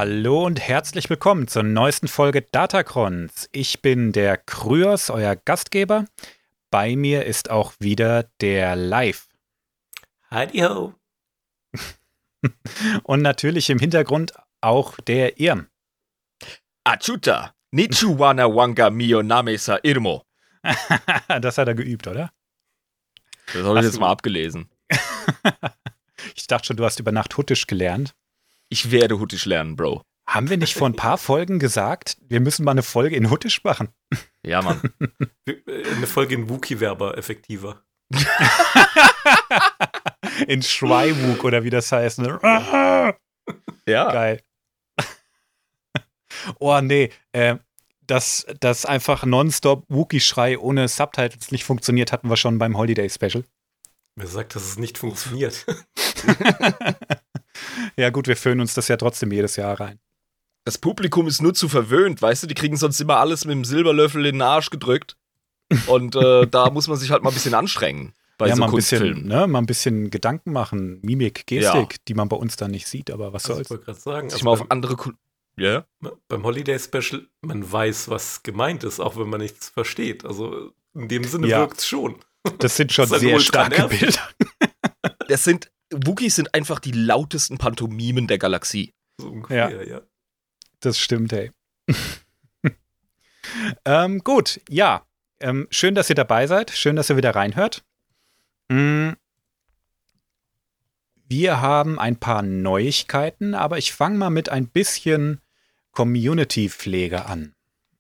Hallo und herzlich willkommen zur neuesten Folge Datacrons. Ich bin der Kryos, euer Gastgeber. Bei mir ist auch wieder der Live. Hi-ho. Und natürlich im Hintergrund auch der Irm. Achuta, Nichuwana Wanga Mio Namesa Irmo. Das hat er geübt, oder? Das habe ich jetzt mal abgelesen. Ich dachte schon, du hast über Nacht Huttisch gelernt. Ich werde Huttisch lernen, Bro. Haben wir nicht vor ein paar Folgen gesagt, wir müssen mal eine Folge in Huttisch machen? Ja, Mann. Eine Folge in Wookie wäre aber effektiver. In Schweiwuk oder wie das heißt. Ne? Ja. Geil. Oh, nee. Dass einfach nonstop Wookie-Schrei ohne Subtitles nicht funktioniert, hatten wir schon beim Holiday-Special. Wer sagt, dass es nicht funktioniert? Ja gut, wir föhnen uns das ja trotzdem jedes Jahr rein. Das Publikum ist nur zu verwöhnt, weißt du? Die kriegen sonst immer alles mit dem Silberlöffel in den Arsch gedrückt. Und da muss man sich halt mal ein bisschen anstrengen. Bei ja, so mal ein Kunstfilmen. bisschen, ne, mal ein bisschen Gedanken machen, Mimik, Gestik, die man bei uns dann nicht sieht, aber was Also soll's. ich wollte gerade sagen, Sich mal auf andere Ja? beim Holiday-Special, man weiß, was gemeint ist, auch wenn man nichts versteht. Also in dem Sinne wirkt's schon. Das sind schon Das ist sehr ultra starke nervig. Bilder. Wookiees sind einfach die lautesten Pantomimen der Galaxie. So ungefähr, ja. Das stimmt, ey. Gut, ja. Schön, dass ihr dabei seid. Schön, dass ihr wieder reinhört. Wir haben ein paar Neuigkeiten, aber ich fange mal mit ein bisschen Community-Pflege an.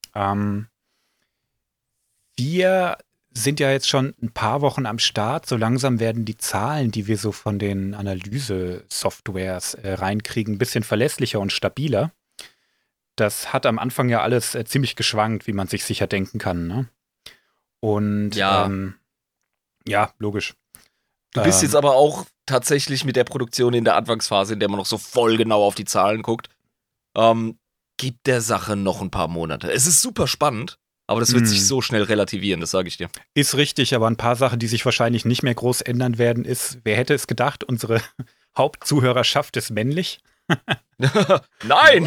Wir sind ja jetzt schon ein paar Wochen am Start. So langsam werden die Zahlen, die wir so von den Analyse-Softwares reinkriegen, ein bisschen verlässlicher und stabiler. Das hat am Anfang ja alles ziemlich geschwankt, wie man sich sicher denken kann, ne? Und Ja. Ja, logisch. Du bist jetzt aber auch tatsächlich mit der Produktion in der Anfangsphase, in der man noch so voll genau auf die Zahlen guckt, gibt der Sache noch ein paar Monate. Es ist super spannend, aber das wird sich so schnell relativieren, das sage ich dir. Ist richtig, aber ein paar Sachen, die sich wahrscheinlich nicht mehr groß ändern werden, ist, wer hätte es gedacht, unsere Hauptzuhörerschaft ist männlich. Nein!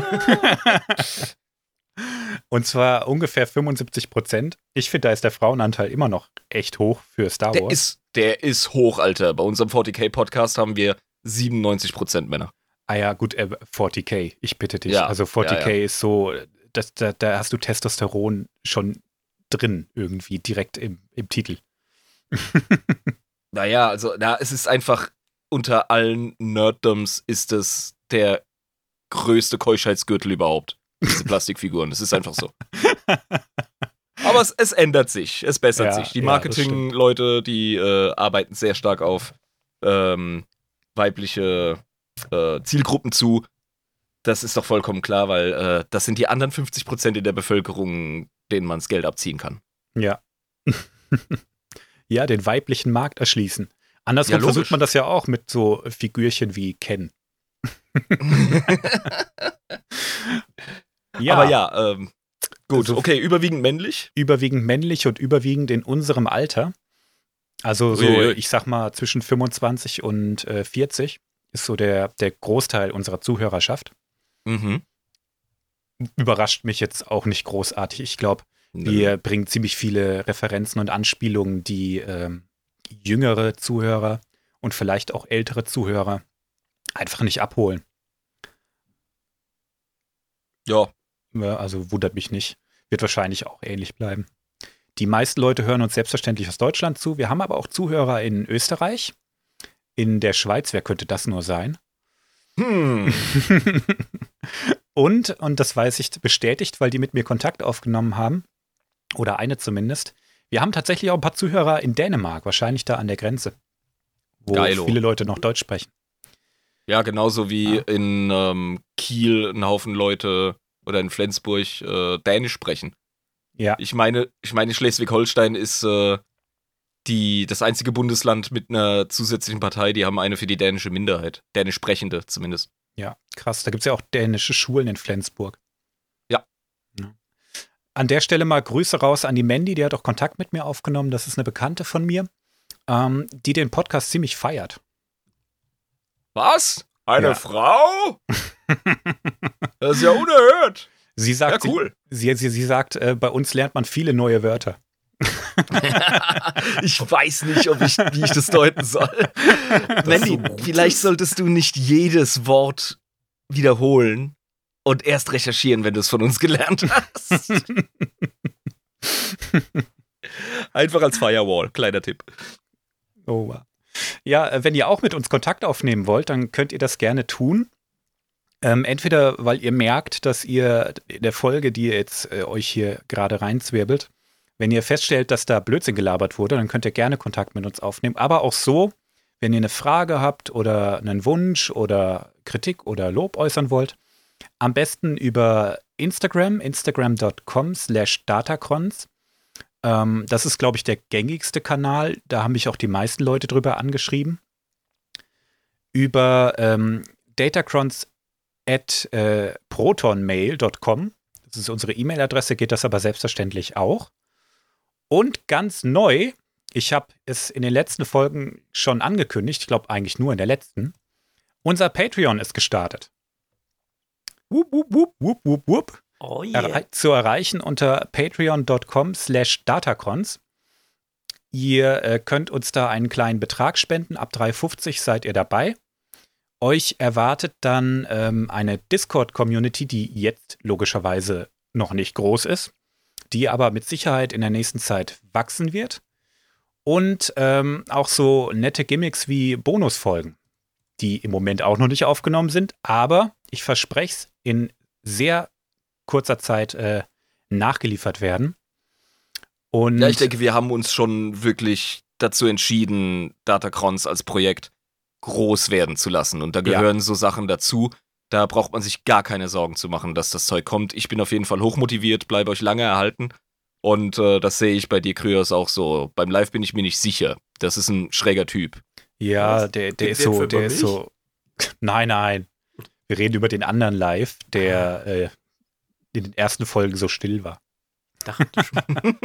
Und zwar ungefähr 75%. Ich finde, da ist der Frauenanteil immer noch echt hoch für Star Wars. Der ist hoch, Alter. Bei unserem 40k-Podcast haben wir 97% Männer. Ah ja, gut, 40k, ich bitte dich. Ja, Also 40k ja. ist so, da hast du Testosteron schon drin irgendwie, direkt im Titel. Naja, also es ist einfach, unter allen Nerddoms ist es der größte Keuschheitsgürtel überhaupt. Diese Plastikfiguren, das ist einfach so. Aber es ändert sich, es bessert sich. Die Marketing-Leute, die arbeiten sehr stark auf weibliche Zielgruppen zu. Das ist doch vollkommen klar, weil das sind die anderen 50% in der Bevölkerung, denen man das Geld abziehen kann. Ja. Ja, den weiblichen Markt erschließen. Andersrum versucht man das ja auch mit so Figürchen wie Ken. Ja. Aber ja, gut, also, okay, überwiegend männlich? Überwiegend männlich und überwiegend in unserem Alter. Also so, ich sag mal, zwischen 25 und 40 ist so der Großteil unserer Zuhörerschaft. Mhm. Überrascht mich jetzt auch nicht großartig. Ich glaube, wir bringen ziemlich viele Referenzen und Anspielungen, die jüngere Zuhörer und vielleicht auch ältere Zuhörer einfach nicht abholen. Ja. Also wundert mich nicht. Wird wahrscheinlich auch ähnlich bleiben. Die meisten Leute hören uns selbstverständlich aus Deutschland zu. Wir haben aber auch Zuhörer in Österreich, in der Schweiz. Wer könnte das nur sein? Und das weiß ich bestätigt, weil die mit mir Kontakt aufgenommen haben. Oder eine zumindest. Wir haben tatsächlich auch ein paar Zuhörer in Dänemark, wahrscheinlich da an der Grenze. Wo viele Leute noch Deutsch sprechen. Ja, genauso wie in Kiel ein Haufen Leute oder in Flensburg Dänisch sprechen. Ja. Ich meine, Schleswig-Holstein ist das einzige Bundesland mit einer zusätzlichen Partei, die haben eine für die dänische Minderheit. Dänisch Sprechende zumindest. Ja, krass. Da gibt es ja auch dänische Schulen in Flensburg. Ja. An der Stelle mal Grüße raus an die Mandy, die hat auch Kontakt mit mir aufgenommen. Das ist eine Bekannte von mir, die den Podcast ziemlich feiert. Was? Eine Frau? Das ist ja unerhört. Sie sagt, ja, cool. Sie sagt, bei uns lernt man viele neue Wörter. Ich weiß nicht, wie ich das deuten soll. Mandy, vielleicht solltest du nicht jedes Wort wiederholen und erst recherchieren, wenn du es von uns gelernt hast. Einfach als Firewall, kleiner Tipp. Oh, ja, wenn ihr auch mit uns Kontakt aufnehmen wollt, dann könnt ihr das gerne tun. Entweder, weil ihr merkt, dass ihr in der Folge, die ihr jetzt euch hier gerade reinzwirbelt, wenn ihr feststellt, dass da Blödsinn gelabert wurde, dann könnt ihr gerne Kontakt mit uns aufnehmen. Aber auch so, wenn ihr eine Frage habt oder einen Wunsch oder Kritik oder Lob äußern wollt, am besten über instagram.com/datacrons. Das ist, glaube ich, der gängigste Kanal. Da haben mich auch die meisten Leute drüber angeschrieben. Über datacrons@protonmail.com. Das ist unsere E-Mail-Adresse, geht das aber selbstverständlich auch. Und ganz neu, ich habe es in den letzten Folgen schon angekündigt, ich glaube eigentlich nur in der letzten, unser Patreon ist gestartet. Wupp, wupp, wupp, wupp, wupp, wupp. Oh yeah. Zu erreichen unter patreon.com/datacrons. Ihr könnt uns da einen kleinen Betrag spenden, ab 3,50 seid ihr dabei. Euch erwartet dann eine Discord-Community, die jetzt logischerweise noch nicht groß ist, die aber mit Sicherheit in der nächsten Zeit wachsen wird. Und auch so nette Gimmicks wie Bonusfolgen, die im Moment auch noch nicht aufgenommen sind, aber ich verspreche es, in sehr kurzer Zeit nachgeliefert werden. Und ja, ich denke, wir haben uns schon wirklich dazu entschieden, Datacrons als Projekt groß werden zu lassen. Und da gehören so Sachen dazu, da braucht man sich gar keine Sorgen zu machen, dass das Zeug kommt. Ich bin auf jeden Fall hochmotiviert, bleibe euch lange erhalten. Und das sehe ich bei dir, Kryos, auch so. Beim Live bin ich mir nicht sicher. Das ist ein schräger Typ. Ja, der ist so. Nein. Wir reden über den anderen Live, der in den ersten Folgen so still war. Dachte schon.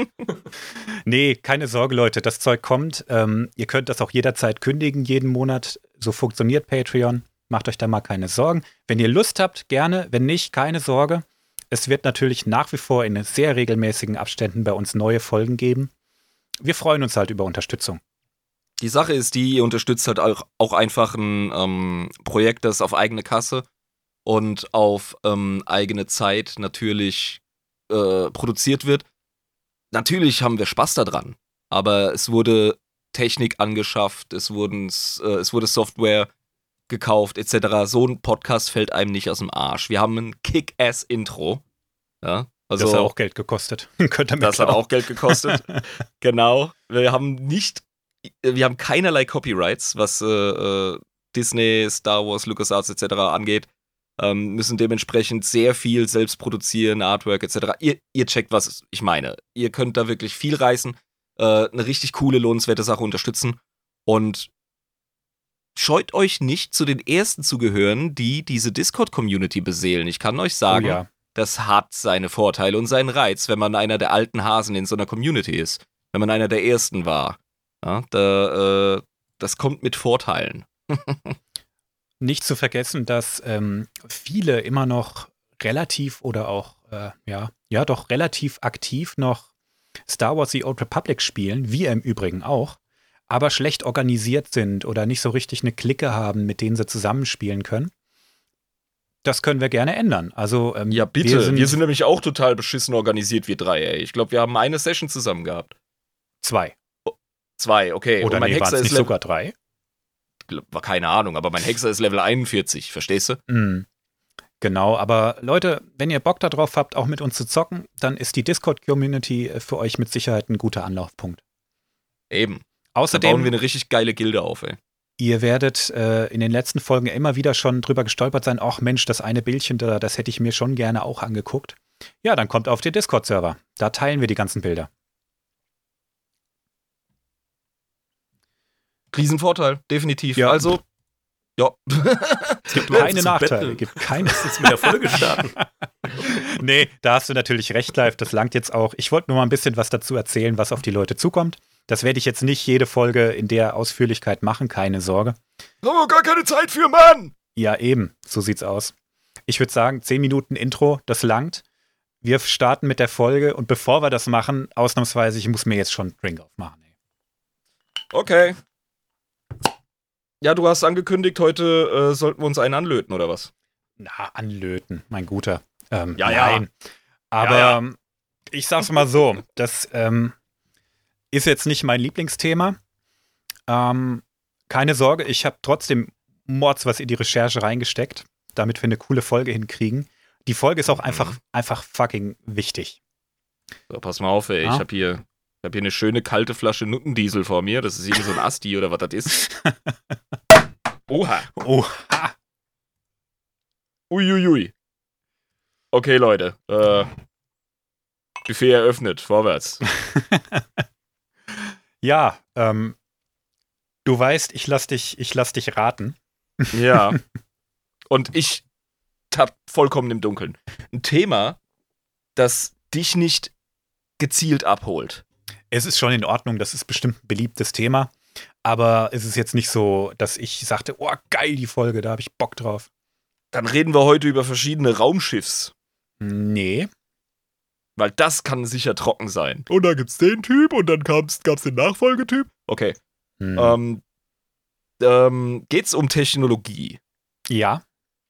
Nee, keine Sorge, Leute, das Zeug kommt. Ihr könnt das auch jederzeit kündigen, jeden Monat. So funktioniert Patreon. Macht euch da mal keine Sorgen. Wenn ihr Lust habt, gerne. Wenn nicht, keine Sorge. Es wird natürlich nach wie vor in sehr regelmäßigen Abständen bei uns neue Folgen geben. Wir freuen uns halt über Unterstützung. Die Sache ist die, ihr unterstützt halt auch einfach ein Projekt, das auf eigene Kasse und auf eigene Zeit natürlich produziert wird. Natürlich haben wir Spaß daran, aber es wurde Technik angeschafft, es wurde Software gekauft, etc. So ein Podcast fällt einem nicht aus dem Arsch. Wir haben ein Kick-Ass-Intro. Ja, also, das hat auch Geld gekostet. Das hat auch Geld gekostet. Genau. Wir haben keinerlei Copyrights, was Disney, Star Wars, LucasArts etc. angeht. Müssen dementsprechend sehr viel selbst produzieren, Artwork etc. Ihr checkt, was ich meine. Ihr könnt da wirklich viel reißen, eine richtig coole, lohnenswerte Sache unterstützen und scheut euch nicht, zu den Ersten zu gehören, die diese Discord-Community beseelen. Ich kann euch sagen, das hat seine Vorteile und seinen Reiz, wenn man einer der alten Hasen in so einer Community ist. Wenn man einer der Ersten war. Ja, das kommt mit Vorteilen. Nicht zu vergessen, dass viele immer noch relativ oder auch, doch relativ aktiv noch Star Wars The Old Republic spielen, wir im Übrigen auch, aber schlecht organisiert sind oder nicht so richtig eine Clique haben, mit denen sie zusammenspielen können. Das können wir gerne ändern. Also, ja, bitte. Wir sind nämlich auch total beschissen organisiert, wir drei, ey. Ich glaube, wir haben eine Session zusammen gehabt. 2. 2, okay. Oder und mein Hexer ist nicht sogar 3? Keine Ahnung, aber mein Hexer ist Level 41, verstehst du? Genau, aber Leute, wenn ihr Bock darauf habt, auch mit uns zu zocken, dann ist die Discord-Community für euch mit Sicherheit ein guter Anlaufpunkt. Eben. Außerdem da bauen wir eine richtig geile Gilde auf, ey. Ihr werdet in den letzten Folgen immer wieder schon drüber gestolpert sein, ach Mensch, das eine Bildchen da, das hätte ich mir schon gerne auch angeguckt. Ja, dann kommt auf den Discord-Server. Da teilen wir die ganzen Bilder. Riesenvorteil, definitiv. Ja. Also, ja. Es gibt keine Nachteile. Gibt keine. Das ist mit der Folge starten. Nee, da hast du natürlich recht, Live. Das langt jetzt auch. Ich wollte nur mal ein bisschen was dazu erzählen, was auf die Leute zukommt. Das werde ich jetzt nicht jede Folge in der Ausführlichkeit machen, keine Sorge. Haben wir gar keine Zeit für, Mann! Ja, eben. So sieht's aus. Ich würde sagen, 10 Minuten Intro, das langt. Wir starten mit der Folge und bevor wir das machen, ausnahmsweise, ich muss mir jetzt schon einen Drink aufmachen. Ey. Okay. Ja, du hast angekündigt, heute sollten wir uns einen anlöten, oder was? Na, anlöten, mein Guter. Ja. Nein. Aber ich sag's mal so, das ist jetzt nicht mein Lieblingsthema. Keine Sorge, ich habe trotzdem Mords was in die Recherche reingesteckt, damit wir eine coole Folge hinkriegen. Die Folge ist auch einfach fucking wichtig. So, pass mal auf, ey. Ich hab hier eine schöne kalte Flasche Nuttendiesel vor mir. Das ist irgendwie so ein Asti oder was das ist. Oha. Uiuiui. Okay, Leute. Buffet eröffnet. Vorwärts. Ja, du weißt, ich lass dich raten. Ja. Und ich tapp vollkommen im Dunkeln. Ein Thema, das dich nicht gezielt abholt. Es ist schon in Ordnung, das ist bestimmt ein beliebtes Thema. Aber es ist jetzt nicht so, dass ich sagte, oh, geil, die Folge, da habe ich Bock drauf. Dann reden wir heute über verschiedene Raumschiffs. Nee. Weil das kann sicher trocken sein. Und dann gibt's den Typ und dann gab's den Nachfolgetyp. Okay. Geht's um Technologie? Ja.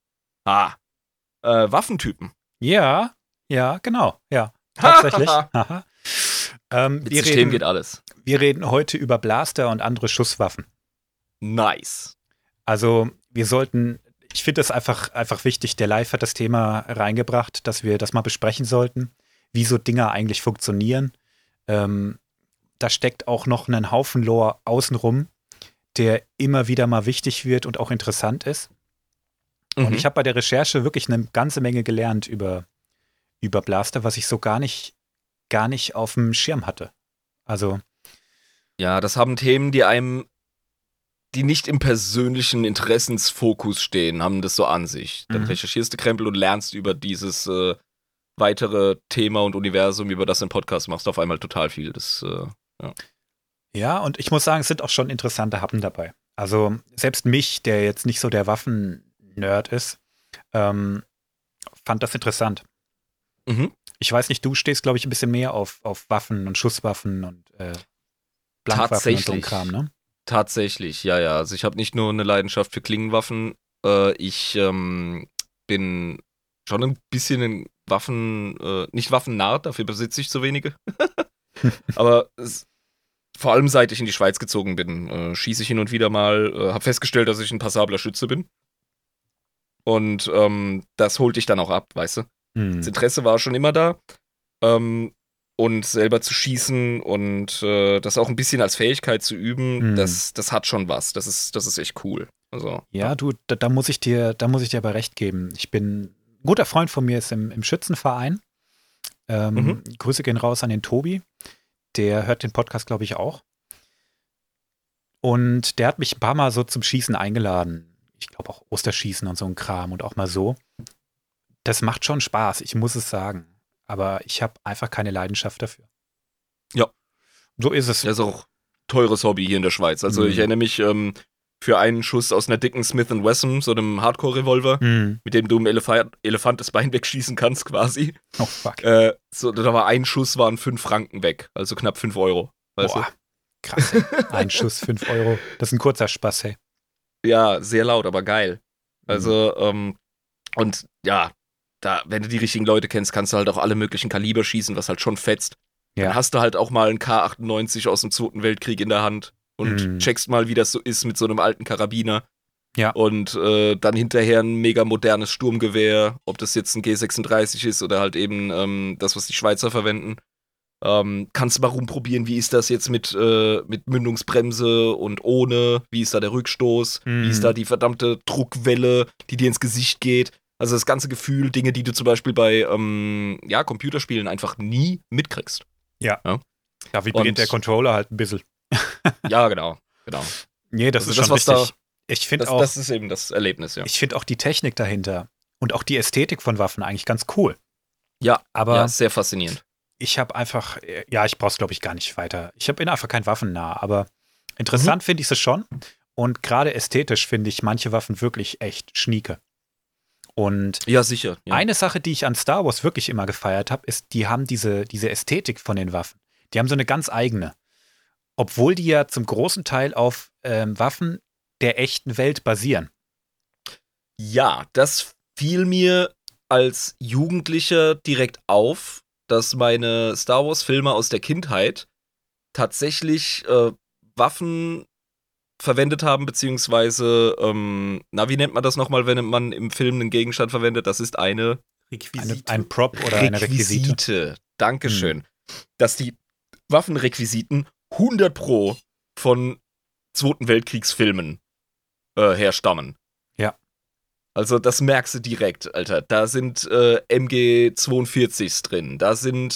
Waffentypen. Ja, genau. Ja, tatsächlich. Mit System geht alles. Wir reden heute über Blaster und andere Schusswaffen. Nice. Also, ich finde das einfach wichtig. Der Live hat das Thema reingebracht, dass wir das mal besprechen sollten, wie so Dinger eigentlich funktionieren. Da steckt auch noch ein Haufen Lore außenrum, der immer wieder mal wichtig wird und auch interessant ist. Und ich habe bei der Recherche wirklich eine ganze Menge gelernt über Blaster, was ich so gar nicht auf dem Schirm hatte. Also. Ja, das haben Themen, die nicht im persönlichen Interessensfokus stehen, haben das so an sich. Dann recherchierst du Krempel und lernst über dieses weitere Thema und Universum, über das du einen Podcast machst, auf einmal total viel. Ja, und ich muss sagen, es sind auch schon interessante Happen dabei. Also selbst mich, der jetzt nicht so der Waffen-Nerd ist, fand das interessant. Ich weiß nicht, du stehst, glaube ich, ein bisschen mehr auf Waffen und Schusswaffen und Blankwaffen und so ein Kram, ne? Tatsächlich, ja. Also ich habe nicht nur eine Leidenschaft für Klingenwaffen, ich bin schon ein bisschen ein nicht Waffennah, dafür besitze ich zu wenige. Aber vor allem seit ich in die Schweiz gezogen bin, schieße ich hin und wieder mal, habe festgestellt, dass ich ein passabler Schütze bin. Und das holt dich dann auch ab, weißt du? Das Interesse war schon immer da. Und selber zu schießen und das auch ein bisschen als Fähigkeit zu üben, das hat schon was. Das ist echt cool. Also, ja, du, da muss ich dir aber recht geben. Ein guter Freund von mir ist im Schützenverein. Grüße gehen raus an den Tobi. Der hört den Podcast, glaube ich, auch. Und der hat mich ein paar Mal so zum Schießen eingeladen. Ich glaube auch Osterschießen und so ein Kram und auch mal so. Das macht schon Spaß, ich muss es sagen. Aber ich habe einfach keine Leidenschaft dafür. Ja. So ist es. Das ist auch ein teures Hobby hier in der Schweiz. Also ich erinnere mich für einen Schuss aus einer dicken Smith & Wesson, so einem Hardcore-Revolver, mit dem du einem Elefant das Bein wegschießen kannst quasi. Oh fuck. Da war ein Schuss, waren 5 Franken weg. Also knapp 5 Euro. Weißt Boah, krass. Ey. Ein Schuss, 5 Euro. Das ist ein kurzer Spaß, hey. Ja, sehr laut, aber geil. Also, und ja, wenn du die richtigen Leute kennst, kannst du halt auch alle möglichen Kaliber schießen, was halt schon fetzt. Ja. Dann hast du halt auch mal einen K98 aus dem Zweiten Weltkrieg in der Hand und checkst mal, wie das so ist mit so einem alten Karabiner. Ja. Und dann hinterher ein mega modernes Sturmgewehr, ob das jetzt ein G36 ist oder halt eben das, was die Schweizer verwenden. Kannst du mal rumprobieren, wie ist das jetzt mit Mündungsbremse und ohne, wie ist da der Rückstoß, wie ist da die verdammte Druckwelle, die dir ins Gesicht geht. Also das ganze Gefühl, Dinge, die du zum Beispiel bei Computerspielen einfach nie mitkriegst. Ja. Da vibriert der Controller halt ein bisschen. Ja, genau. Nee, das ist schon wichtig. Ich finde auch, das ist eben das Erlebnis, ja. Ich finde auch die Technik dahinter und auch die Ästhetik von Waffen eigentlich ganz cool. Ja, aber ja, sehr faszinierend. Ich habe einfach, ich brauche es, glaube ich, gar nicht weiter. Ich bin einfach kein Waffennah, aber interessant finde ich es schon. Und gerade ästhetisch finde ich manche Waffen wirklich echt schnieke. Und Ja, sicher. Ja. eine Sache, die ich an Star Wars wirklich immer gefeiert habe, ist, die haben diese Ästhetik von den Waffen. Die haben so eine ganz eigene. Obwohl die ja zum großen Teil auf Waffen der echten Welt basieren. Ja, das fiel mir als Jugendlicher direkt auf, dass meine Star Wars-Filme aus der Kindheit tatsächlich Waffen verwendet haben, beziehungsweise, wie nennt man das nochmal, wenn man im Film einen Gegenstand verwendet? Das ist eine Requisite. Ein Prop oder eine Requisite. Dankeschön. Dass die Waffenrequisiten 100% von Zweiten Weltkriegsfilmen herstammen. Ja. Also das merkst du direkt, Alter. Da sind MG-42s drin. Da sind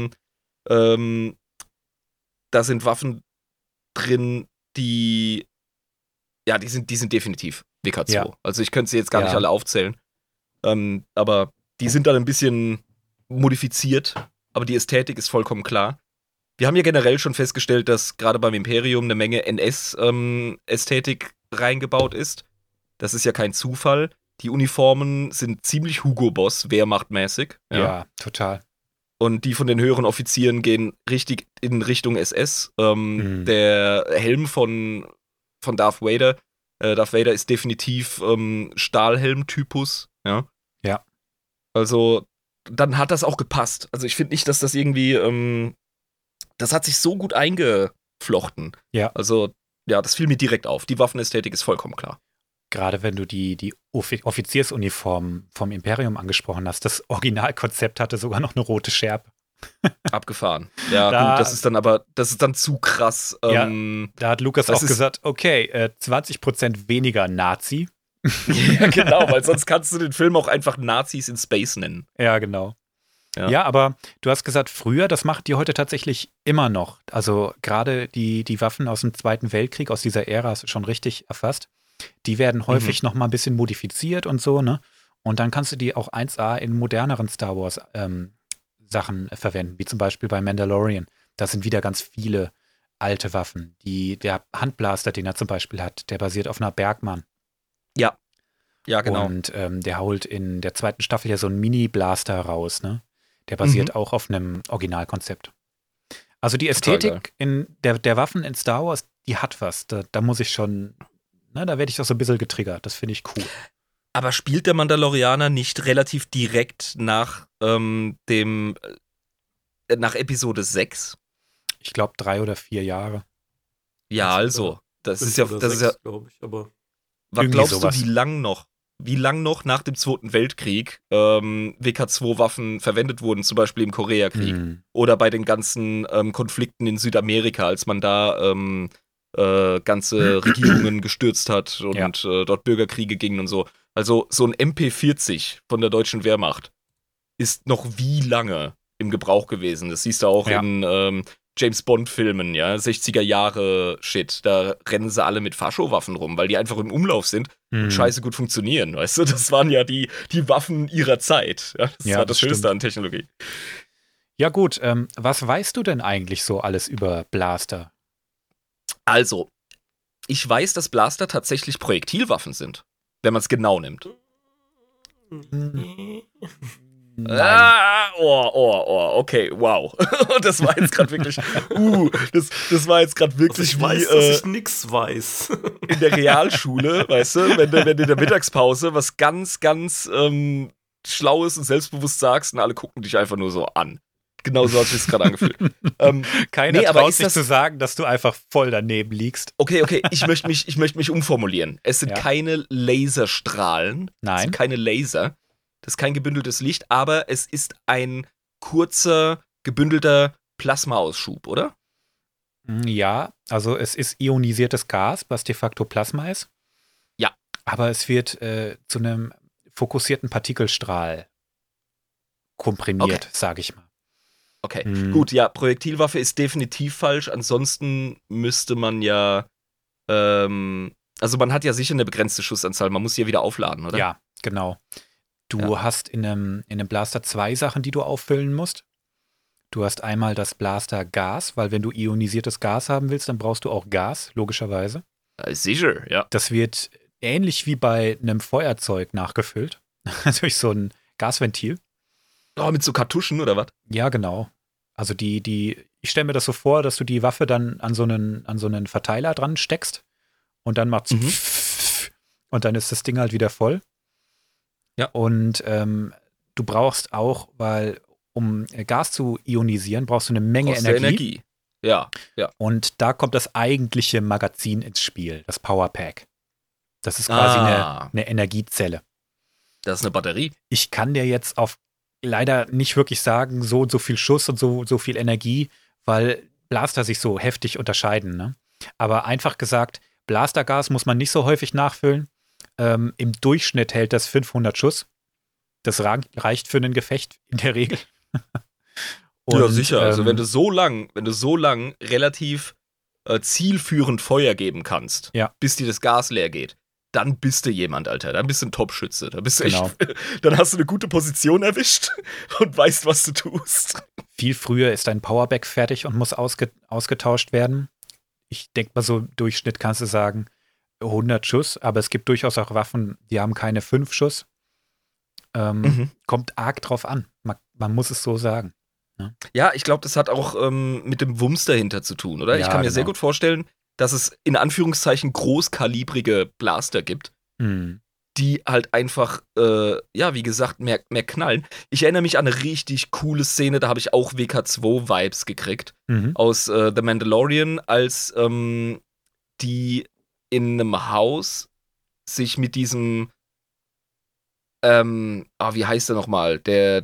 Waffen drin, die sind definitiv WK2. Ja. Also ich könnte sie jetzt gar nicht Ja. alle aufzählen. Aber die sind dann ein bisschen modifiziert, aber die Ästhetik ist vollkommen klar. Wir haben ja generell schon festgestellt, dass gerade beim Imperium eine Menge NS-Ästhetik reingebaut ist. Das ist ja kein Zufall. Die Uniformen sind ziemlich Hugo Boss, Wehrmachtmäßig. Ja, total. Und die von den höheren Offizieren gehen richtig in Richtung SS. Der Helm von Darth Vader. Darth Vader ist definitiv Stahlhelm-Typus. Ja. Ja. Also, dann hat das auch gepasst. Also, ich finde nicht, dass das irgendwie. Das hat sich so gut eingeflochten. Ja. Also, ja, das fiel mir direkt auf. Die Waffenästhetik ist vollkommen klar. Gerade wenn du die Offiziersuniform vom Imperium angesprochen hast, das Originalkonzept hatte sogar noch eine rote Schärpe. Abgefahren. Ja, Da- gut, das ist dann zu krass. Ja. Da hat Lukas Das auch ist- gesagt, okay, 20% weniger Nazi. Ja, genau, weil sonst kannst du den Film auch einfach Nazis in Space nennen. Ja, genau. Ja. Ja, aber du hast gesagt, früher, das macht die heute tatsächlich immer noch. Also gerade die Waffen aus dem Zweiten Weltkrieg, aus dieser Ära, hast du schon richtig erfasst. Die werden häufig noch mal ein bisschen modifiziert und so, ne? Und dann kannst du die auch 1A in moderneren Star Wars Sachen verwenden, wie zum Beispiel bei Mandalorian. Da sind wieder ganz viele alte Waffen. Der Handblaster, den er zum Beispiel hat, der basiert auf einer Bergmann. Ja, genau. Und der holt in der zweiten Staffel ja so einen Mini-Blaster raus, ne? Der basiert auch auf einem Originalkonzept. Also die Ästhetik der Waffen in Star Wars, die hat was. Da muss ich schon, da werde ich auch so ein bisschen getriggert. Das finde ich cool. Aber spielt der Mandalorianer nicht relativ direkt nach nach Episode 6? Ich glaube 3 oder 4 Jahre. Ja, also. Das ist ja, glaube ich, aber was irgendwie glaubst sowas. du, wie lang noch nach dem Zweiten Weltkrieg WK2-Waffen verwendet wurden, zum Beispiel im Koreakrieg oder bei den ganzen Konflikten in Südamerika, als man da ganze Regierungen gestürzt hat und dort Bürgerkriege gingen und so. Also so ein MP40 von der deutschen Wehrmacht ist noch wie lange im Gebrauch gewesen. Das siehst du auch in James-Bond-Filmen, ja, 60er-Jahre-Shit. Da rennen sie alle mit Faschowaffen rum, weil die einfach im Umlauf sind und scheiße gut funktionieren, weißt du? Das waren ja die Waffen ihrer Zeit. Ja? Das war das Schönste an Technologie. Ja gut, was weißt du denn eigentlich so alles über Blaster? Also, ich weiß, dass Blaster tatsächlich Projektilwaffen sind, wenn man es genau nimmt. Okay, wow. Das war jetzt gerade wirklich, das war jetzt gerade wirklich ich weiß, dass ich nix weiß. In der Realschule, weißt du, wenn du in der Mittagspause was ganz, ganz Schlaues und selbstbewusst sagst und alle gucken dich einfach nur so an. Genau so hat sich gerade angefühlt. Keiner traut sich zu sagen, dass du einfach voll daneben liegst. Okay, ich möchte mich umformulieren. Es sind keine Laserstrahlen. Nein. Es sind keine Laser. Das ist kein gebündeltes Licht, aber es ist ein kurzer, gebündelter Plasmaausschub, oder? Ja, also es ist ionisiertes Gas, was de facto Plasma ist. Ja. Aber es wird zu einem fokussierten Partikelstrahl komprimiert, sage ich mal. Okay, gut, ja, Projektilwaffe ist definitiv falsch. Ansonsten müsste man ja, also man hat ja sicher eine begrenzte Schussanzahl. Man muss sie ja wieder aufladen, oder? Ja, genau. Du hast in einem Blaster 2 Sachen, die du auffüllen musst. Du hast einmal das Blaster-Gas, weil wenn du ionisiertes Gas haben willst, dann brauchst du auch Gas, logischerweise. Sicher, ja. Das wird ähnlich wie bei einem Feuerzeug nachgefüllt. durch so ein Gasventil. Oh, mit so Kartuschen oder was? Ja, genau. Also ich stelle mir das so vor, dass du die Waffe dann an so einen Verteiler dran steckst und dann macht's und dann ist das Ding halt wieder voll. Ja. Und du brauchst auch, weil um Gas zu ionisieren, brauchst du eine Menge Energie. Ja. Und da kommt das eigentliche Magazin ins Spiel, das Powerpack. Das ist quasi eine Energiezelle. Das ist eine Batterie. Ich kann dir jetzt leider nicht wirklich sagen, so und so viel Schuss und so viel Energie, weil Blaster sich so heftig unterscheiden. Ne? Aber einfach gesagt, Blastergas muss man nicht so häufig nachfüllen. Im Durchschnitt hält das 500 Schuss. Das reicht für ein Gefecht in der Regel. Und, ja, sicher. Also wenn du so lang relativ zielführend Feuer geben kannst, bis dir das Gas leer geht, dann bist du jemand, Alter. Dann bist du ein Top-Schütze. Dann bist du echt, dann hast du eine gute Position erwischt und weißt, was du tust. Viel früher ist dein Powerback fertig und muss ausgetauscht werden. Ich denke mal, so im Durchschnitt kannst du sagen 100 Schuss, aber es gibt durchaus auch Waffen, die haben keine 5 Schuss. Kommt arg drauf an. Man muss es so sagen. Ne? Ja, ich glaube, das hat auch mit dem Wumms dahinter zu tun, oder? Ja, ich kann mir sehr gut vorstellen, dass es in Anführungszeichen großkalibrige Blaster gibt, die halt einfach, wie gesagt, mehr knallen. Ich erinnere mich an eine richtig coole Szene, da habe ich auch WK2-Vibes gekriegt aus The Mandalorian, als die in einem Haus sich mit diesem wie heißt der nochmal? Der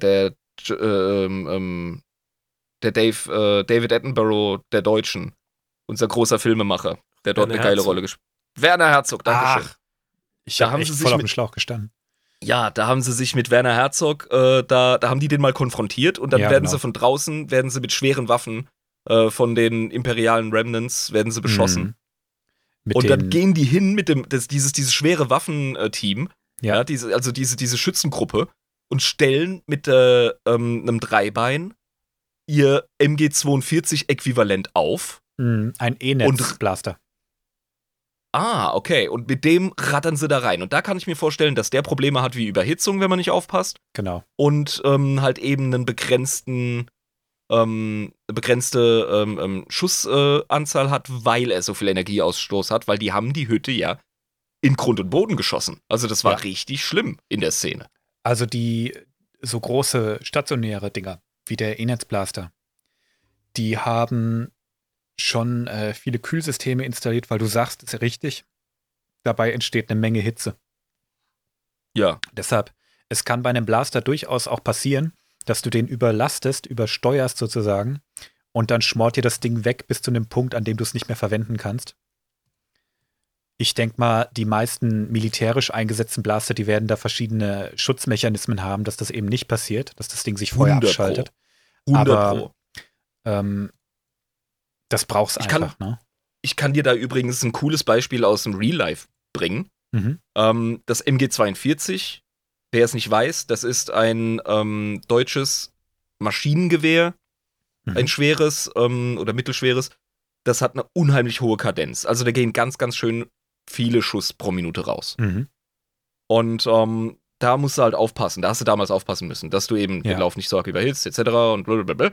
David Attenborough der Deutschen. Unser großer Filmemacher, der dort eine geile Rolle gespielt hat. Werner Herzog, dankeschön. Ich habe echt voll auf dem Schlauch gestanden. Ja, da haben sie sich mit Werner Herzog, da haben die den mal konfrontiert und dann werden sie von draußen, mit schweren Waffen von den imperialen Remnants, werden sie beschossen. Und dann gehen die hin mit dieses schwere Waffenteam, diese Schützengruppe, und stellen mit einem Dreibein ihr MG42-Äquivalent auf. Ein E-Netz-Blaster. Okay. Und mit dem rattern sie da rein. Und da kann ich mir vorstellen, dass der Probleme hat wie Überhitzung, wenn man nicht aufpasst. Genau. Und halt eben eine begrenzte Schussanzahl hat, weil er so viel Energieausstoß hat, weil die haben die Hütte ja in Grund und Boden geschossen. Also das war richtig schlimm in der Szene. Also die so große stationäre Dinger wie der E-Netz-Blaster, die haben schon viele Kühlsysteme installiert, weil du sagst, ist ja richtig, dabei entsteht eine Menge Hitze. Ja. Deshalb, es kann bei einem Blaster durchaus auch passieren, dass du den übersteuerst sozusagen und dann schmort dir das Ding weg bis zu einem Punkt, an dem du es nicht mehr verwenden kannst. Ich denke mal, die meisten militärisch eingesetzten Blaster, die werden da verschiedene Schutzmechanismen haben, dass das eben nicht passiert, dass das Ding sich vorher abschaltet. 100 Aber das brauch's einfach, ne? Ich kann dir da übrigens ein cooles Beispiel aus dem Real Life bringen. Das MG42, wer es nicht weiß, das ist ein deutsches Maschinengewehr, ein schweres oder mittelschweres. Das hat eine unheimlich hohe Kadenz. Also da gehen ganz, ganz schön viele Schuss pro Minute raus. Und da musst du halt aufpassen. Da hast du damals aufpassen müssen, dass du eben den Lauf nicht so arg überhitzt, etc. und blablabla.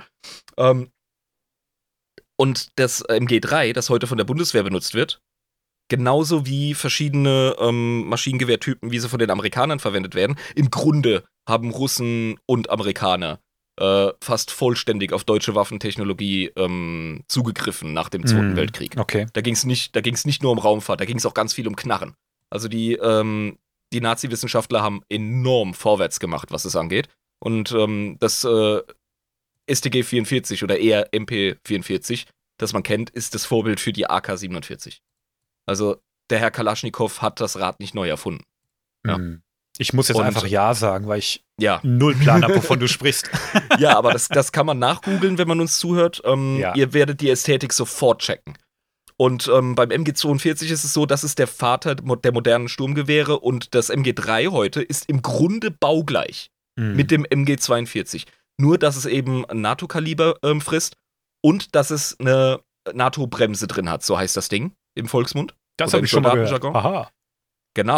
Und das MG3, das heute von der Bundeswehr benutzt wird, genauso wie verschiedene Maschinengewehrtypen, wie sie von den Amerikanern verwendet werden, im Grunde haben Russen und Amerikaner fast vollständig auf deutsche Waffentechnologie zugegriffen nach dem Zweiten Weltkrieg. Okay. Da ging's nicht nur um Raumfahrt, da ging es auch ganz viel um Knarren. Also die Nazi-Wissenschaftler haben enorm vorwärts gemacht, was es angeht. Und das StG-44 oder eher MP-44, das man kennt, ist das Vorbild für die AK-47. Also der Herr Kalaschnikow hat das Rad nicht neu erfunden. Ja. Ich muss jetzt einfach Ja sagen, weil ich null Plan habe, wovon du sprichst. Ja, aber das kann man nachgoogeln, wenn man uns zuhört. Ihr werdet die Ästhetik sofort checken. Und beim MG42 ist es so, das ist der Vater der modernen Sturmgewehre und das MG3 heute ist im Grunde baugleich mit dem MG42. Nur, dass es eben ein NATO-Kaliber frisst und dass es eine NATO-Bremse drin hat, so heißt das Ding im Volksmund. Das habe ich schon mal gehört. Aha. Genau.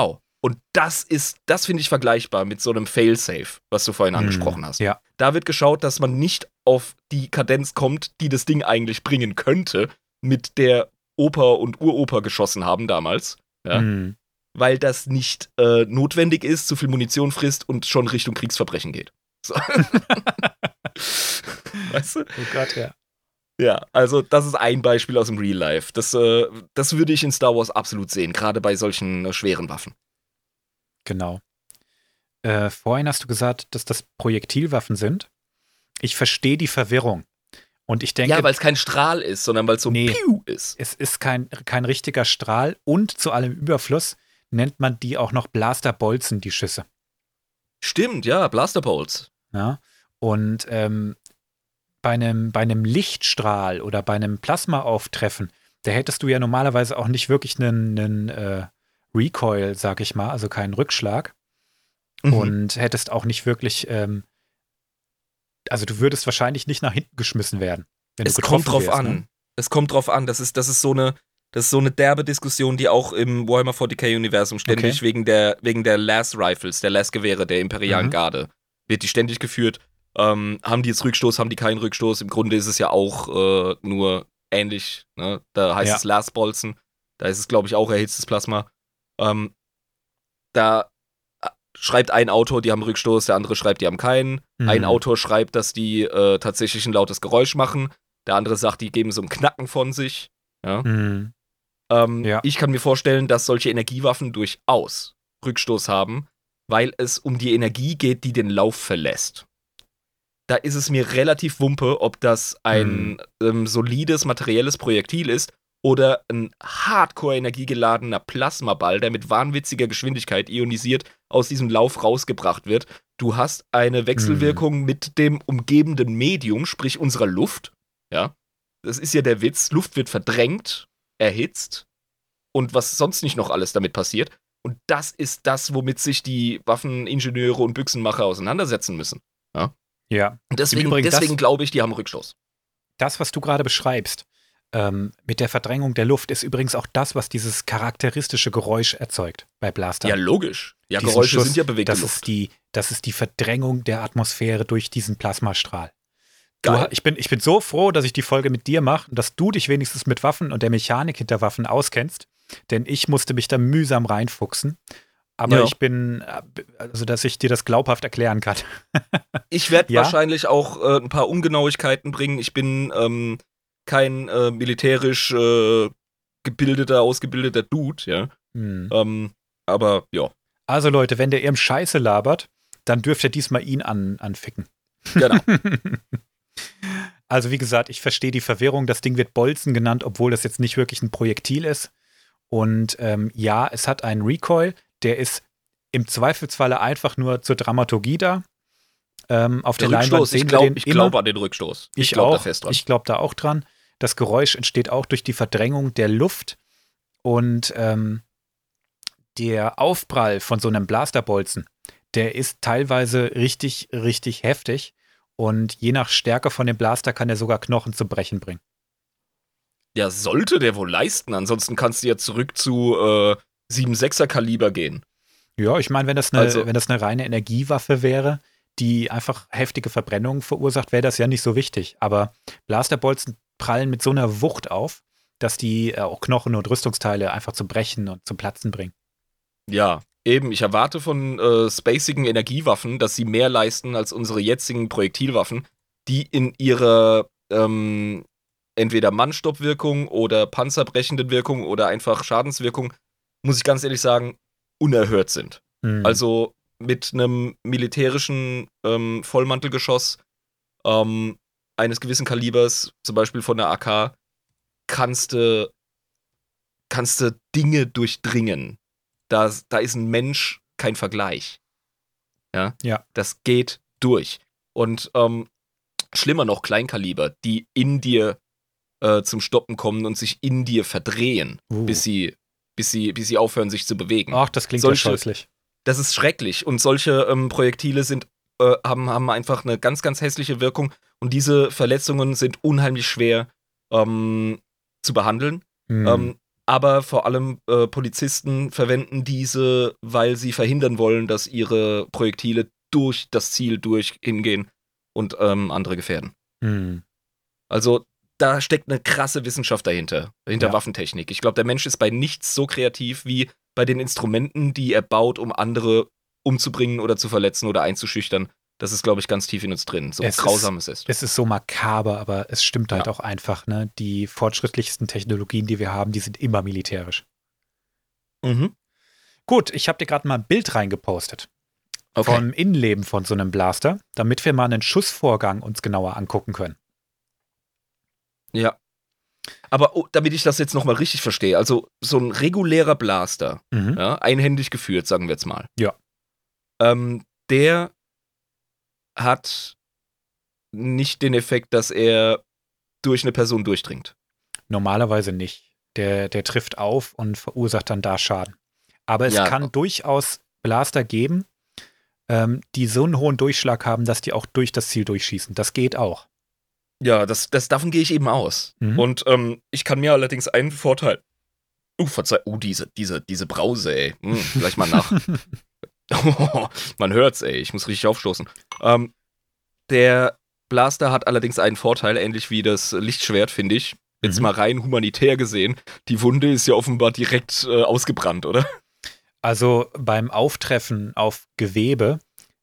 Und das finde ich vergleichbar mit so einem Failsafe, was du vorhin angesprochen hast. Ja. Da wird geschaut, dass man nicht auf die Kadenz kommt, die das Ding eigentlich bringen könnte, mit der Opa und Uropa geschossen haben damals. Ja? Weil das nicht notwendig ist, zu viel Munition frisst und schon Richtung Kriegsverbrechen geht. So. Weißt du? Oh Gott, ja. Ja, also das ist ein Beispiel aus dem Real Life. Das würde ich in Star Wars absolut sehen, gerade bei solchen schweren Waffen. Genau. Vorhin hast du gesagt, dass das Projektilwaffen sind. Ich verstehe die Verwirrung. Und ich denke, ja, weil es kein Strahl ist, sondern weil es so ein Piu ist. Es ist kein richtiger Strahl und zu allem Überfluss nennt man die auch noch Blasterbolzen, die Schüsse. Stimmt, ja, Blasterbolts. Ja, und bei einem Lichtstrahl oder bei einem Plasma-Auftreffen, da hättest du ja normalerweise auch nicht wirklich einen Recoil, sag ich mal, also keinen Rückschlag. Und hättest auch nicht wirklich, also du würdest wahrscheinlich nicht nach hinten geschmissen werden, wenn du getroffen kommt drauf wärst, an. ne? Es kommt drauf an. Das ist so eine derbe Diskussion, die auch im Warhammer 40k-Universum ständig wegen der Las-Rifles, der Las-Gewehre der Imperialen Garde, wird die ständig geführt. Haben die jetzt Rückstoß, haben die keinen Rückstoß? Im Grunde ist es ja auch nur ähnlich. Ne? Da heißt es Las-Bolzen. Da ist es, glaube ich, auch erhitztes Plasma. Da schreibt ein Autor, die haben Rückstoß, der andere schreibt, die haben keinen. Ein Autor schreibt, dass die tatsächlich ein lautes Geräusch machen. Der andere sagt, die geben so ein Knacken von sich. Ja? Ich kann mir vorstellen, dass solche Energiewaffen durchaus Rückstoß haben, weil es um die Energie geht, die den Lauf verlässt. Da ist es mir relativ wumpe, ob das ein solides, materielles Projektil ist oder ein hardcore energiegeladener Plasmaball, der mit wahnwitziger Geschwindigkeit ionisiert aus diesem Lauf rausgebracht wird. Du hast eine Wechselwirkung mit dem umgebenden Medium, sprich unserer Luft. Ja, das ist ja der Witz. Luft wird verdrängt, erhitzt und was sonst nicht noch alles damit passiert. Und das ist das, womit sich die Waffeningenieure und Büchsenmacher auseinandersetzen müssen. Ja. Und deswegen glaube ich, die haben Rückstoß. Das, was du gerade beschreibst, mit der Verdrängung der Luft, ist übrigens auch das, was dieses charakteristische Geräusch erzeugt bei Blastern. Ja, logisch. Ja, Geräusche sind ja bewegte Luft. Das ist die Verdrängung der Atmosphäre durch diesen Plasmastrahl. Ich bin so froh, dass ich die Folge mit dir mache und dass du dich wenigstens mit Waffen und der Mechanik hinter Waffen auskennst, denn ich musste mich da mühsam reinfuchsen. Aber ich bin, also dass ich dir das glaubhaft erklären kann. Ich werde wahrscheinlich auch ein paar Ungenauigkeiten bringen. Ich bin kein militärisch ausgebildeter Dude, ja. Aber ja. Also Leute, wenn der eben Scheiße labert, dann dürft ihr diesmal ihn anficken. Genau. Also wie gesagt, ich verstehe die Verwirrung. Das Ding wird Bolzen genannt, obwohl das jetzt nicht wirklich ein Projektil ist. Und es hat einen Recoil. Der ist im Zweifelsfalle einfach nur zur Dramaturgie da. Auf der Leinwand sehen wir den immer. Ich glaube an den Rückstoß. Ich glaube da fest dran. Ich glaube da auch dran. Das Geräusch entsteht auch durch die Verdrängung der Luft. Und der Aufprall von so einem Blasterbolzen, der ist teilweise richtig, richtig heftig. Und je nach Stärke von dem Blaster kann er sogar Knochen zum Brechen bringen. Ja, sollte der wohl leisten. Ansonsten kannst du ja zurück zu 7,6er Kaliber gehen. Ja, ich meine, wenn das eine reine Energiewaffe wäre, die einfach heftige Verbrennungen verursacht, wäre das ja nicht so wichtig. Aber Blasterbolzen prallen mit so einer Wucht auf, dass die auch Knochen und Rüstungsteile einfach zum Brechen und zum Platzen bringen. Ja, eben. Ich erwarte von spacigen Energiewaffen, dass sie mehr leisten als unsere jetzigen Projektilwaffen, die in ihrer entweder Mannstoppwirkung oder panzerbrechenden Wirkung oder einfach Schadenswirkung, muss ich ganz ehrlich sagen, unerhört sind. Also mit einem militärischen Vollmantelgeschoss eines gewissen Kalibers, zum Beispiel von der AK, kannst du Dinge durchdringen. Da ist ein Mensch kein Vergleich. Ja. Das geht durch. Und schlimmer noch, Kleinkaliber, die in dir zum Stoppen kommen und sich in dir verdrehen, bis sie aufhören, sich zu bewegen. Ach, das klingt ja scheußlich. Das ist schrecklich. Und solche Projektile haben einfach eine ganz, ganz hässliche Wirkung. Und diese Verletzungen sind unheimlich schwer zu behandeln. aber vor allem Polizisten verwenden diese, weil sie verhindern wollen, dass ihre Projektile durch das Ziel hingehen und andere gefährden. Also da steckt eine krasse Wissenschaft hinter Waffentechnik. Ich glaube, der Mensch ist bei nichts so kreativ wie bei den Instrumenten, die er baut, um andere umzubringen oder zu verletzen oder einzuschüchtern. Das ist, glaube ich, ganz tief in uns drin, so grausam es ist. Es ist so makaber, aber es stimmt halt auch einfach, ne? Die fortschrittlichsten Technologien, die wir haben, die sind immer militärisch. Gut, ich habe dir gerade mal ein Bild reingepostet. Okay. Vom Innenleben von so einem Blaster, damit wir mal einen Schussvorgang uns genauer angucken können. Ja. Aber damit ich das jetzt nochmal richtig verstehe, also so ein regulärer Blaster, einhändig geführt, sagen wir jetzt mal. Ja. Der hat nicht den Effekt, dass er durch eine Person durchdringt. Normalerweise nicht. Der trifft auf und verursacht dann da Schaden. Aber es kann durchaus Blaster geben, die so einen hohen Durchschlag haben, dass die auch durch das Ziel durchschießen. Das geht auch. Ja, davon gehe ich eben aus. Und ich kann mir allerdings einen Vorteil. Diese Brause, ey. Gleich mal nach. Man hört's, ey. Ich muss richtig aufstoßen. Der Blaster hat allerdings einen Vorteil, ähnlich wie das Lichtschwert, finde ich. Jetzt mal rein humanitär gesehen. Die Wunde ist ja offenbar direkt ausgebrannt, oder? Also beim Auftreffen auf Gewebe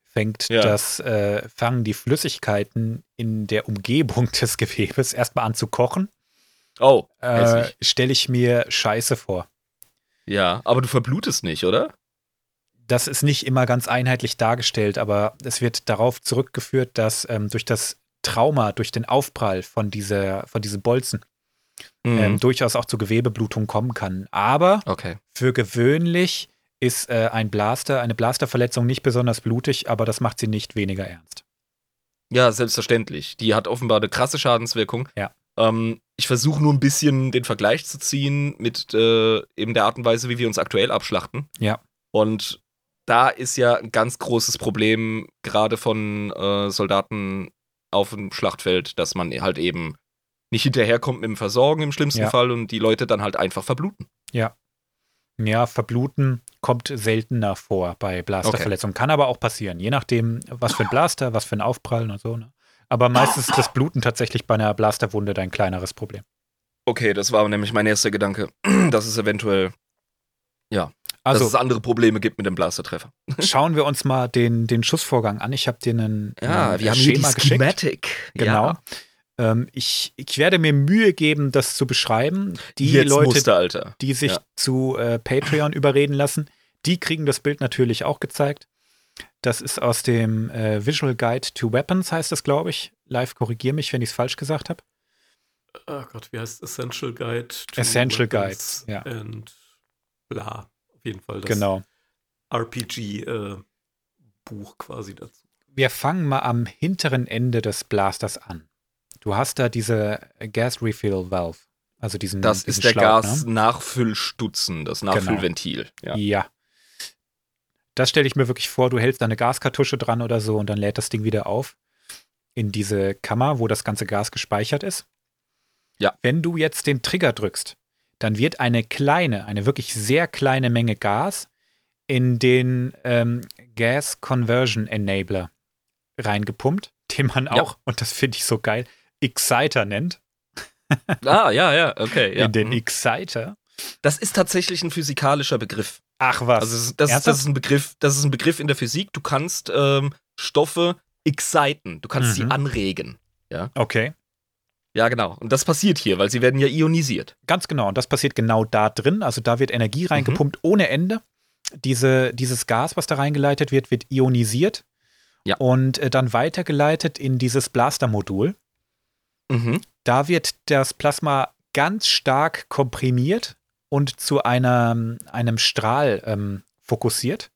fangen die Flüssigkeiten in der Umgebung des Gewebes erstmal an zu kochen. Oh, stelle ich mir scheiße vor. Ja, aber du verblutest nicht, oder? Das ist nicht immer ganz einheitlich dargestellt, aber es wird darauf zurückgeführt, dass durch das Trauma, durch den Aufprall von diesen Bolzen durchaus auch zu Gewebeblutung kommen kann. Aber für gewöhnlich ist eine Blasterverletzung nicht besonders blutig, aber das macht sie nicht weniger ernst. Ja, selbstverständlich. Die hat offenbar eine krasse Schadenswirkung. Ja. Ich versuche nur ein bisschen den Vergleich zu ziehen mit eben der Art und Weise, wie wir uns aktuell abschlachten. Ja. Und da ist ja ein ganz großes Problem, gerade von Soldaten auf dem Schlachtfeld, dass man halt eben nicht hinterherkommt mit dem Versorgen im schlimmsten Fall und die Leute dann halt einfach verbluten. Ja. Ja, verbluten kommt seltener vor bei Blasterverletzungen. Kann aber auch passieren, je nachdem, was für ein Blaster, was für ein Aufprall und so. Ne? Aber meistens ist das Bluten tatsächlich bei einer Blasterwunde dein kleineres Problem. Okay, das war nämlich mein erster Gedanke, dass es eventuell, dass es andere Probleme gibt mit dem Blastertreffer. Schauen wir uns mal den Schussvorgang an. Ich habe dir einen wir haben Schema hier die Schematic. Geschickt. Genau. Ja. Ich werde mir Mühe geben, das zu beschreiben. Die Jetzt Leute, Alter. die sich zu Patreon überreden lassen, die kriegen das Bild natürlich auch gezeigt. Das ist aus dem Visual Guide to Weapons, heißt das, glaube ich. Live, korrigier mich, wenn ich es falsch gesagt habe. Oh Gott, wie heißt Essential Guide to Essential Guides, ja. Und bla. Auf jeden Fall das RPG-Buch quasi dazu. Wir fangen mal am hinteren Ende des Blasters an. Du hast da diese Gas Refill Valve, also diesen Das ist der Gas-Nachfüllstutzen, das Nachfüllventil. Genau. Ja. Das stelle ich mir wirklich vor, du hältst da eine Gaskartusche dran oder so und dann lädt das Ding wieder auf in diese Kammer, wo das ganze Gas gespeichert ist. Ja. Wenn du jetzt den Trigger drückst, dann wird eine wirklich sehr kleine Menge Gas in den Gas Conversion Enabler reingepumpt, den man auch, und das finde ich so geil, Exciter nennt. Okay. Ja. In den Exciter. Das ist tatsächlich ein physikalischer Begriff. Ach was. Also das ist ein Begriff in der Physik. Du kannst Stoffe exciten, du kannst sie anregen. Ja. Okay. Ja, genau. Und das passiert hier, weil sie werden ja ionisiert. Ganz genau. Und das passiert genau da drin. Also da wird Energie reingepumpt ohne Ende. Dieses Gas, was da reingeleitet wird ionisiert. Ja. Und dann weitergeleitet in dieses Blaster-Modul. Da wird das Plasma ganz stark komprimiert und zu einem Strahl fokussiert.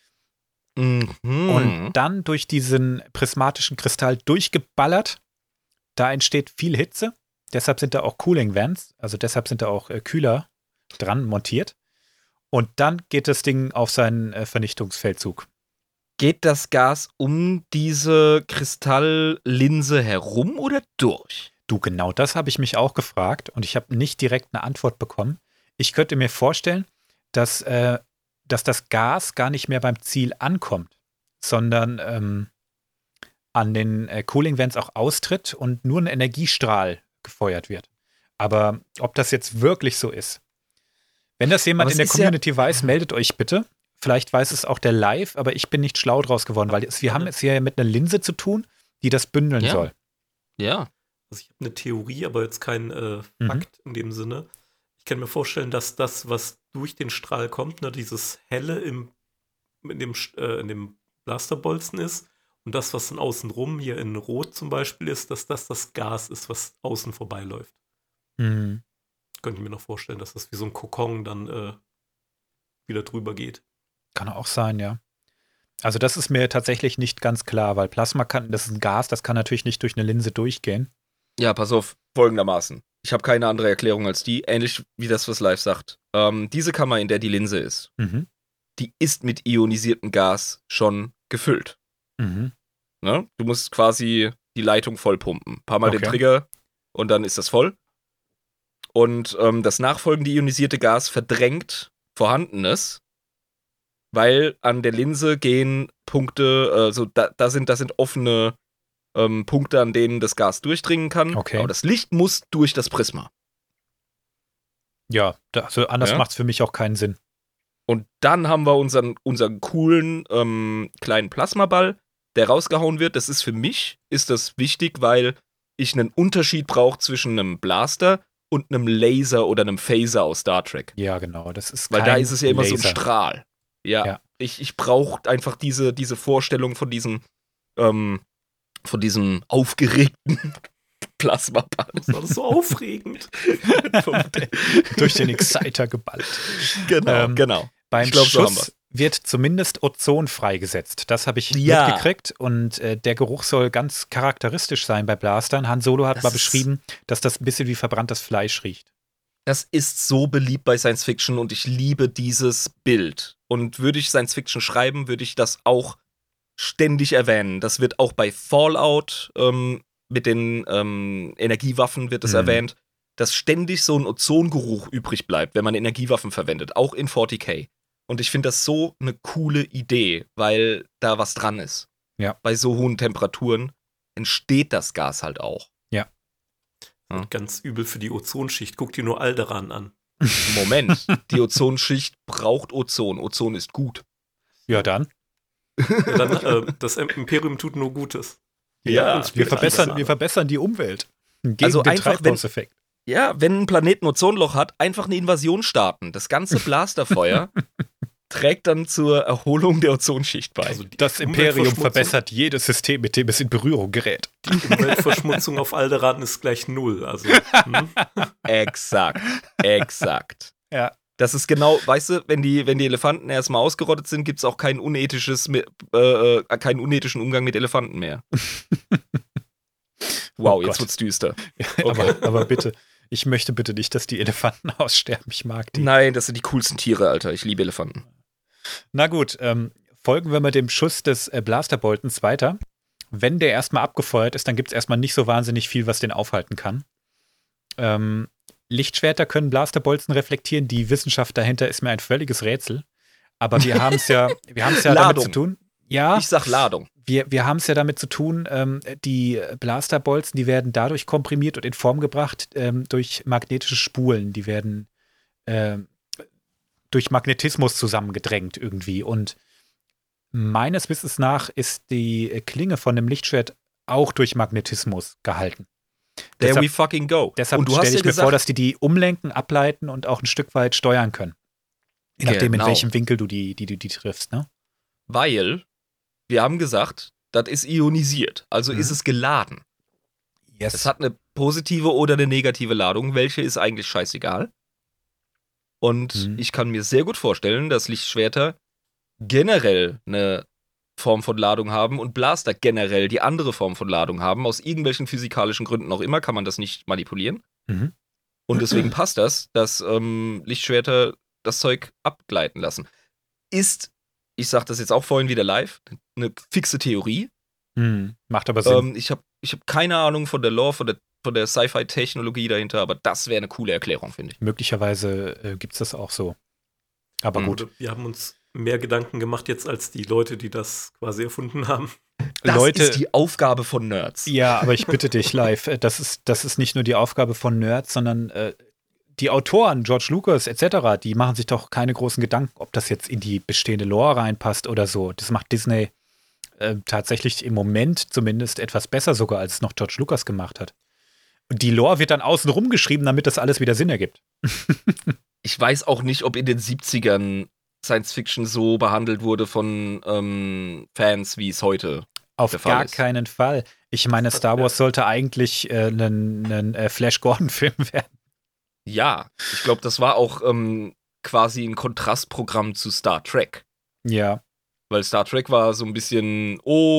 Und dann durch diesen prismatischen Kristall durchgeballert. Da entsteht viel Hitze. Deshalb sind da auch Cooling Vents, also deshalb sind da auch Kühler dran montiert. Und dann geht das Ding auf seinen Vernichtungsfeldzug. Geht das Gas um diese Kristalllinse herum oder durch? Du, genau das habe ich mich auch gefragt und ich habe nicht direkt eine Antwort bekommen. Ich könnte mir vorstellen, dass das Gas gar nicht mehr beim Ziel ankommt, sondern an den Cooling Vents auch austritt und nur ein Energiestrahl gefeuert wird. Aber ob das jetzt wirklich so ist, wenn das jemand in der Community weiß, meldet euch bitte. Vielleicht weiß es auch der Live, aber ich bin nicht schlau draus geworden, weil wir haben es hier mit einer Linse zu tun, die das bündeln soll. Ja. Also ich habe eine Theorie, aber jetzt kein Fakt in dem Sinne. Ich kann mir vorstellen, dass das, was durch den Strahl kommt, ne, dieses Helle in dem Blasterbolzen ist und das, was dann außenrum hier in Rot zum Beispiel ist, dass das Gas ist, was außen vorbeiläuft. Mhm. Könnte ich mir noch vorstellen, dass das wie so ein Kokon dann wieder drüber geht. Kann auch sein, ja. Also das ist mir tatsächlich nicht ganz klar, weil Plasma das ist ein Gas, das kann natürlich nicht durch eine Linse durchgehen. Ja, pass auf, folgendermaßen. Ich habe keine andere Erklärung als die, ähnlich wie das, was Live sagt. Diese Kammer, in der die Linse ist, die ist mit ionisiertem Gas schon gefüllt. Ne? Du musst quasi die Leitung vollpumpen. Ein paar Mal den Trigger und dann ist das voll. Und das nachfolgende ionisierte Gas verdrängt Vorhandenes, weil an der Linse gehen Punkte, da sind offene Punkte, an denen das Gas durchdringen kann. Okay. Aber das Licht muss durch das Prisma. Ja, also anders macht es für mich auch keinen Sinn. Und dann haben wir unseren coolen kleinen Plasmaball, der rausgehauen wird. Das ist für mich, ist das wichtig, weil ich einen Unterschied brauche zwischen einem Blaster und einem Laser oder einem Phaser aus Star Trek. Ja, genau. Das ist weil da ist es ja immer Laser. So ein Strahl. Ja. Ich brauche einfach diese Vorstellung von diesem aufgeregten Plasmaball. Das war so aufregend. Durch den Exciter geballt. Genau. Beim Schuss wird zumindest Ozon freigesetzt. Das habe ich mitgekriegt und der Geruch soll ganz charakteristisch sein bei Blastern. Han Solo hat mal beschrieben, dass das ein bisschen wie verbranntes Fleisch riecht. Das ist so beliebt bei Science Fiction und ich liebe dieses Bild. Und würde ich Science Fiction schreiben, würde ich das auch ständig erwähnen. Das wird auch bei Fallout mit den Energiewaffen wird das erwähnt, dass ständig so ein Ozongeruch übrig bleibt, wenn man Energiewaffen verwendet, auch in 40k. Und ich finde das so eine coole Idee, weil da was dran ist. Ja. Bei so hohen Temperaturen entsteht das Gas halt auch. Ja. Ganz übel für die Ozonschicht. Guck dir nur Alderaan an. Moment, die Ozonschicht braucht Ozon. Ozon ist gut. Ja, dann. Ja, dann das Imperium tut nur Gutes. Ja, wir verbessern die Umwelt. Gegen also den einfach, Treibhauseffekt. wenn ein Planet ein Ozonloch hat, einfach eine Invasion starten. Das ganze Blasterfeuer trägt dann zur Erholung der Ozonschicht bei. Also das Imperium verbessert jedes System, mit dem es in Berührung gerät. Die Umweltverschmutzung auf Alderaan ist gleich 0. Also, Exakt. Ja. Das ist genau, weißt du, wenn die Elefanten erstmal ausgerottet sind, gibt es auch keinen unethischen Umgang mit Elefanten mehr. Wow, jetzt wird's düster. Okay. Aber bitte, ich möchte bitte nicht, dass die Elefanten aussterben. Ich mag die. Nein, das sind die coolsten Tiere, Alter. Ich liebe Elefanten. Na gut, folgen wir mit dem Schuss des Blasterboltens weiter. Wenn der erstmal abgefeuert ist, dann gibt es erstmal nicht so wahnsinnig viel, was den aufhalten kann. Lichtschwerter können Blasterbolzen reflektieren. Die Wissenschaft dahinter ist mir ein völliges Rätsel. Aber wir haben es ja damit zu tun. Ja, ich sag Ladung. Wir haben es ja damit zu tun, die Blasterbolzen, die werden dadurch komprimiert und in Form gebracht durch magnetische Spulen. Die werden durch Magnetismus zusammengedrängt irgendwie. Und meines Wissens nach ist die Klinge von dem Lichtschwert auch durch Magnetismus gehalten. There we fucking go. Deshalb stelle ich mir vor, dass die umlenken, ableiten und auch ein Stück weit steuern können. Je nachdem, in welchem Winkel du die triffst, ne? Weil wir haben gesagt, das ist ionisiert, also ist es geladen. Yes. Es hat eine positive oder eine negative Ladung, welche ist eigentlich scheißegal. Und ich kann mir sehr gut vorstellen, dass Lichtschwerter generell eine Form von Ladung haben und Blaster generell die andere Form von Ladung haben. Aus irgendwelchen physikalischen Gründen auch immer kann man das nicht manipulieren. Und deswegen passt das, dass Lichtschwerter das Zeug abgleiten lassen. Ist, ich sag das jetzt auch vorhin wieder live, eine fixe Theorie. Macht aber Sinn. Ich hab keine Ahnung von der Lore, von der von der Sci-Fi-Technologie dahinter, aber das wäre eine coole Erklärung, finde ich. Möglicherweise gibt es das auch so. Aber gut. Wir haben uns mehr Gedanken gemacht jetzt als die Leute, die das quasi erfunden haben. Das Leute, ist die Aufgabe von Nerds. Ja, aber ich bitte dich, Live, das ist nicht nur die Aufgabe von Nerds, sondern die Autoren, George Lucas etc., die machen sich doch keine großen Gedanken, ob das jetzt in die bestehende Lore reinpasst oder so. Das macht Disney tatsächlich im Moment zumindest etwas besser sogar, als es noch George Lucas gemacht hat. Und die Lore wird dann außen rumgeschrieben, damit das alles wieder Sinn ergibt. Ich weiß auch nicht, ob in den 70ern Science Fiction so behandelt wurde von Fans, wie es heute Auf der Fall gar ist. keinen Fall. Ich meine, Star Wars sollte eigentlich ein Flash Gordon-Film werden. Ja, ich glaube, das war auch quasi ein Kontrastprogramm zu Star Trek. Ja. Weil Star Trek war so ein bisschen,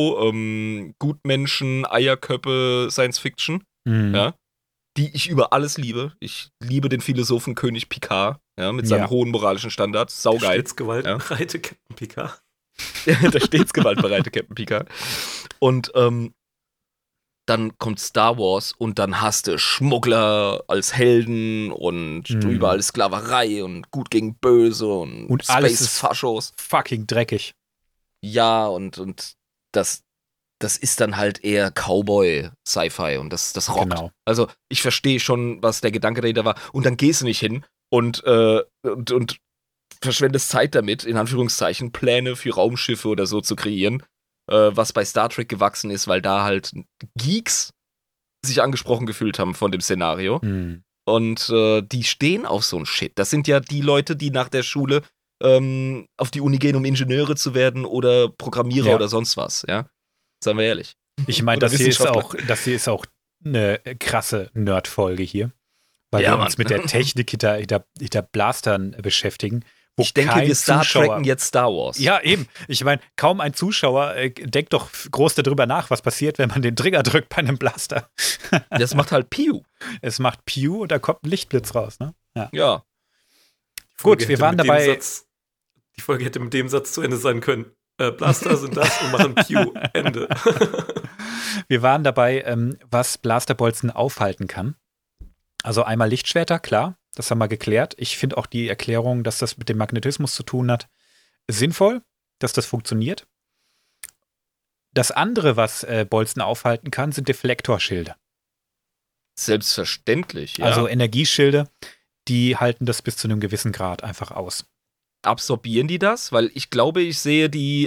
Gutmenschen, Eierköppe, Science Fiction, Mhm. ja, die ich über alles liebe. Ich liebe den Philosophen König Picard, ja, mit seinen Ja. hohen moralischen Standards. Saugeil. Stets gewaltbereite Captain Picard. Der stets gewaltbereite Captain Picard. Und dann kommt Star Wars und dann hast du Schmuggler als Helden und überall Sklaverei und gut gegen böse und alles ist Space-Faschos. fucking dreckig. Ja, und das ist dann halt eher Cowboy-Sci-Fi und das rockt. Genau. Also ich verstehe schon, was der Gedanke dahinter war. Und dann gehst du nicht hin und verschwendest Zeit damit, in Anführungszeichen, Pläne für Raumschiffe oder so zu kreieren, was bei Star Trek gewachsen ist, weil da halt Geeks sich angesprochen gefühlt haben von dem Szenario. Mhm. Und die stehen auf so ein Shit. Das sind ja die Leute, die nach der Schule auf die Uni gehen, um Ingenieure zu werden oder Programmierer Ja. oder sonst was, ja. Seien wir ehrlich. Ich meine, Oder das hier Wissenschaftler. ist auch eine krasse Nerd-Folge hier, weil Ja, wir uns Mann. mit der Technik hinter Blastern beschäftigen. Wo Ich denke, kein wir Star Zuschauer- Trekken jetzt Star Wars. Ja, eben. Ich meine, kaum ein Zuschauer denkt doch groß darüber nach, was passiert, wenn man den Trigger drückt bei einem Blaster. Das macht halt Piu. Es macht Pew und da kommt ein Lichtblitz raus, ne? Ja. Die Gut, Folge wir hätte waren mit dem dabei. Die Folge hätte mit dem Satz zu Ende sein können. Blaster sind das und machen Pew. Ende. Wir waren dabei, was Blasterbolzen aufhalten kann. Also einmal Lichtschwerter, klar, das haben wir geklärt. Ich finde auch die Erklärung, dass das mit dem Magnetismus zu tun hat, sinnvoll, dass das funktioniert. Das andere, was Bolzen aufhalten kann, sind Deflektorschilde. Selbstverständlich, ja. Also Energieschilde, die halten das bis zu einem gewissen Grad einfach aus. absorbieren die das? Weil ich glaube, ich sehe die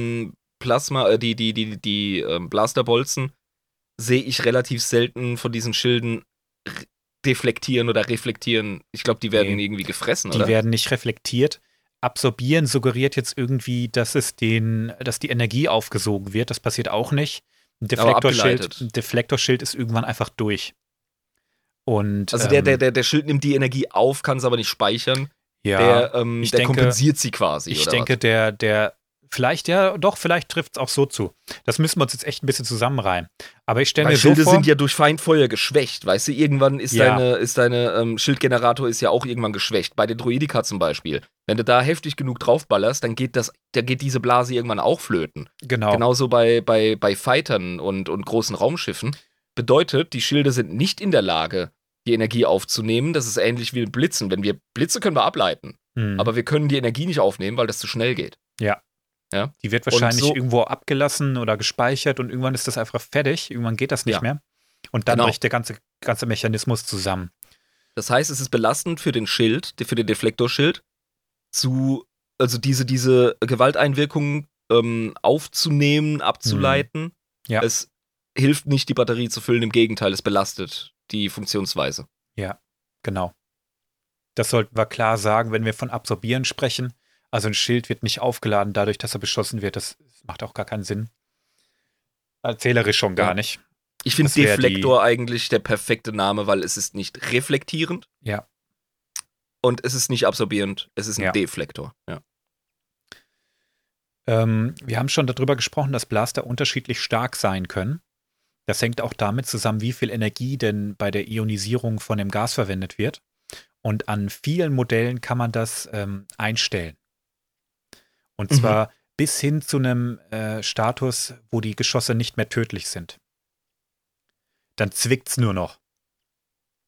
Blasterbolzen sehe ich relativ selten von diesen Schilden deflektieren oder reflektieren. Ich glaube, die werden irgendwie gefressen, Die oder? werden nicht reflektiert. Absorbieren suggeriert jetzt irgendwie, dass die Energie aufgesogen wird. Das passiert auch nicht. Ein abgeleitet. Deflektorschild ist irgendwann einfach durch. Und, Also der Schild nimmt die Energie auf, kann es aber nicht speichern. ja, Der kompensiert sie quasi, ich oder denke, vielleicht trifft es auch so zu. Das müssen wir uns jetzt echt ein bisschen zusammenreihen. Aber ich stelle Weil mir so Schilde vor, sind ja durch Feindfeuer geschwächt, weißt du, irgendwann ist Ja. deine Schildgenerator ist ja auch irgendwann geschwächt. Bei den Droidika zum Beispiel. Wenn du da heftig genug draufballerst, dann geht diese Blase irgendwann auch flöten. genau. Genauso bei Fightern und großen Raumschiffen. Bedeutet, die Schilde sind nicht in der Lage, die Energie aufzunehmen. Das ist ähnlich wie Blitzen. Wenn wir Blitze können wir ableiten, Hm. aber wir können die Energie nicht aufnehmen, weil das zu schnell geht. Die wird wahrscheinlich so- irgendwo abgelassen oder gespeichert und irgendwann ist das einfach fertig. Irgendwann geht das nicht Ja. mehr. Und dann Genau. bricht der ganze Mechanismus zusammen. Das heißt, es ist belastend für den Schild, für den Deflektorschild, also diese Gewalteinwirkungen aufzunehmen, abzuleiten. Ja. Es hilft nicht, die Batterie zu füllen, im Gegenteil, es belastet die Funktionsweise. Genau. Das sollten wir klar sagen, wenn wir von Absorbieren sprechen. Also ein Schild wird nicht aufgeladen dadurch, dass er beschossen wird. Das macht auch gar keinen Sinn. Erzählerisch schon gar Ja. nicht. Ich finde Das wär Deflektor eigentlich der perfekte Name, weil es ist nicht reflektierend. Ja. Und es ist nicht absorbierend, es ist ein Ja. Deflektor. Ja. Wir haben schon darüber gesprochen, dass Blaster unterschiedlich stark sein können. Das hängt auch damit zusammen, wie viel Energie denn bei der Ionisierung von dem Gas verwendet wird. Und an vielen Modellen kann man das einstellen. Und zwar bis hin zu einem Status, wo die Geschosse nicht mehr tödlich sind. Dann zwickt's nur noch.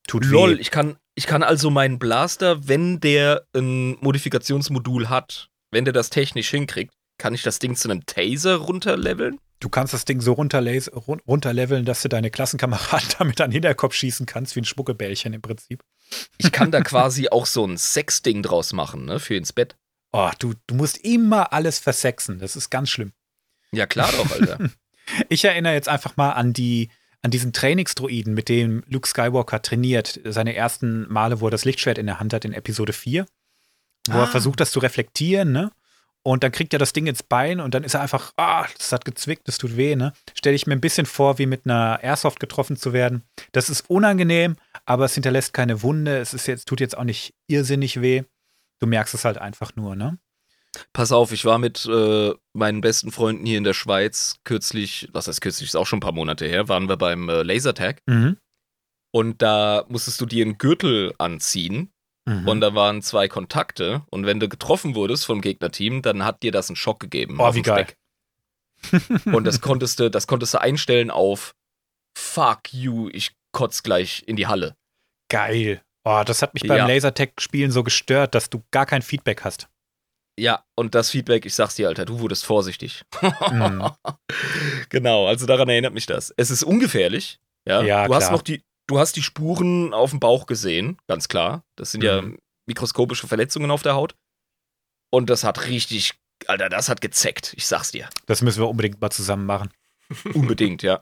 Tut Lol, weh. ich kann also meinen Blaster, wenn der ein Modifikationsmodul hat, wenn der das technisch hinkriegt, kann ich das Ding zu einem Taser runterleveln? Du kannst das Ding so runterleveln, dass du deine Klassenkameraden damit an den Hinterkopf schießen kannst, wie ein Schmuckebällchen im Prinzip. Ich kann da quasi auch so ein Sexding draus machen, ne, für ins Bett. Oh, du musst immer alles versexen. Das ist ganz schlimm. Ja, klar doch, Alter. Ich erinnere jetzt einfach mal an diesen Trainingsdroiden, mit dem Luke Skywalker trainiert. Seine ersten Male, wo er das Lichtschwert in der Hand hat, in Episode 4. Wo er versucht, das zu reflektieren, ne? Und dann kriegt er das Ding ins Bein und dann ist er einfach, das hat gezwickt, das tut weh, ne? Stelle ich mir ein bisschen vor, wie mit einer Airsoft getroffen zu werden. Das ist unangenehm, aber es hinterlässt keine Wunde. Tut jetzt auch nicht irrsinnig weh. Du merkst es halt einfach nur, ne? Pass auf, ich war mit meinen besten Freunden hier in der Schweiz kürzlich, was heißt kürzlich, ist auch schon ein paar Monate her, waren wir beim Lasertag. Mhm. Und da musstest du dir einen Gürtel anziehen. Und da waren 2 Kontakte. Und wenn du getroffen wurdest vom Gegnerteam, dann hat dir das einen Schock gegeben. Oh, wie geil. Und das konntest du einstellen auf Fuck you, ich kotz gleich in die Halle. Geil. Oh, das hat mich beim Lasertag-Spielen so gestört, dass du gar kein Feedback hast. Ja, und das Feedback, ich sag's dir, Alter, du wurdest vorsichtig. Mhm. Genau, also daran erinnert mich das. Es ist ungefährlich. Ja, Ja, klar. Du hast die Spuren auf dem Bauch gesehen, ganz klar. Das sind ja mikroskopische Verletzungen auf der Haut. Und das hat richtig, Alter, das hat gezeckt. Ich sag's dir. Das müssen wir unbedingt mal zusammen machen. Unbedingt, ja.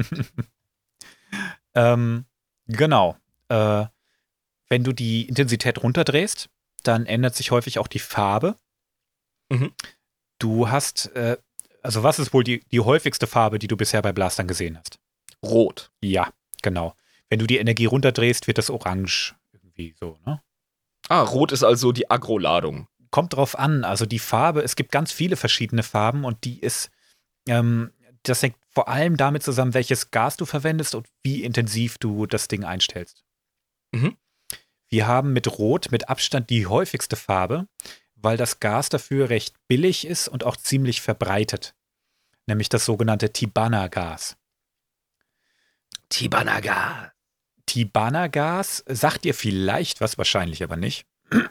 Genau. Wenn du die Intensität runterdrehst, dann ändert sich häufig auch die Farbe. Mhm. Du hast, also was ist wohl die häufigste Farbe, die du bisher bei Blastern gesehen hast? Rot. Ja, genau. Wenn du die Energie runterdrehst, wird das orange. Irgendwie so, ne? Rot ist also die Agro-Ladung. Kommt drauf an. Also die Farbe, es gibt ganz viele verschiedene Farben und die ist, das hängt vor allem damit zusammen, welches Gas du verwendest und wie intensiv du das Ding einstellst. Mhm. Wir haben mit Rot mit Abstand die häufigste Farbe, weil das Gas dafür recht billig ist und auch ziemlich verbreitet. Nämlich das sogenannte Tibanna-Gas. Tibanna-Gas. Tibanna-Gas sagt dir vielleicht was, wahrscheinlich aber nicht.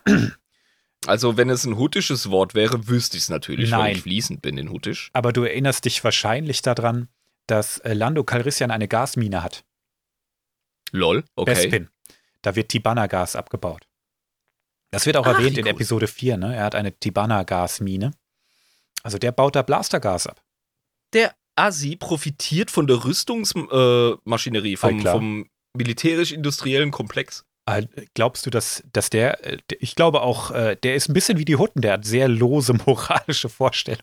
Also, wenn es ein huttisches Wort wäre, wüsste ich es natürlich, weil Nein. ich fließend bin in Huttisch. Aber du erinnerst dich wahrscheinlich daran, dass Lando Calrissian eine Gasmine hat. Lol, okay. Bespin. Da wird Tibanna-Gas abgebaut. Das wird auch Ach, erwähnt wie in cool. Episode 4, ne? Er hat eine Tibanna-Gasmine. Also der baut da Blastergas ab. Der Assi profitiert von der Rüstungsmaschinerie, klar. vom militärisch-industriellen Komplex. Glaubst du, dass der, ich glaube auch, der ist ein bisschen wie die Hutten, der hat sehr lose moralische Vorstellungen.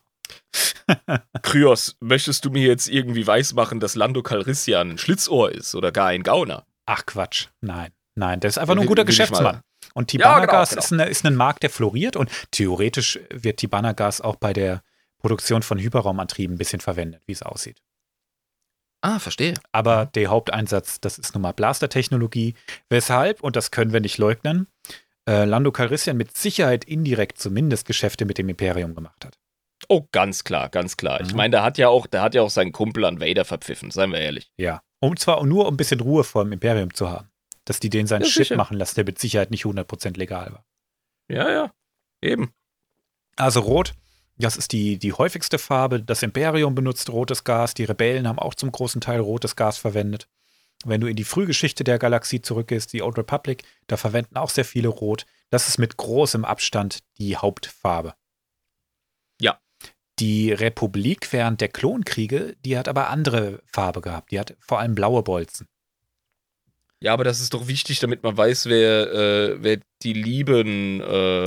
Kryos, möchtest du mir jetzt irgendwie weismachen, dass Lando Calrissian ein Schlitzohr ist oder gar ein Gauner? Ach Quatsch, nein, der ist einfach nur ein guter Will ich mal- Geschäftsmann. Und Tibanna-Gas genau. ist ein Markt, der floriert und theoretisch wird Tibanna-Gas auch bei der Produktion von Hyperraumantrieben ein bisschen verwendet, wie es aussieht. Verstehe. Aber der Haupteinsatz, das ist nun mal Blaster-Technologie, weshalb, und das können wir nicht leugnen, Lando Calrissian mit Sicherheit indirekt zumindest Geschäfte mit dem Imperium gemacht hat. Oh, ganz klar, ganz klar. Ich Mhm. meine, der hat ja auch seinen Kumpel an Vader verpfiffen, seien wir ehrlich. Ja. Und zwar nur, um ein bisschen Ruhe vor dem Imperium zu haben. Dass die den seinen Ja, Shit sicher. machen lassen, der mit Sicherheit nicht 100% legal war. Ja, eben. Also Rot, das ist die häufigste Farbe. Das Imperium benutzt rotes Gas. Die Rebellen haben auch zum großen Teil rotes Gas verwendet. Wenn du in die Frühgeschichte der Galaxie zurückgehst, die Old Republic, da verwenden auch sehr viele Rot. Das ist mit großem Abstand die Hauptfarbe. Ja. Die Republik während der Klonkriege, die hat aber andere Farbe gehabt. Die hat vor allem blaue Bolzen. Ja, aber das ist doch wichtig, damit man weiß, wer die lieben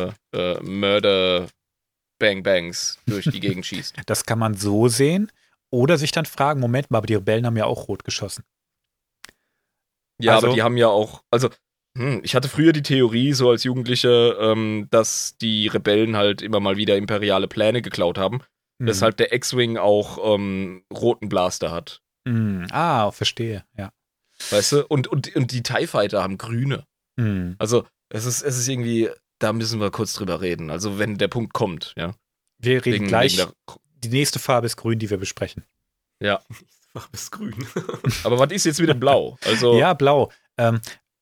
Murder-Bang-Bangs durch die Gegend schießt. Das kann man so sehen. Oder sich dann fragen, Moment mal, aber die Rebellen haben ja auch rot geschossen. Ja, Also- aber die haben ja auch, also, ich hatte früher die Theorie, so als Jugendlicher, dass die Rebellen halt immer mal wieder imperiale Pläne geklaut haben, weshalb der X-Wing auch roten Blaster hat. Verstehe, ja. Weißt du? Und die TIE Fighter haben grüne. Mhm. Also, es ist irgendwie, da müssen wir kurz drüber reden. Also, wenn der Punkt kommt, ja. Wir reden gleich. wegen Die nächste Farbe ist grün, die wir besprechen. Farbe ist grün. aber was ist jetzt wieder blau? Also, Ja, blau.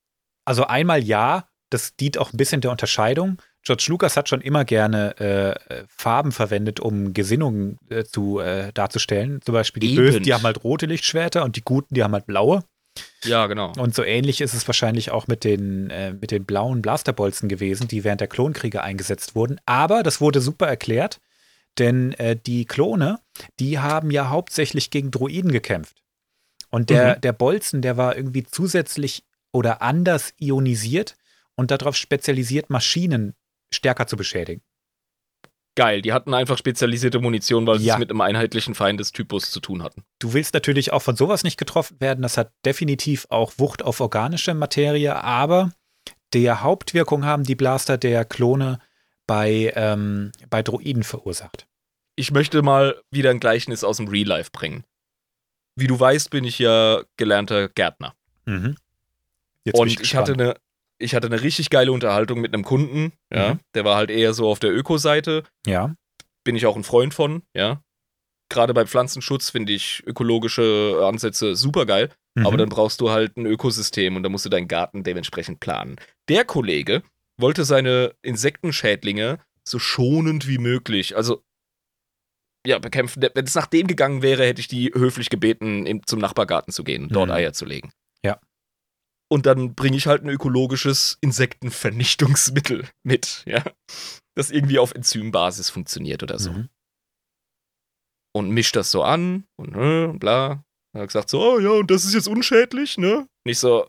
Also einmal ja, das dient auch ein bisschen der Unterscheidung. George Lucas hat schon immer gerne Farben verwendet, um Gesinnungen darzustellen. Zum Beispiel die Bösen, die haben halt rote Lichtschwerter und die Guten, die haben halt blaue. Ja, genau. Und so ähnlich ist es wahrscheinlich auch mit den blauen Blasterbolzen gewesen, die während der Klonkriege eingesetzt wurden. Aber das wurde super erklärt, denn die Klone, die haben ja hauptsächlich gegen Droiden gekämpft. Und der Bolzen, der war irgendwie zusätzlich oder anders ionisiert und darauf spezialisiert, Maschinen stärker zu beschädigen. Geil, die hatten einfach spezialisierte Munition, weil sie es mit einem einheitlichen Feindestypus zu tun hatten. Du willst natürlich auch von sowas nicht getroffen werden. Das hat definitiv auch Wucht auf organische Materie, aber der Hauptwirkung haben die Blaster der Klone bei Droiden verursacht. Ich möchte mal wieder ein Gleichnis aus dem Real Life bringen. Wie du weißt, bin ich ja gelernter Gärtner. Mhm. Und ich hatte eine richtig geile Unterhaltung mit einem Kunden, ja. Der war halt eher so auf der Öko-Seite. Ja. Bin ich auch ein Freund von, ja. Gerade bei Pflanzenschutz finde ich ökologische Ansätze super geil, aber dann brauchst du halt ein Ökosystem und dann musst du deinen Garten dementsprechend planen. Der Kollege wollte seine Insektenschädlinge so schonend wie möglich, also ja, bekämpfen. Wenn es nach dem gegangen wäre, hätte ich die höflich gebeten, zum Nachbargarten zu gehen und dort Eier zu legen. Ja. Und dann bringe ich halt ein ökologisches Insektenvernichtungsmittel mit, ja. Das irgendwie auf Enzymbasis funktioniert oder so. Und mischt das so an und bla. Er hat gesagt so, oh ja, und das ist jetzt unschädlich, ne? Nicht so,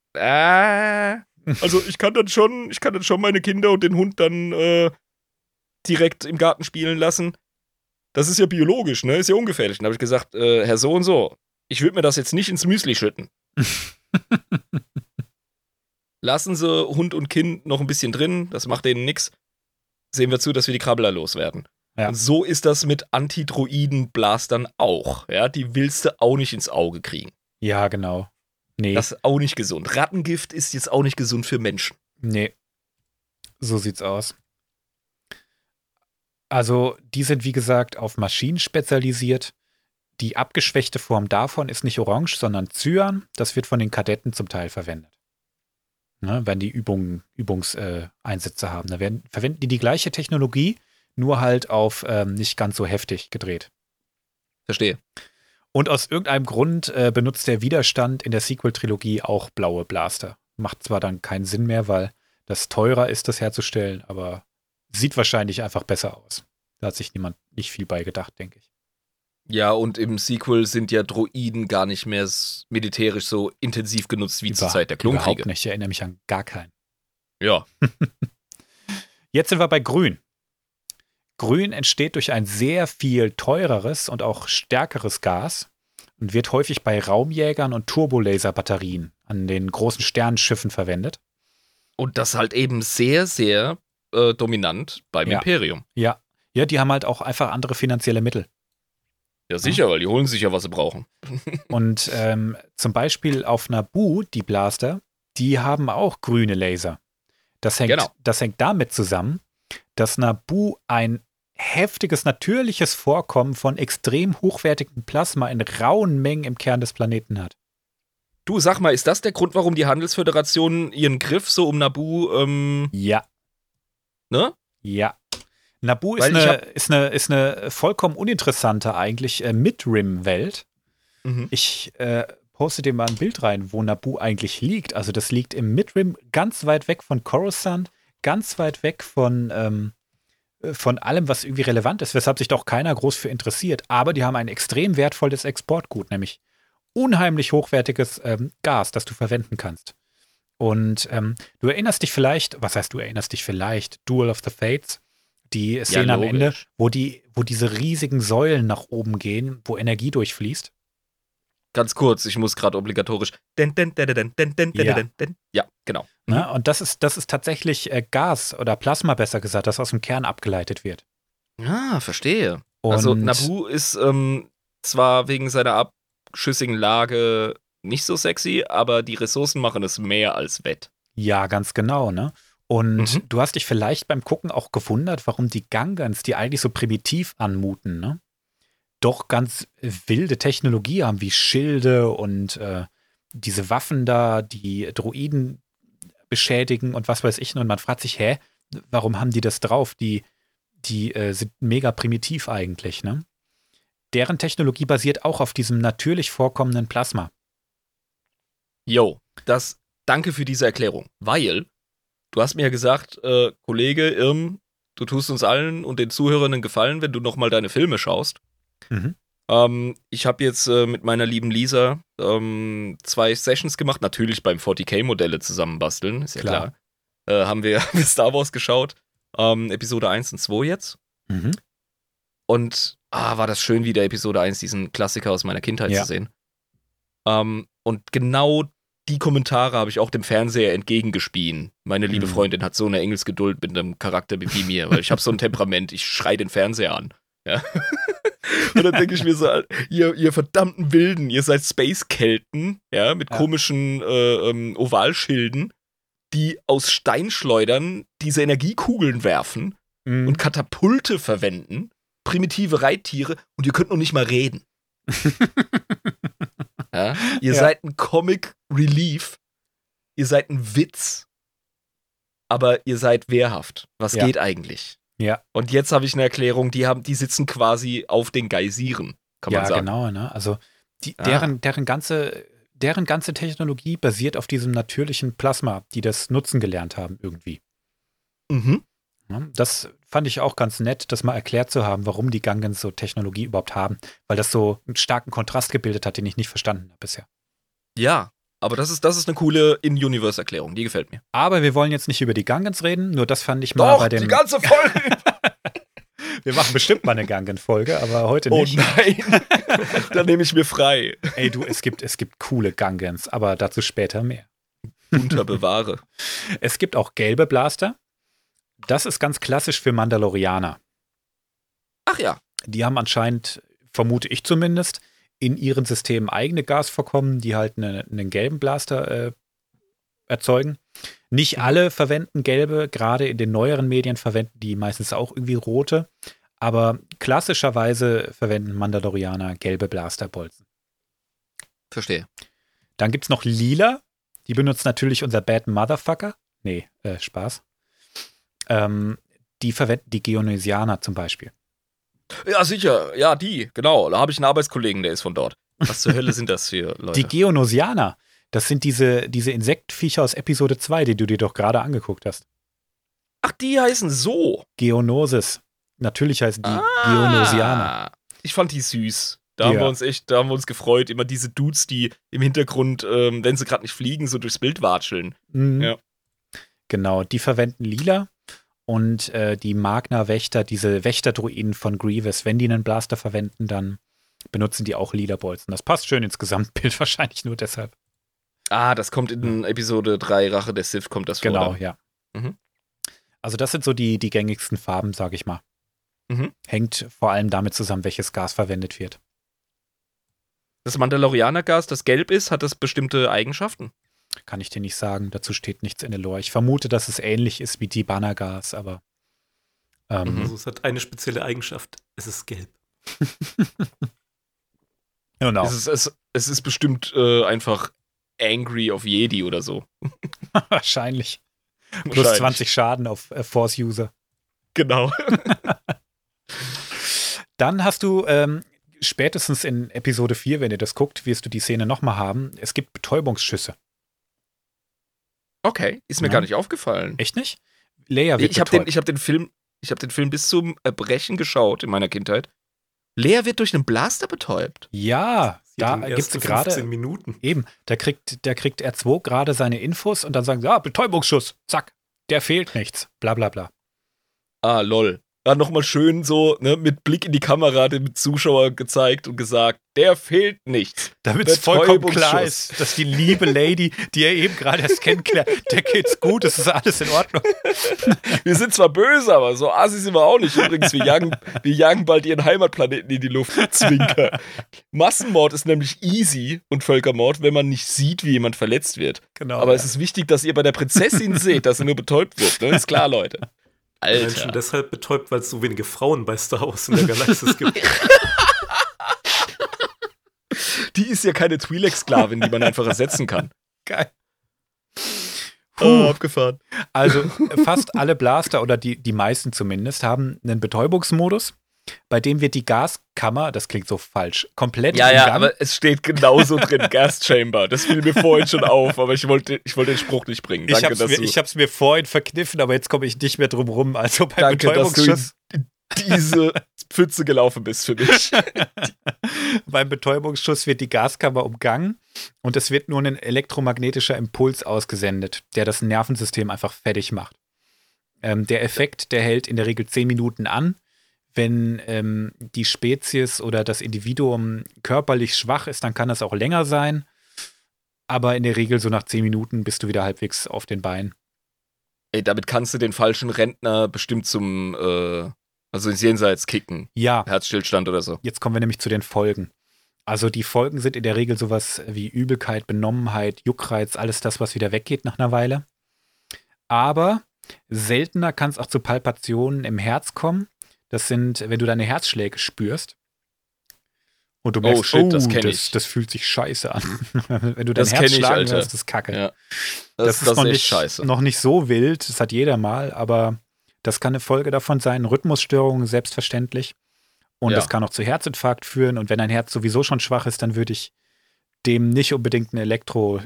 also ich kann dann schon meine Kinder und den Hund dann direkt im Garten spielen lassen. Das ist ja biologisch, ne? Ist ja ungefährlich. Dann habe ich gesagt, Herr so und so, ich würde mir das jetzt nicht ins Müsli schütten. Lassen Sie Hund und Kind noch ein bisschen drin, das macht denen nix. Sehen wir zu, dass wir die Krabbler loswerden. Ja. Und so ist das mit Antidroiden-Blastern auch. Ja, die willst du auch nicht ins Auge kriegen. Ja, genau. Nee. Das ist auch nicht gesund. Rattengift ist jetzt auch nicht gesund für Menschen. Nee. So sieht's aus. Also, die sind, wie gesagt, auf Maschinen spezialisiert. Die abgeschwächte Form davon ist nicht orange, sondern Cyan. Das wird von den Kadetten zum Teil verwendet. Ne, wenn die Übungseinsätze haben. Da verwenden die gleiche Technologie, nur halt auf nicht ganz so heftig gedreht. Verstehe. Und aus irgendeinem Grund benutzt der Widerstand in der Sequel-Trilogie auch blaue Blaster. Macht zwar dann keinen Sinn mehr, weil das teurer ist, das herzustellen, aber sieht wahrscheinlich einfach besser aus. Da hat sich nicht viel bei gedacht, denke ich. Ja, und im Sequel sind ja Droiden gar nicht mehr militärisch so intensiv genutzt wie zur Zeit der Klonkriege. Überhaupt nicht, ich erinnere mich an gar keinen. Ja. Jetzt sind wir bei Grün. Grün entsteht durch ein sehr viel teureres und auch stärkeres Gas und wird häufig bei Raumjägern und Turbolaserbatterien an den großen Sternenschiffen verwendet. Und das halt eben sehr, sehr dominant beim Imperium. Ja, die haben halt auch einfach andere finanzielle Mittel. Ja, sicher, weil die holen sich ja, was sie brauchen. Und zum Beispiel auf Naboo, die Blaster, die haben auch grüne Laser. Das hängt damit zusammen, dass Naboo ein heftiges, natürliches Vorkommen von extrem hochwertigem Plasma in rauen Mengen im Kern des Planeten hat. Du, sag mal, ist das der Grund, warum die Handelsföderation ihren Griff so um Naboo, Ja. Ne? Ja. Naboo ist eine vollkommen uninteressante eigentlich Mid-Rim-Welt. Ich poste dir mal ein Bild rein, wo Naboo eigentlich liegt. Also das liegt im Mid-Rim, ganz weit weg von Coruscant, ganz weit weg von allem, was irgendwie relevant ist, weshalb sich doch keiner groß für interessiert. Aber die haben ein extrem wertvolles Exportgut, nämlich unheimlich hochwertiges Gas, das du verwenden kannst. Und du erinnerst dich vielleicht, was heißt du erinnerst dich vielleicht, Duel of the Fates, die Szene am Ende, wo diese riesigen Säulen nach oben gehen, wo Energie durchfließt. Ganz kurz, ich muss gerade obligatorisch. Ja, genau. Na, und das ist tatsächlich Gas oder Plasma, besser gesagt, das aus dem Kern abgeleitet wird. Ah, verstehe. Und also Naboo ist zwar wegen seiner abschüssigen Lage nicht so sexy, aber die Ressourcen machen es mehr als wett. Ja, ganz genau, ne? Und du hast dich vielleicht beim Gucken auch gewundert, warum die Gungans, die eigentlich so primitiv anmuten, ne, doch ganz wilde Technologie haben, wie Schilde und diese Waffen da, die Droiden beschädigen und was weiß ich. Und man fragt sich, warum haben die das drauf? Die sind mega primitiv eigentlich, ne? Deren Technologie basiert auch auf diesem natürlich vorkommenden Plasma. Jo, danke für diese Erklärung, weil du hast mir ja gesagt, Kollege Irm, du tust uns allen und den Zuhörern einen Gefallen, wenn du nochmal deine Filme schaust. Mhm. Ich habe jetzt mit meiner lieben Lisa 2 Sessions gemacht, natürlich beim 40k-Modelle zusammenbasteln, ist ja klar. Haben wir Star Wars geschaut, Episode 1 und 2 jetzt. Mhm. Und war das schön, wieder Episode 1, diesen Klassiker aus meiner Kindheit zu sehen. Und genau die Kommentare habe ich auch dem Fernseher entgegengespien. Meine liebe Freundin hat so eine Engelsgeduld mit einem Charakter wie mir, weil ich habe so ein Temperament, ich schreie den Fernseher an. Ja. Und dann denke ich mir so, ihr verdammten Wilden, ihr seid Space-Kelten, ja, mit komischen Ovalschilden, die aus Steinschleudern diese Energiekugeln werfen und Katapulte verwenden, primitive Reittiere, und ihr könnt noch nicht mal reden. Ja? Ihr seid ein Comic Relief, ihr seid ein Witz, aber ihr seid wehrhaft. Was geht eigentlich? Ja. Und jetzt habe ich eine Erklärung, die sitzen quasi auf den Geysiren, kann man sagen. Ja, genau, ne? Also deren ganze Technologie basiert auf diesem natürlichen Plasma, die das nutzen gelernt haben irgendwie. Mhm. Ja, das fand ich auch ganz nett, das mal erklärt zu haben, warum die Gungans so Technologie überhaupt haben, weil das so einen starken Kontrast gebildet hat, den ich nicht verstanden habe bisher. Ja, aber das ist eine coole In-Universe-Erklärung, die gefällt mir. Aber wir wollen jetzt nicht über die Gungans reden, nur das fand ich mal bei dem... die ganze Folge! Wir machen bestimmt mal eine Gungan-Folge, aber heute nicht. Oh nein, dann nehme ich mir frei. Ey du, es gibt coole Gungans, aber dazu später mehr. Unterbewahre. Es gibt auch gelbe Blaster. Das ist ganz klassisch für Mandalorianer. Ach ja. Die haben anscheinend, vermute ich zumindest, in ihren Systemen eigene Gasvorkommen, die halt einen gelben Blaster erzeugen. Nicht alle verwenden gelbe, gerade in den neueren Medien verwenden die meistens auch irgendwie rote. Aber klassischerweise verwenden Mandalorianer gelbe Blasterbolzen. Verstehe. Dann gibt es noch lila. Die benutzt natürlich unser Bad Motherfucker. Nee, Spaß. Die verwenden die Geonosianer zum Beispiel. Ja, sicher. Ja, die. Genau. Da habe ich einen Arbeitskollegen, der ist von dort. Was zur Hölle sind das für Leute? Die Geonosianer. Das sind diese Insektviecher aus Episode 2, die du dir doch gerade angeguckt hast. Ach, die heißen so. Geonosis. Natürlich heißen die Geonosianer. Ich fand die süß. Da haben wir uns gefreut. Immer diese Dudes, die im Hintergrund, wenn sie gerade nicht fliegen, so durchs Bild watscheln. Mhm. Ja. Genau, die verwenden lila. Und die Magna-Wächter, diese Wächterdruiden von Grievous, wenn die einen Blaster verwenden, dann benutzen die auch lila Bolzen. Das passt schön ins Gesamtbild, wahrscheinlich nur deshalb. Das kommt in Episode 3, Rache der Sith, kommt das vor. Genau, ja. Mhm. Also das sind so die gängigsten Farben, sag ich mal. Mhm. Hängt vor allem damit zusammen, welches Gas verwendet wird. Das Mandalorianer-Gas, das gelb ist, hat das bestimmte Eigenschaften? Kann ich dir nicht sagen. Dazu steht nichts in der Lore. Ich vermute, dass es ähnlich ist wie die Bannergas, aber also es hat eine spezielle Eigenschaft. Es ist gelb. Genau. Es ist bestimmt einfach angry auf Jedi oder so. Wahrscheinlich. Plus 20 Schaden auf Force-User. Genau. Dann hast du spätestens in Episode 4, wenn ihr das guckt, wirst du die Szene nochmal haben. Es gibt Betäubungsschüsse. Okay, ist mir gar nicht aufgefallen. Echt nicht? Leia wird betäubt. Ich hab den Film bis zum Erbrechen geschaut in meiner Kindheit. Leia wird durch einen Blaster betäubt. Ja, da gibt es gerade 15 Minuten. Eben, da kriegt R2 gerade seine Infos und dann sagen sie, Betäubungsschuss, zack, der fehlt nichts, bla bla bla. Lol. Da nochmal schön so, ne, mit Blick in die Kamera dem Zuschauer gezeigt und gesagt, der fehlt nichts. Damit es vollkommen klar ist, dass die liebe Lady, die er eben gerade erst kennengelernt, der geht's gut, es ist alles in Ordnung. Wir sind zwar böse, aber so assi sind wir auch nicht. Übrigens, wir jagen bald ihren Heimatplaneten in die Luft. Zwinker. Massenmord ist nämlich easy und Völkermord, wenn man nicht sieht, wie jemand verletzt wird. Genau. Aber es ist wichtig, dass ihr bei der Prinzessin seht, dass sie nur betäubt wird. Ne? Ist klar, Leute. Alter. Menschen deshalb betäubt, weil es so wenige Frauen bei Star Wars in der Galaxis gibt. Die ist ja keine Twi'lek-Sklavin, die man einfach ersetzen kann. Geil. abgefahren. Also fast alle Blaster oder die meisten zumindest haben einen Betäubungsmodus, bei dem wird die Gaskammer, das klingt so falsch, komplett Ja, umgangen. aber es steht genauso drin, Gas Chamber. Das fiel mir vorhin schon auf, aber ich wollte den Spruch nicht bringen. Danke, Ich hab's mir vorhin verkniffen, aber jetzt komme ich nicht mehr drum rum. Also beim Danke, dass du Betäubungsschuss, in diese Pfütze gelaufen bist für mich. beim Betäubungsschuss wird die Gaskammer umgangen und es wird nur ein elektromagnetischer Impuls ausgesendet, der das Nervensystem einfach fertig macht. Der Effekt, der hält in der Regel 10 Minuten an. Wenn die Spezies oder das Individuum körperlich schwach ist, dann kann das auch länger sein. Aber in der Regel so nach 10 Minuten bist du wieder halbwegs auf den Beinen. Ey, damit kannst du den falschen Rentner bestimmt also ins Jenseits kicken. Ja, Herzstillstand oder so. jetzt kommen wir nämlich zu den Folgen. Also die Folgen sind in der Regel sowas wie Übelkeit, Benommenheit, Juckreiz, alles das, was wieder weggeht nach einer Weile. Aber seltener kann es auch zu Palpationen im Herz kommen. Das sind, wenn du deine Herzschläge spürst und du merkst, Oh shit, das kenn ich. das fühlt sich scheiße an. Wenn du dein Das Herz kenn ich, schlagen Alter. hörst, ist das kacke. Ja. Das ist ist noch echt nicht, scheiße. noch nicht so wild, das hat jeder mal, aber das kann eine Folge davon sein. Rhythmusstörungen, selbstverständlich. Und Ja. das kann auch zu Herzinfarkt führen. Und wenn dein Herz sowieso schon schwach ist, dann würde ich dem nicht unbedingt einen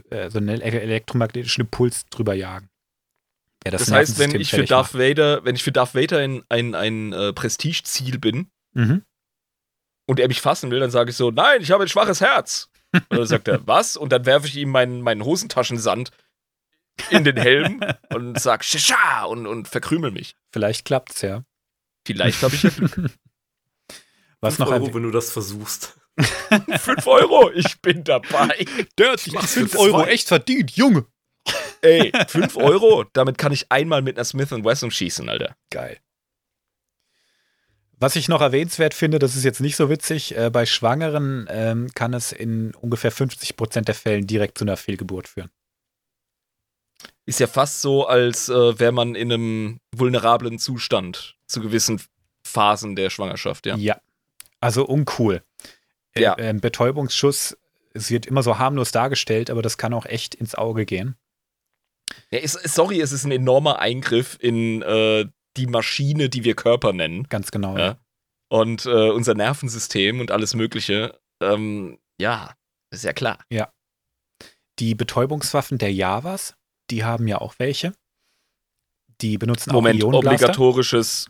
elektromagnetischen Impuls drüber jagen. Ja, Das heißt, wenn Nervensystem ich für fertig Darth Vader ein Prestigeziel bin macht. Mhm. und er mich fassen will, dann sage ich so, nein, ich habe ein schwaches Herz. Und dann sagt er, was? Und dann werfe ich ihm meinen Hosentaschensand in den Helm und sag Shisha und verkrümel mich. Vielleicht klappt's, ja. Vielleicht habe ich ja Glück. Was 5 noch Euro, wenn du das versuchst. 5 Euro, ich bin dabei. Der hat sich Mach's 5 für Euro 2. echt verdient, Junge. Ey, 5 Euro, damit kann ich einmal mit einer Smith & Wesson schießen, Alter. Geil. Was ich noch erwähnenswert finde, das ist jetzt nicht so witzig, bei Schwangeren kann es in ungefähr 50% der Fällen direkt zu einer Fehlgeburt führen. Ist ja fast so, als wäre man in einem vulnerablen Zustand zu gewissen Phasen der Schwangerschaft, ja. Ja. Also uncool. Ja. Betäubungsschuss, es wird immer so harmlos dargestellt, aber das kann auch echt ins Auge gehen. Ja, es ist ein enormer Eingriff in die Maschine, die wir Körper nennen. Ganz genau. Ja. Und unser Nervensystem und alles Mögliche. Ja, ist ja klar. Die Betäubungswaffen der Javas, die haben ja auch welche. Die benutzen Moment, auch Ionenblaster. obligatorisches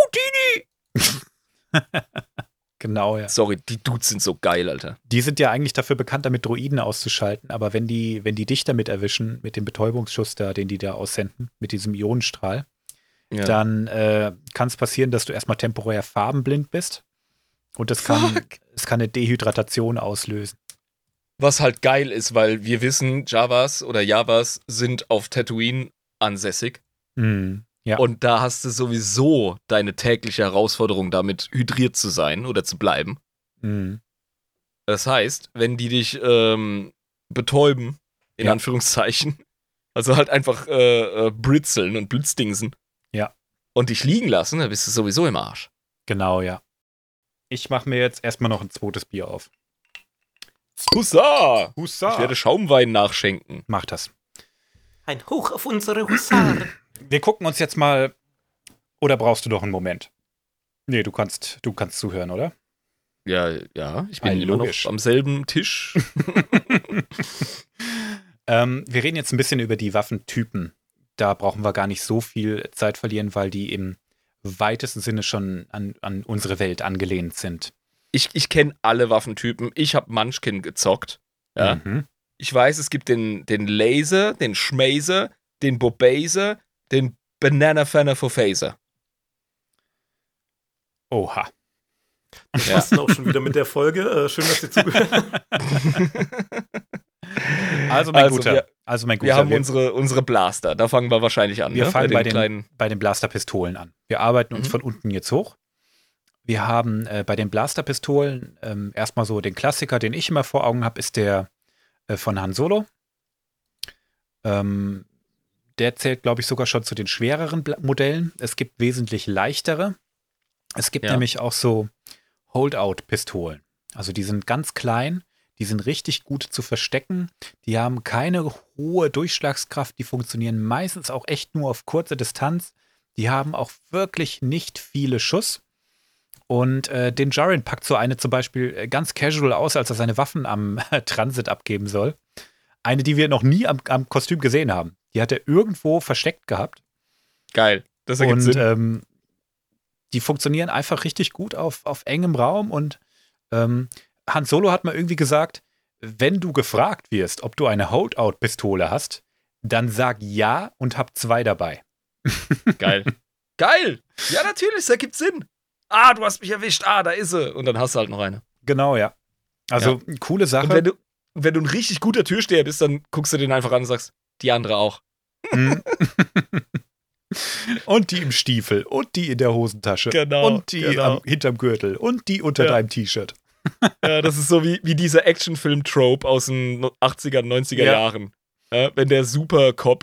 Genau, ja. Sorry, die Dudes sind so geil, Alter. Die sind ja eigentlich dafür bekannt, damit Droiden auszuschalten, aber wenn die dich damit erwischen, mit dem Betäubungsschuss da, den die da aussenden, mit diesem Ionenstrahl, Ja. dann kann es passieren, dass du erstmal temporär farbenblind bist und es kann eine Dehydratation auslösen. Was halt geil ist, weil wir wissen, Javas sind auf Tatooine ansässig. Ja. Und da hast du sowieso deine tägliche Herausforderung, damit hydriert zu sein oder zu bleiben. Mhm. Das heißt, wenn die dich betäuben, in Ja. Anführungszeichen, also halt einfach britzeln und blitzdingsen Ja. und dich liegen lassen, dann bist du sowieso im Arsch. Genau, ja. Ich mache mir jetzt erstmal noch ein zweites Bier auf. Hussa! Hussa! Ich werde Schaumwein nachschenken. Mach das. Ein Hoch auf unsere Husaren. Wir gucken uns jetzt mal. Oder brauchst du doch einen Moment? Nee, du kannst zuhören, oder? Ja, ich bin immer logisch. noch am selben Tisch. Wir reden jetzt ein bisschen über die Waffentypen. Da brauchen wir gar nicht so viel Zeit verlieren, weil die im weitesten Sinne schon an unsere Welt angelehnt sind. Ich kenne alle Waffentypen. Ich habe Munchkin gezockt. Ja. Mhm. Ich weiß, es gibt den Laser, den Schmazer, den Bobaser, den Banana Fanner for Phaser. Oha. Das war's dann auch schon wieder mit der Folge. Schön, dass ihr zugehört habt. Also mein Also Guter. Wir haben unsere Blaster. Da fangen wir wahrscheinlich an. Wir ne? fangen kleinen. bei den Blasterpistolen an. Wir arbeiten uns von unten jetzt hoch. Wir haben bei den Blasterpistolen erstmal so den Klassiker, den ich immer vor Augen habe, ist der von Han Solo. Der zählt, glaube ich, sogar schon zu den schwereren Modellen. Es gibt wesentlich leichtere. Es gibt nämlich auch so Holdout-Pistolen. Also die sind ganz klein, Die sind richtig gut zu verstecken. Die haben keine hohe Durchschlagskraft. Die funktionieren meistens auch echt nur auf kurze Distanz. Die haben auch wirklich nicht viele Schuss. Und den Jaren packt so eine zum Beispiel ganz casual aus, als er seine Waffen am Transit abgeben soll. Eine, die wir noch nie am Kostüm gesehen haben. Die hat er irgendwo versteckt gehabt. Geil. Das ergibt Sinn. Die funktionieren einfach richtig gut auf engem Raum. Und Han Solo hat mal irgendwie gesagt, wenn du gefragt wirst, ob du eine Holdout-Pistole hast, dann sag ja und hab 2 dabei. Geil. Geil! Ja, natürlich, das ergibt Sinn. Ah, du hast mich erwischt. Ah, da ist sie. Und dann hast du halt noch eine. Genau, ja. Also, coole Sache. Und wenn du ein richtig guter Türsteher bist, dann guckst du den einfach an und sagst, die andere auch. Und die im Stiefel und die in der Hosentasche und die hinterm Gürtel und die unter deinem T-Shirt. Ja, das ist so wie dieser Actionfilm-Trope aus den 80er, 90er Jahren. Ja, wenn der Supercop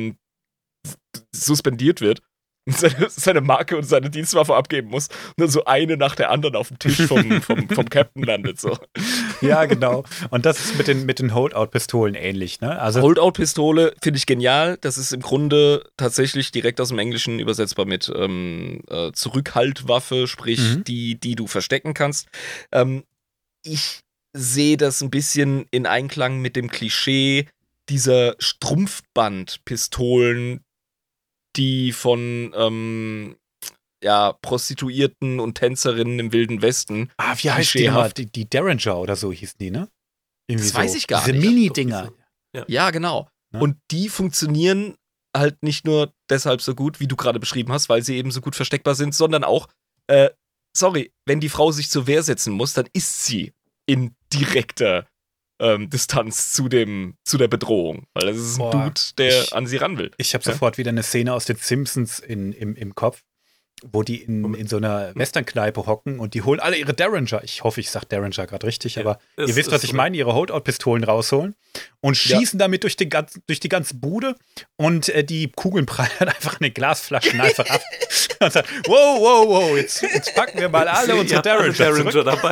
suspendiert wird und seine Marke und seine Dienstwaffe abgeben muss und dann so eine nach der anderen auf dem Tisch vom Captain landet. So. Ja, genau. Und das ist mit den Holdout-Pistolen ähnlich, ne? Also Holdout-Pistole finde ich genial. Das ist im Grunde tatsächlich direkt aus dem Englischen übersetzbar mit Zurückhaltwaffe, sprich die du verstecken kannst. Ich sehe das ein bisschen in Einklang mit dem Klischee dieser Strumpfband-Pistolen, die von Prostituierten und Tänzerinnen im Wilden Westen. Wie heißt die nochmal? Die Derringer oder so hießen die, ne? Irgendwie das weiß ich gar nicht. Diese Mini-Dinger. Ja, genau. Ja. Und die funktionieren halt nicht nur deshalb so gut, wie du gerade beschrieben hast, weil sie eben so gut versteckbar sind, sondern auch, wenn die Frau sich zur Wehr setzen muss, dann ist sie in direkter Distanz zu der Bedrohung. Weil das ist ein Dude, der an sie ran will. Ich habe sofort wieder eine Szene aus den Simpsons im Kopf, wo die in so einer Western-Kneipe hocken und die holen alle ihre Derringer. Ich hoffe, ich sage Derringer gerade richtig, aber ihr wisst, was ich meine, ihre Holdout-Pistolen rausholen und schießen damit durch die ganze Bude und die Kugeln prallen einfach in den Glasflaschen einfach ab. Und sagen, wow, jetzt packen wir mal alle unsere Derringer dabei.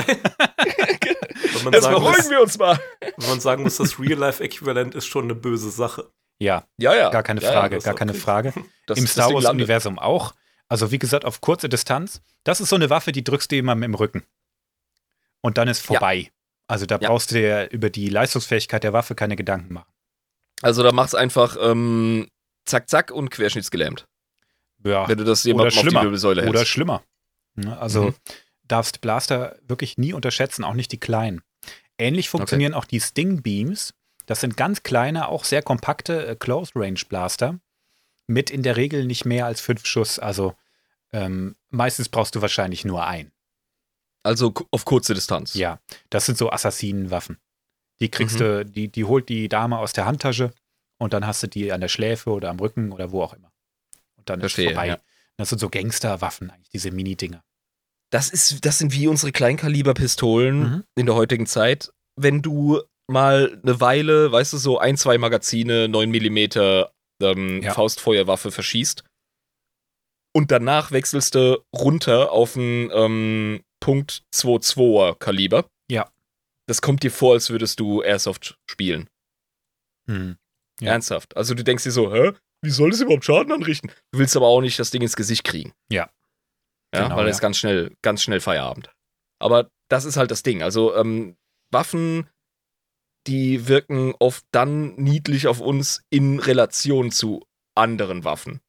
Jetzt beruhigen wir uns mal. Wenn man sagen muss, das Real-Life-Äquivalent ist schon eine böse Sache. Ja. Gar keine Frage. Im Star Wars-Universum auch. Also wie gesagt, auf kurze Distanz. Das ist so eine Waffe, die drückst du jemandem im Rücken. Und dann ist vorbei. Ja. Also da brauchst du dir über die Leistungsfähigkeit der Waffe keine Gedanken machen. Also da mach's einfach zack, zack und querschnittsgelähmt. Ja. Wenn du das jemandem auf die Wirbelsäule hältst. Oder schlimmer. Also darfst Blaster wirklich nie unterschätzen, auch nicht die kleinen. Ähnlich funktionieren auch die Sting Beams. Das sind ganz kleine, auch sehr kompakte Close-Range-Blaster. Mit in der Regel nicht mehr als 5 Schuss. Also meistens brauchst du wahrscheinlich nur einen. Also auf kurze Distanz. Ja, das sind so Assassinenwaffen. Die kriegst du, die holt die Dame aus der Handtasche und dann hast du die an der Schläfe oder am Rücken oder wo auch immer. Und dann ist es vorbei. Ja. Das sind so Gangsterwaffen eigentlich, diese Mini-Dinger. Das sind wie unsere Kleinkaliber-Pistolen in der heutigen Zeit. Wenn du mal eine Weile, weißt du, so 1-2 Magazine, 9 mm Faustfeuerwaffe verschießt und danach wechselst du runter auf ein .22er Kaliber. Ja. Das kommt dir vor, als würdest du Airsoft spielen. Ja. Ernsthaft. Also du denkst dir so, wie soll das überhaupt Schaden anrichten? Du willst aber auch nicht das Ding ins Gesicht kriegen. Ja. Ja, genau, weil das ist ganz schnell Feierabend. Aber das ist halt das Ding. Also Waffen, die wirken oft dann niedlich auf uns in Relation zu anderen Waffen.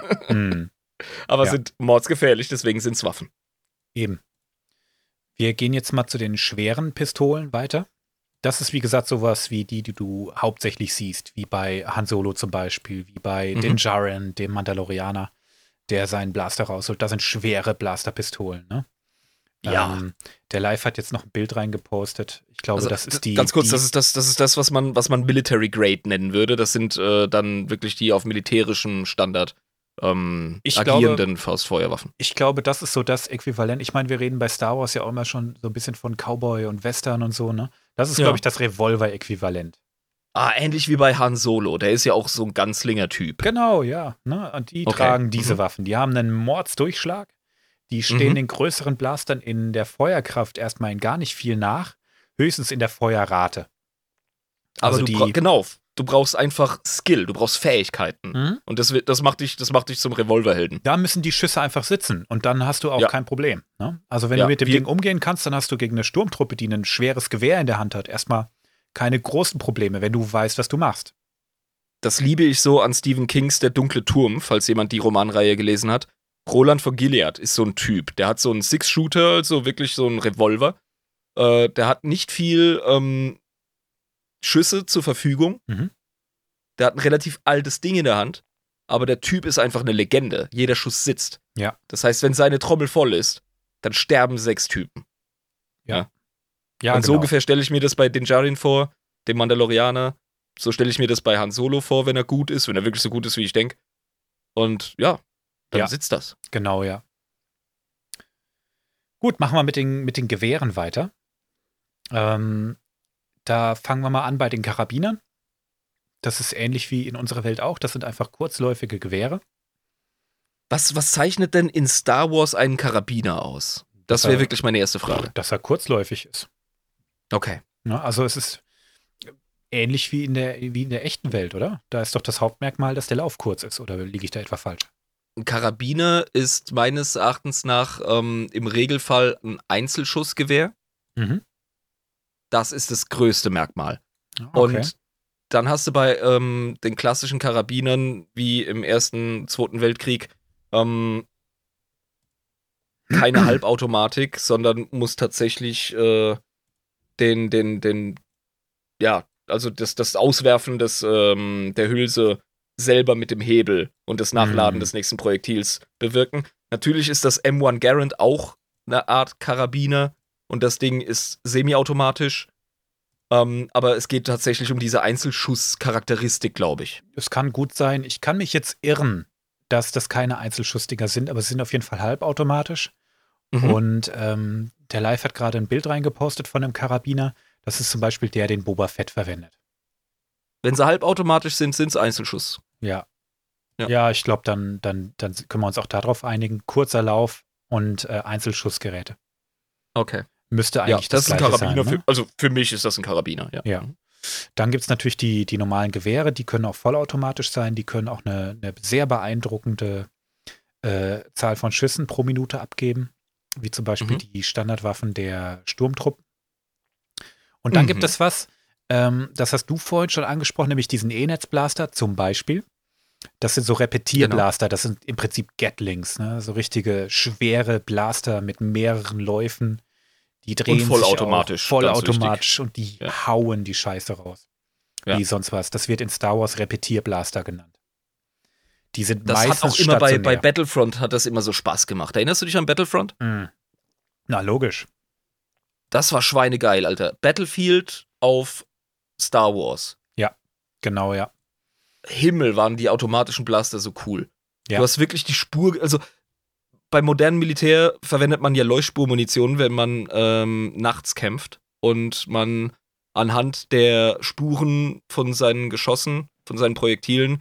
Aber sind mordsgefährlich, deswegen sind es Waffen. Eben. Wir gehen jetzt mal zu den schweren Pistolen weiter. Das ist, wie gesagt, sowas wie die du hauptsächlich siehst, wie bei Han Solo zum Beispiel, wie bei Din Djarin, dem Mandalorianer, der seinen Blaster rausholt. Das sind schwere Blasterpistolen, ne? Ja. Der Live hat jetzt noch ein Bild reingepostet. Ich glaube, das ist die. Ganz kurz, das ist das, was man Military Grade nennen würde. Das sind dann wirklich die auf militärischem Standard agierenden Faustfeuerwaffen. Ich glaube, das ist so das Äquivalent. Ich meine, wir reden bei Star Wars ja auch immer schon so ein bisschen von Cowboy und Western und so, ne? Das ist, glaube ich, das Revolver-Äquivalent. Ähnlich wie bei Han Solo. Der ist ja auch so ein Ganzlinger-Typ. Genau, ja. Ne? Und die tragen diese Waffen. Die haben einen Mordsdurchschlag. Die stehen den größeren Blastern in der Feuerkraft erstmal in gar nicht viel nach. höchstens in der Feuerrate. Aber Also du brauchst einfach Skill, du brauchst Fähigkeiten. Und das macht dich zum Revolverhelden. Da müssen die Schüsse einfach sitzen und dann hast du auch kein Problem. Ne? Also wenn du mit dem Ding umgehen kannst, dann hast du gegen eine Sturmtruppe, die ein schweres Gewehr in der Hand hat, erstmal keine großen Probleme, wenn du weißt, was du machst. Das liebe ich so an Stephen Kings Der dunkle Turm, falls jemand die Romanreihe gelesen hat. Roland von Gilead ist so ein Typ. Der hat so einen Six-Shooter, also wirklich so einen Revolver. Der hat nicht viel Schüsse zur Verfügung. Der hat ein relativ altes Ding in der Hand, aber der Typ ist einfach eine Legende. Jeder Schuss sitzt. Ja. Das heißt, wenn seine Trommel voll ist, dann sterben 6 Typen. Ja, und so ungefähr stelle ich mir das bei Din Djarin vor, dem Mandalorianer. So stelle ich mir das bei Han Solo vor, wenn er gut ist, wenn er wirklich so gut ist, wie ich denke. Und ja, dann sitzt das. Genau, ja. Gut, machen wir mit den Gewehren weiter. Da fangen wir mal an bei den Karabinern. Das ist ähnlich wie in unserer Welt auch. Das sind einfach kurzläufige Gewehre. Was zeichnet denn in Star Wars einen Karabiner aus? Das wäre wirklich meine erste Frage. Dass er kurzläufig ist. Okay. Ja, also es ist ähnlich wie in der echten Welt, oder? Da ist doch das Hauptmerkmal, dass der Lauf kurz ist. Oder liege ich da etwa falsch? Ein Karabiner ist meines Erachtens nach im Regelfall ein Einzelschussgewehr. Das ist das größte Merkmal. Okay. Und dann hast du bei den klassischen Karabinern, wie im Ersten, Zweiten Weltkrieg, keine Halbautomatik, sondern muss tatsächlich also das Auswerfen der Hülse selber mit dem Hebel und das Nachladen des nächsten Projektils bewirken. Natürlich ist das M1 Garand auch eine Art Karabiner und das Ding ist semiautomatisch. Aber es geht tatsächlich um diese Einzelschuss-Charakteristik, glaube ich. Es kann gut sein. Ich kann mich jetzt irren, dass das keine Einzelschussdinger sind, aber sie sind auf jeden Fall halbautomatisch. Und der Live hat gerade ein Bild reingepostet von einem Karabiner. Das ist zum Beispiel der, den Boba Fett verwendet. Wenn sie halbautomatisch sind, sind es Einzelschuss. Ja, ich glaube, dann können wir uns auch darauf einigen. Kurzer Lauf und Einzelschussgeräte. Okay. Müsste eigentlich das Gleiche ist ein Karabiner. sein, ne? Also für mich ist das ein Karabiner, ja. Ja. Dann gibt es natürlich die normalen Gewehre, die können auch vollautomatisch sein, die können auch eine sehr beeindruckende Zahl von Schüssen pro Minute abgeben, wie zum Beispiel die Standardwaffen der Sturmtruppen. Und dann gibt es was, das hast du vorhin schon angesprochen, nämlich diesen E-Netz-Blaster zum Beispiel. Das sind so Repetierblaster, Das sind im Prinzip Gatlings, ne? So richtige schwere Blaster mit mehreren Läufen. Die drehen und vollautomatisch. Sich vollautomatisch und die hauen die Scheiße raus. Wie sonst was. Das wird in Star Wars Repetierblaster genannt. Die sind meistens hat auch immer stationär. bei Battlefront hat das immer so Spaß gemacht. Erinnerst du dich an Battlefront? Na, logisch. Das war schweinegeil, Alter. Battlefield auf Star Wars. Ja, genau, ja. Himmel, waren die automatischen Blaster so cool. Ja. Du hast wirklich die Spur, also beim modernen Militär verwendet man ja Leuchtspurmunition, wenn man nachts kämpft und man anhand der Spuren von seinen Geschossen, von seinen Projektilen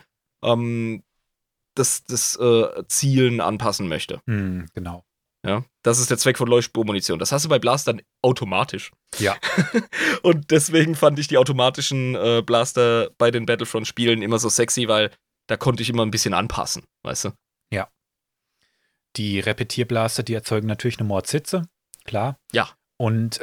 das Zielen anpassen möchte. Genau. Ja, das ist der Zweck von Leuchtspurmunition. Das hast du bei Blastern automatisch. Ja. Und deswegen fand ich die automatischen Blaster bei den Battlefront-Spielen immer so sexy, weil da konnte ich immer ein bisschen anpassen, weißt du? Ja. Die Repetierblaster, die erzeugen natürlich eine Mordsitze, klar. Ja. Und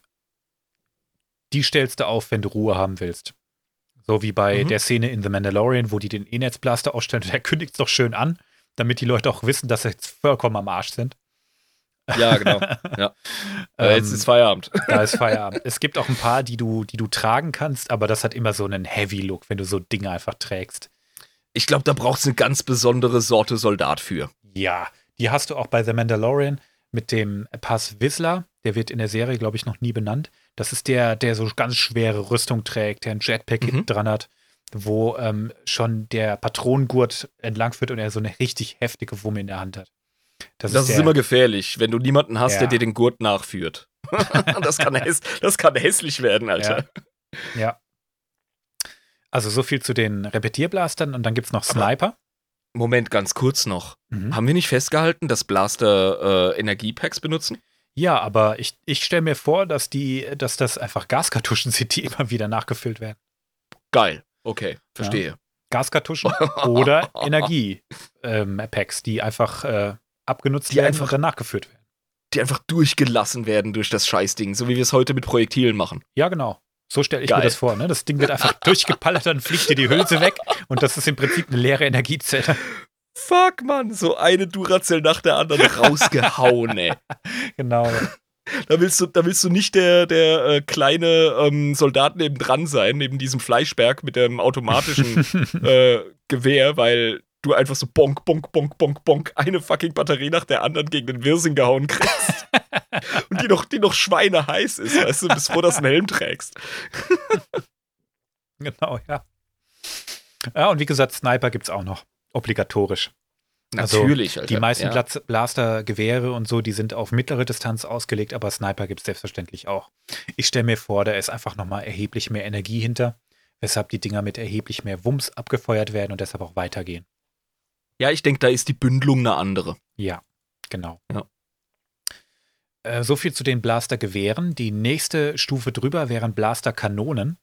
die stellst du auf, wenn du Ruhe haben willst. So wie bei der Szene in The Mandalorian, wo die den E-Netz-Blaster ausstellen. Der kündigt es doch schön an, damit die Leute auch wissen, dass sie jetzt vollkommen am Arsch sind. Ja, genau. Ja. Jetzt ist Feierabend. Da ist Feierabend. Es gibt auch ein paar, die du tragen kannst, aber das hat immer so einen Heavy-Look, wenn du so Dinge einfach trägst. Ich glaube, da braucht es eine ganz besondere Sorte Soldat für. Ja, die hast du auch bei The Mandalorian mit dem Paz Vizsla. Der wird in der Serie, glaube ich, noch nie benannt. Das ist der so ganz schwere Rüstung trägt, der ein Jetpack hinten dran hat, wo schon der Patronengurt entlang führt und er so eine richtig heftige Wumme in der Hand hat. Das ist immer gefährlich, wenn du niemanden hast, der dir den Gurt nachführt. Das kann hässlich werden, Alter. Ja. Also so viel zu den Repetierblastern und dann gibt es noch Sniper. Moment, ganz kurz noch. Haben wir nicht festgehalten, dass Blaster Energiepacks benutzen? Ja, aber ich stelle mir vor, dass das einfach Gaskartuschen sind, die immer wieder nachgefüllt werden. Geil. Okay, verstehe. Ja. Gaskartuschen oder Energie-Packs, die einfach abgenutzt werden und dann nachgefüllt werden. Die einfach durchgelassen werden durch das Scheißding, so wie wir es heute mit Projektilen machen. Ja, genau. So stelle ich mir das vor. Ne? Das Ding wird einfach durchgeballert, dann fliegt dir die Hülse weg und das ist im Prinzip eine leere Energiezelle. Fuck, Mann, so eine Duracell nach der anderen rausgehauen, ey. Genau. Da willst du nicht der kleine Soldat nebendran sein, neben diesem Fleischberg mit dem automatischen Gewehr, weil du einfach so bonk, bonk, bonk, bonk, bonk eine fucking Batterie nach der anderen gegen den Wirsing gehauen kriegst. Und die noch schweineheiß ist, weißt du, bist froh, dass du einen Helm trägst. Genau, ja. Ja, und wie gesagt, Sniper gibt's auch noch. Obligatorisch. Natürlich, also, die meisten Blaster-Gewehre und so, die sind auf mittlere Distanz ausgelegt, aber Sniper gibt es selbstverständlich auch. Ich stelle mir vor, da ist einfach nochmal erheblich mehr Energie hinter, weshalb die Dinger mit erheblich mehr Wumms abgefeuert werden und deshalb auch weitergehen. Ja, ich denke, da ist die Bündelung eine andere. Ja, genau. Ja. So viel zu den Blaster-Gewehren. Die nächste Stufe drüber wären Blaster-Kanonen.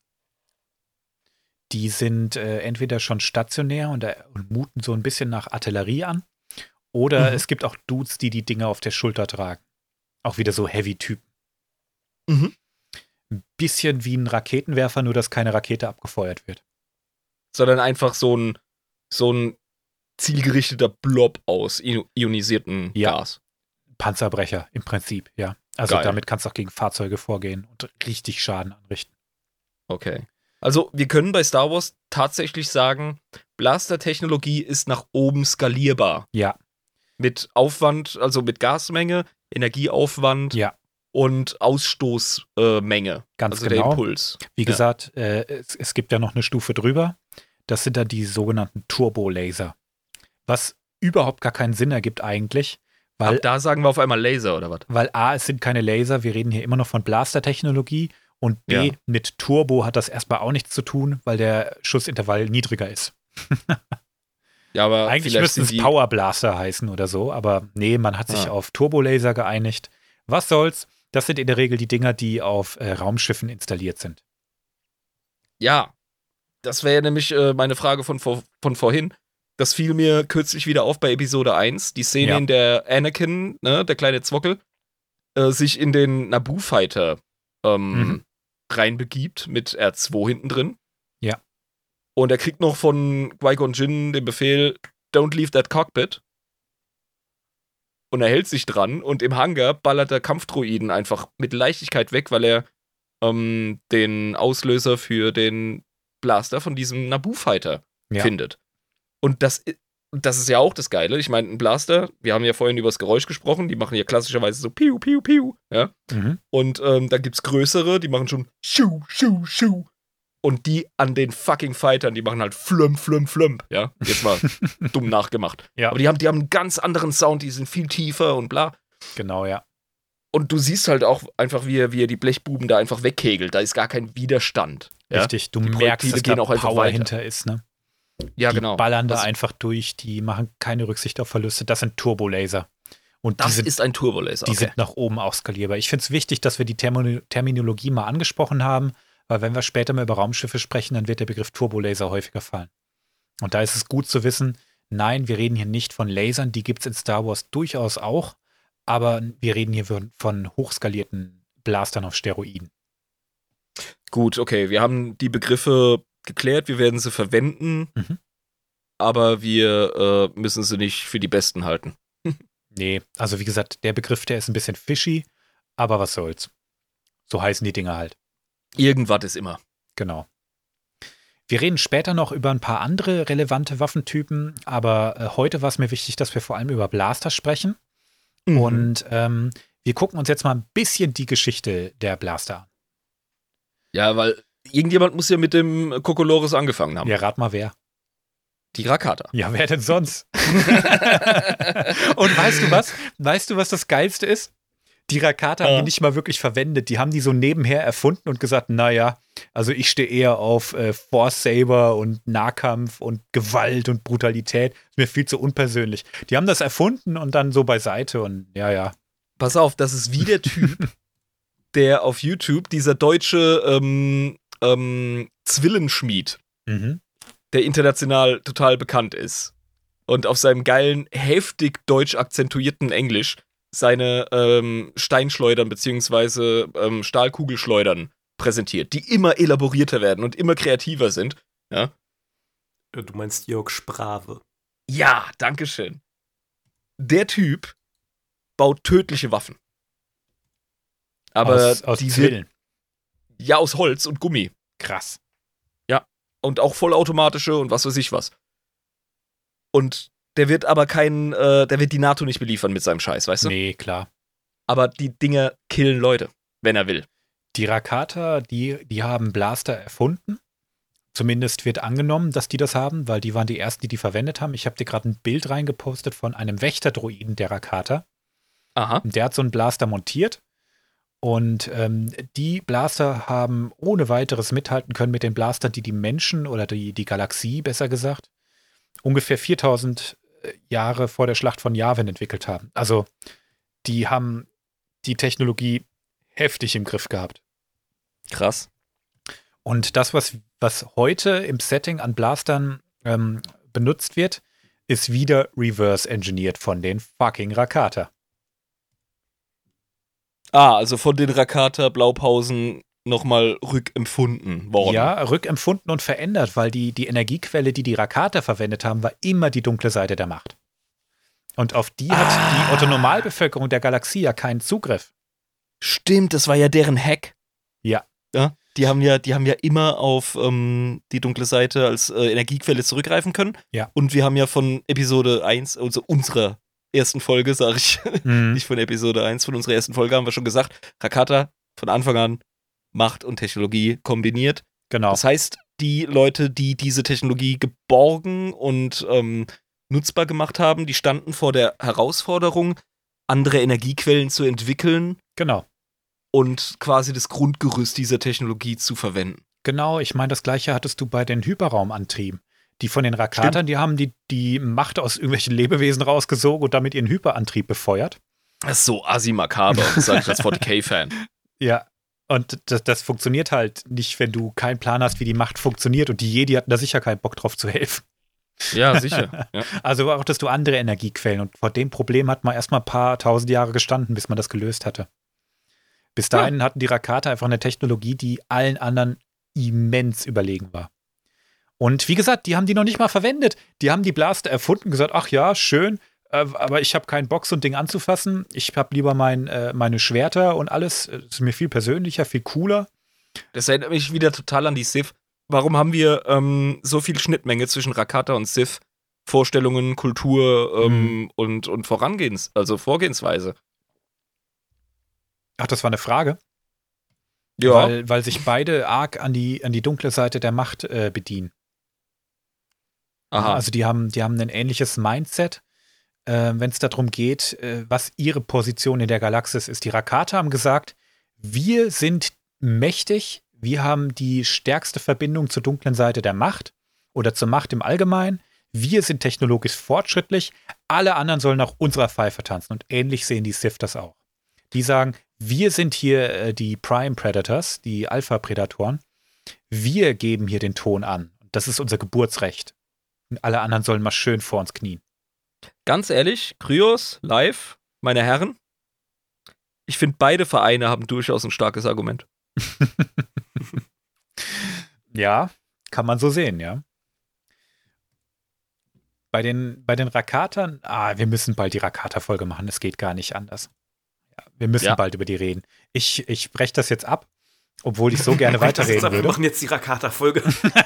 Die sind entweder schon stationär und muten so ein bisschen nach Artillerie an. Oder es gibt auch Dudes, die Dinger auf der Schulter tragen. Auch wieder so Heavy-Typen. Mhm. Ein bisschen wie ein Raketenwerfer, nur dass keine Rakete abgefeuert wird. Sondern einfach so ein zielgerichteter Blob aus ionisierten Gas. Panzerbrecher im Prinzip, ja. Also Geil. damit kannst du auch gegen Fahrzeuge vorgehen und richtig Schaden anrichten. Okay. Also wir können bei Star Wars tatsächlich sagen, Blaster-Technologie ist nach oben skalierbar. Ja. Mit Aufwand, also mit Gasmenge, Energieaufwand und Ausstoßmenge. Ganz also genau. Der Impuls. Wie gesagt, es gibt ja noch eine Stufe drüber. Das sind dann die sogenannten Turbolaser. Was überhaupt gar keinen Sinn ergibt eigentlich. Weil, ab da sagen wir auf einmal Laser, oder was? Weil A, es sind keine Laser, wir reden hier immer noch von Blaster-Technologie. Und B, mit Turbo hat das erstmal auch nichts zu tun, weil der Schussintervall niedriger ist. Ja, aber eigentlich müssten es Power Blaster heißen oder so, aber nee, man hat sich auf Turbolaser geeinigt. Was soll's? Das sind in der Regel die Dinger, die auf Raumschiffen installiert sind. Ja, das wäre nämlich meine Frage von vorhin. Das fiel mir kürzlich wieder auf bei Episode 1. Die Szene, in der Anakin, ne, der kleine Zwockel, sich in den Naboo-Fighter reinbegibt mit R2 hinten drin. Ja. Und er kriegt noch von Qui-Gon Jinn den Befehl, don't leave that cockpit. Und er hält sich dran und im Hangar ballert der Kampfdroiden einfach mit Leichtigkeit weg, weil er den Auslöser für den Blaster von diesem Naboo-Fighter findet. Und das ist ja auch das Geile. Ich meine, ein Blaster, wir haben ja vorhin über das Geräusch gesprochen, die machen ja klassischerweise so piu, piu, piu. Ja? Und da gibt's größere, die machen schon schu, schu, schu. Und die an den fucking Fightern, die machen halt flump, flump, flump. Ja, jetzt mal dumm nachgemacht. Ja. Aber die haben einen ganz anderen Sound, die sind viel tiefer und bla. Genau, ja. Und du siehst halt auch einfach, wie er die Blechbuben da einfach wegkegelt. Da ist gar kein Widerstand. Richtig, du merkst, dass da Power hinter ist, ne? Ja, die genau. Ballern da einfach durch, die machen keine Rücksicht auf Verluste. Das sind Turbolaser. Und das ist ein Turbolaser. Die sind nach oben auch skalierbar. Ich finde es wichtig, dass wir die Terminologie mal angesprochen haben, weil wenn wir später mal über Raumschiffe sprechen, dann wird der Begriff Turbolaser häufiger fallen. Und da ist es gut zu wissen, nein, wir reden hier nicht von Lasern, die gibt es in Star Wars durchaus auch, aber wir reden hier von hochskalierten Blastern auf Steroiden. Gut, okay, wir haben die Begriffe geklärt, wir werden sie verwenden, aber wir müssen sie nicht für die Besten halten. Nee, also wie gesagt, der Begriff, der ist ein bisschen fishy, aber was soll's. So heißen die Dinger halt. Irgendwas ist immer. Genau. Wir reden später noch über ein paar andere relevante Waffentypen, aber heute war es mir wichtig, dass wir vor allem über Blaster sprechen. Und wir gucken uns jetzt mal ein bisschen die Geschichte der Blaster an. Ja, weil irgendjemand muss ja mit dem Kokolores angefangen haben. Ja, rat mal wer. Die Rakata. Ja, wer denn sonst? Und weißt du was? Weißt du, was das Geilste ist? Die Rakata haben die nicht mal wirklich verwendet. Die haben die so nebenher erfunden und gesagt, naja, also ich stehe eher auf Force Saber und Nahkampf und Gewalt und Brutalität. Ist mir viel zu unpersönlich. Die haben das erfunden und dann so beiseite und ja. Pass auf, das ist wie der Typ, der auf YouTube, dieser deutsche Zwillenschmied, der international total bekannt ist und auf seinem geilen, heftig deutsch akzentuierten Englisch seine Steinschleudern bzw. Stahlkugelschleudern präsentiert, die immer elaborierter werden und immer kreativer sind. Ja? Du meinst Jörg Sprave. Ja, dankeschön. Der Typ baut tödliche Waffen. Aber aus Zwillen. Ja, aus Holz und Gummi. Krass. Ja, und auch vollautomatische und was weiß ich was. Und der wird aber der wird die NATO nicht beliefern mit seinem Scheiß, weißt du? Nee, klar. Aber die Dinger killen Leute, wenn er will. Die Rakata, die haben Blaster erfunden. Zumindest wird angenommen, dass die das haben, weil die waren die ersten, die verwendet haben. Ich habe dir gerade ein Bild reingepostet von einem Wächterdroiden der Rakata. Aha. Der hat so einen Blaster montiert. Und die Blaster haben ohne weiteres mithalten können mit den Blastern, die Menschen oder die Galaxie, besser gesagt, ungefähr 4000 Jahre vor der Schlacht von Yavin entwickelt haben. Also die haben die Technologie heftig im Griff gehabt. Krass. Und das, was heute im Setting an Blastern benutzt wird, ist wieder reverse-engineert von den fucking Rakata. Also von den Rakata-Blaupausen nochmal rückempfunden worden. Ja, rückempfunden und verändert, weil die Energiequelle, die Rakata verwendet haben, war immer die dunkle Seite der Macht. Und auf die hat die Otto-Normalbevölkerung der Galaxie ja keinen Zugriff. Stimmt, das war ja deren Hack. Ja. Ja, die haben ja immer auf die dunkle Seite als Energiequelle zurückgreifen können. Ja. Und wir haben ja von Episode 1, also unserer ersten Folge, sage ich, nicht von Episode 1, von unserer ersten Folge haben wir schon gesagt, Rakata von Anfang an Macht und Technologie kombiniert. Genau. Das heißt, die Leute, die diese Technologie geborgen und nutzbar gemacht haben, die standen vor der Herausforderung, andere Energiequellen zu entwickeln. Genau. Und quasi das Grundgerüst dieser Technologie zu verwenden. Genau, ich meine, das Gleiche hattest du bei den Hyperraumantrieben. Die von den Rakatern, die haben die Macht aus irgendwelchen Lebewesen rausgesogen und damit ihren Hyperantrieb befeuert. Das ist so assi-makaber, sag ich als 40k-Fan. Ja, und das funktioniert halt nicht, wenn du keinen Plan hast, wie die Macht funktioniert. Und die Jedi hatten da sicher keinen Bock drauf zu helfen. Ja, sicher. Ja. Also brauchtest du andere Energiequellen. Und vor dem Problem hat man erstmal ein paar tausend Jahre gestanden, bis man das gelöst hatte. Bis dahin hatten die Rakata einfach eine Technologie, die allen anderen immens überlegen war. Und wie gesagt, die haben die noch nicht mal verwendet. Die haben die Blaster erfunden, gesagt, ach ja, schön, aber ich habe keinen Bock, so ein Ding anzufassen. Ich habe lieber meine Schwerter und alles. Das ist mir viel persönlicher, viel cooler. Das erinnert mich wieder total an die Sith. Warum haben wir so viel Schnittmenge zwischen Rakata und Sith? Vorstellungen, Kultur und Vorgehensweise. Ach, das war eine Frage? Ja. Weil sich beide arg an die dunkle Seite der Macht bedienen. Aha. Also die haben ein ähnliches Mindset, wenn es darum geht, was ihre Position in der Galaxis ist. Die Rakata haben gesagt, wir sind mächtig, wir haben die stärkste Verbindung zur dunklen Seite der Macht oder zur Macht im Allgemeinen. Wir sind technologisch fortschrittlich, alle anderen sollen nach unserer Pfeife tanzen. Und ähnlich sehen die Sith das auch. Die sagen, wir sind hier die Prime Predators, die Alpha-Prädatoren. Wir geben hier den Ton an. Das ist unser Geburtsrecht. Und alle anderen sollen mal schön vor uns knien. Ganz ehrlich, Kryos, live, meine Herren, ich finde, beide Vereine haben durchaus ein starkes Argument. Ja, kann man so sehen, ja. Bei den Rakatern, wir müssen bald die Rakata-Folge machen, es geht gar nicht anders. Ja, wir müssen bald über die reden. Ich breche das jetzt ab, obwohl ich so gerne weiterreden würde. Wir machen jetzt die Rakata-Folge.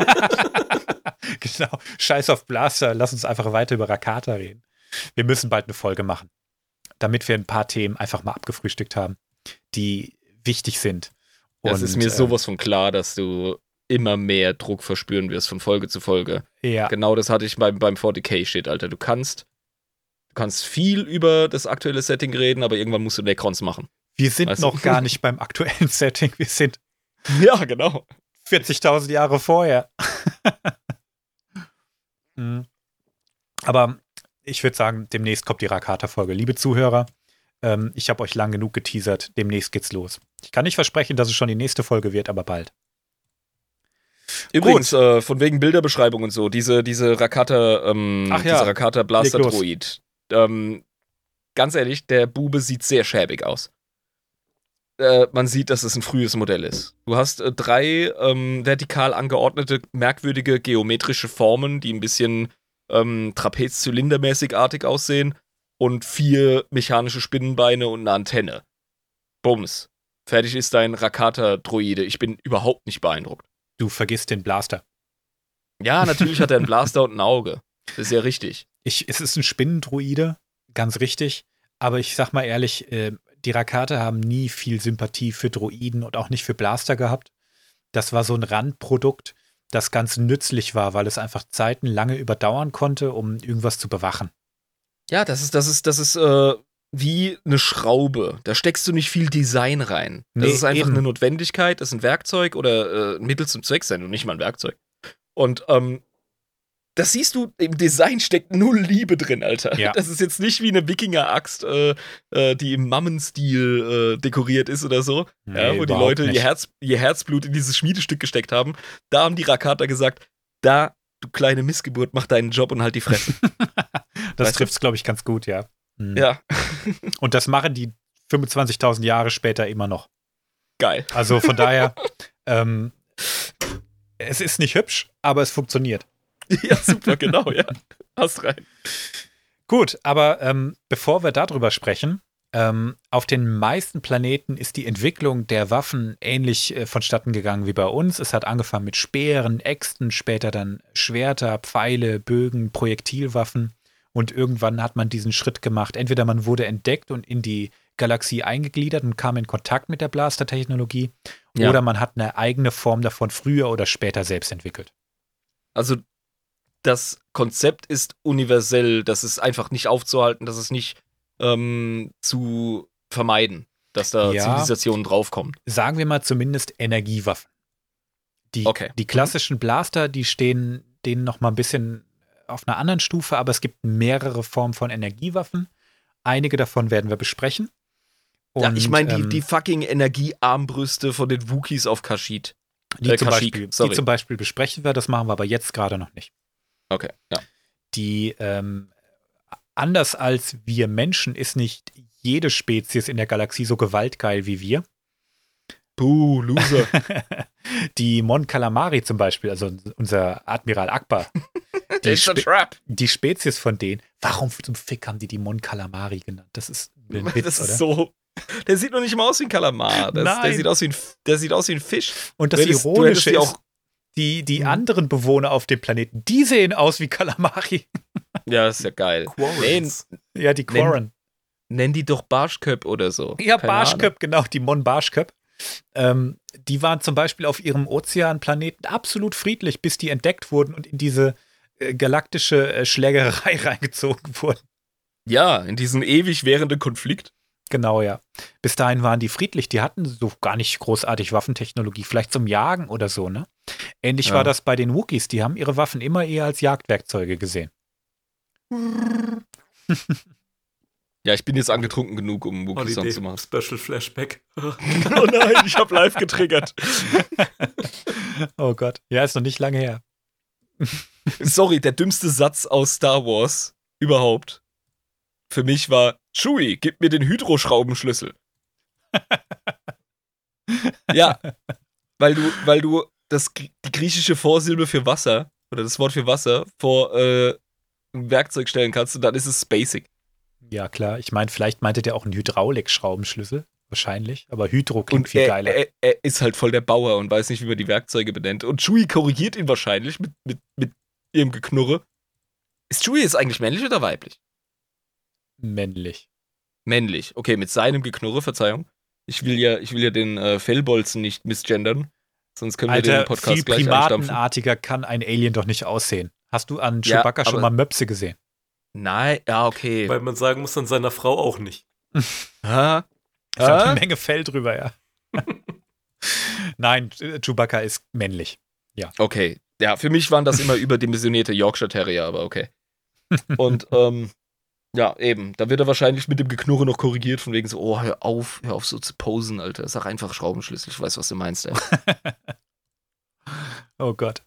Genau, scheiß auf Blaster, lass uns einfach weiter über Rakata reden. Wir müssen bald eine Folge machen, damit wir ein paar Themen einfach mal abgefrühstückt haben, die wichtig sind. Es ist mir sowas von klar, dass du immer mehr Druck verspüren wirst von Folge zu Folge. Ja. Genau das hatte ich beim 40k-Shit, Alter. Du kannst viel über das aktuelle Setting reden, aber irgendwann musst du Necrons machen. Wir sind noch gar nicht beim aktuellen Setting. Wir sind ja, genau. 40.000 Jahre vorher. Aber ich würde sagen, demnächst kommt die Rakata-Folge. Liebe Zuhörer, Ich habe euch lang genug geteasert. Demnächst geht's los. Ich kann nicht versprechen, dass es schon die nächste Folge wird, aber bald. Übrigens, von wegen Bilderbeschreibung und so, diese Rakata, dieser Rakata Blaster Droid. Ganz ehrlich, der Bube sieht sehr schäbig aus. Man sieht, dass es ein frühes Modell ist. Du hast 3 vertikal angeordnete, merkwürdige geometrische Formen, die ein bisschen trapez-zylindermäßig-artig aussehen und 4 mechanische Spinnenbeine und eine Antenne. Bums. Fertig ist dein Rakata-Droide. Ich bin überhaupt nicht beeindruckt. Du vergisst den Blaster. Ja, natürlich hat er einen Blaster und ein Auge. Das ist ja richtig. Es ist ein Spinnendroide, ganz richtig. Aber ich sag mal ehrlich, die Rakata haben nie viel Sympathie für Droiden und auch nicht für Blaster gehabt. Das war so ein Randprodukt, das ganz nützlich war, weil es einfach Zeiten lange überdauern konnte, um irgendwas zu bewachen. Ja, das ist wie eine Schraube. Da steckst du nicht viel Design rein. Das ist einfach eine Notwendigkeit, das ist ein Werkzeug oder ein Mittel zum Zweck sein und nicht mal ein Werkzeug. Und das siehst du, im Design steckt null Liebe drin, Alter. Ja. Das ist jetzt nicht wie eine Wikinger-Axt, die im Mammenstil dekoriert ist oder so, Nee, wo die Leute nicht. ihr Herzblut in dieses Schmiedestück gesteckt haben. Da haben die Rakata gesagt, da, du kleine Missgeburt, mach deinen Job und halt die Fresse. Das trifft es, glaube ich, ganz gut, ja. Mhm. Ja. Und das machen die 25.000 Jahre später immer noch. Geil. Also von daher, es ist nicht hübsch, aber es funktioniert. Ja, super, genau, ja. Hast rein. Gut, aber bevor wir darüber sprechen, auf den meisten Planeten ist die Entwicklung der Waffen ähnlich vonstatten gegangen wie bei uns. Es hat angefangen mit Speeren, Äxten, später dann Schwerter, Pfeile, Bögen, Projektilwaffen. Und irgendwann hat man diesen Schritt gemacht. Entweder man wurde entdeckt und in die Galaxie eingegliedert und kam in Kontakt mit der Blaster-Technologie, oder man hat eine eigene Form davon früher oder später selbst entwickelt. Also das Konzept ist universell, das ist einfach nicht aufzuhalten, das ist nicht zu vermeiden, dass da Zivilisationen draufkommen. Sagen wir mal zumindest Energiewaffen. Die klassischen Blaster, die stehen denen noch mal ein bisschen auf einer anderen Stufe, aber es gibt mehrere Formen von Energiewaffen. Einige davon werden wir besprechen. Und, ja, ich meine die fucking Energiearmbrüste von den Wookies auf Kashyyyk. Die zum Beispiel besprechen wir, das machen wir aber jetzt gerade noch nicht. Okay, ja. Die, anders als wir Menschen ist nicht jede Spezies in der Galaxie so gewaltgeil wie wir. Puh, Loser. Die Mon Calamari zum Beispiel, also unser Admiral Akbar. Die Spezies von denen, warum zum Fick haben die Mon Calamari genannt? Das ist ein Witz, das ist oder? so. Der sieht noch nicht mal aus wie ein Kalamar. Der sieht aus wie ein Fisch. Und das Ironische ist, die anderen Bewohner auf dem Planeten, die sehen aus wie Kalamari. Ja, das ist ja geil. Ja, die Quarren. Nenn die doch Barschköp oder so. Ja, Barschköp, genau, die Mon Barschköp. Die waren zum Beispiel auf ihrem Ozeanplaneten absolut friedlich, bis die entdeckt wurden und in diese galaktische Schlägerei reingezogen wurden. Ja, in diesen ewig währenden Konflikt. Genau, ja. Bis dahin waren die friedlich, die hatten so gar nicht großartig Waffentechnologie, vielleicht zum Jagen oder so, ne? Ähnlich war das bei den Wookiees, die haben ihre Waffen immer eher als Jagdwerkzeuge gesehen. Ja, ich bin jetzt angetrunken genug, um Wookie-Sound zu machen. Special Flashback. Oh nein, ich hab live getriggert. Oh Gott. Ja, ist noch nicht lange her. Sorry, der dümmste Satz aus Star Wars überhaupt für mich war: Chewie, gib mir den Hydroschraubenschlüssel. Ja, weil du die griechische Vorsilbe für Wasser oder das Wort für Wasser vor ein Werkzeug stellen kannst und dann ist es basic. Ja, klar. Ich meine, vielleicht meinte der auch einen Hydraulik-Schraubenschlüssel. Wahrscheinlich. Aber Hydro klingt viel geiler. Er ist halt voll der Bauer und weiß nicht, wie man die Werkzeuge benennt. Und Chewie korrigiert ihn wahrscheinlich mit ihrem Geknurre. Ist Chewie jetzt eigentlich männlich oder weiblich? Männlich. Männlich. Okay, mit seinem Geknurre, Verzeihung. Ich will ja den Fellbolzen nicht misgendern. Sonst können wir den Podcast viel gleich einstampfen. primatenartiger kann ein Alien doch nicht aussehen. Hast du an Chewbacca schon mal Möpse gesehen? Nein, ja, okay. Weil man sagen muss, an seiner Frau auch nicht. Ha? Ich habe eine Menge Fell drüber, ja. Nein, Chewbacca ist männlich. Ja. Okay. Ja, für mich waren das immer überdimensionierte Yorkshire Terrier, aber okay. Und Ja, eben. Da wird er wahrscheinlich mit dem Geknurre noch korrigiert, von wegen so, oh, hör auf so zu posen, Alter. Sag einfach Schraubenschlüssel, ich weiß, was du meinst, ey. Oh Gott.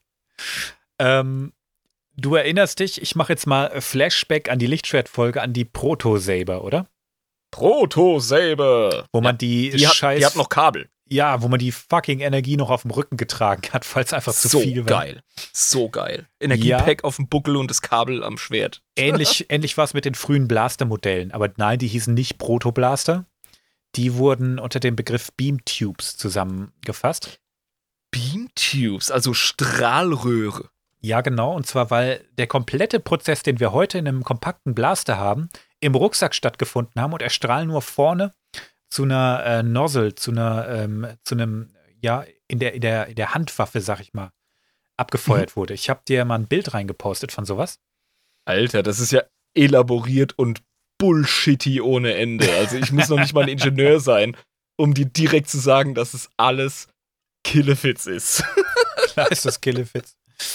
Du erinnerst dich, ich mache jetzt mal Flashback an die Lichtschwertfolge, an die Proto-Saber, oder? Proto-Saber! Wo man die Die hat noch Kabel. Ja, wo man die fucking Energie noch auf dem Rücken getragen hat, falls einfach zu viel war. So geil. Energiepack auf dem Buckel und das Kabel am Schwert. Ähnlich war es mit den frühen Blaster-Modellen. Aber nein, die hießen nicht Proto-Blaster. Die wurden unter dem Begriff Beam-Tubes zusammengefasst. Beam-Tubes, also Strahlröhre. Ja, genau. Und zwar, weil der komplette Prozess, den wir heute in einem kompakten Blaster haben, im Rucksack stattgefunden haben und der Strahl nur vorne zu einer Nozzle, zu einem, ja, in der Handwaffe, sag ich mal, abgefeuert wurde. Ich habe dir mal ein Bild reingepostet von sowas. Alter, das ist ja elaboriert und bullshitty ohne Ende. Also ich muss noch nicht mal ein Ingenieur sein, um dir direkt zu sagen, dass es alles Killefits ist. Klar ist das Killefits.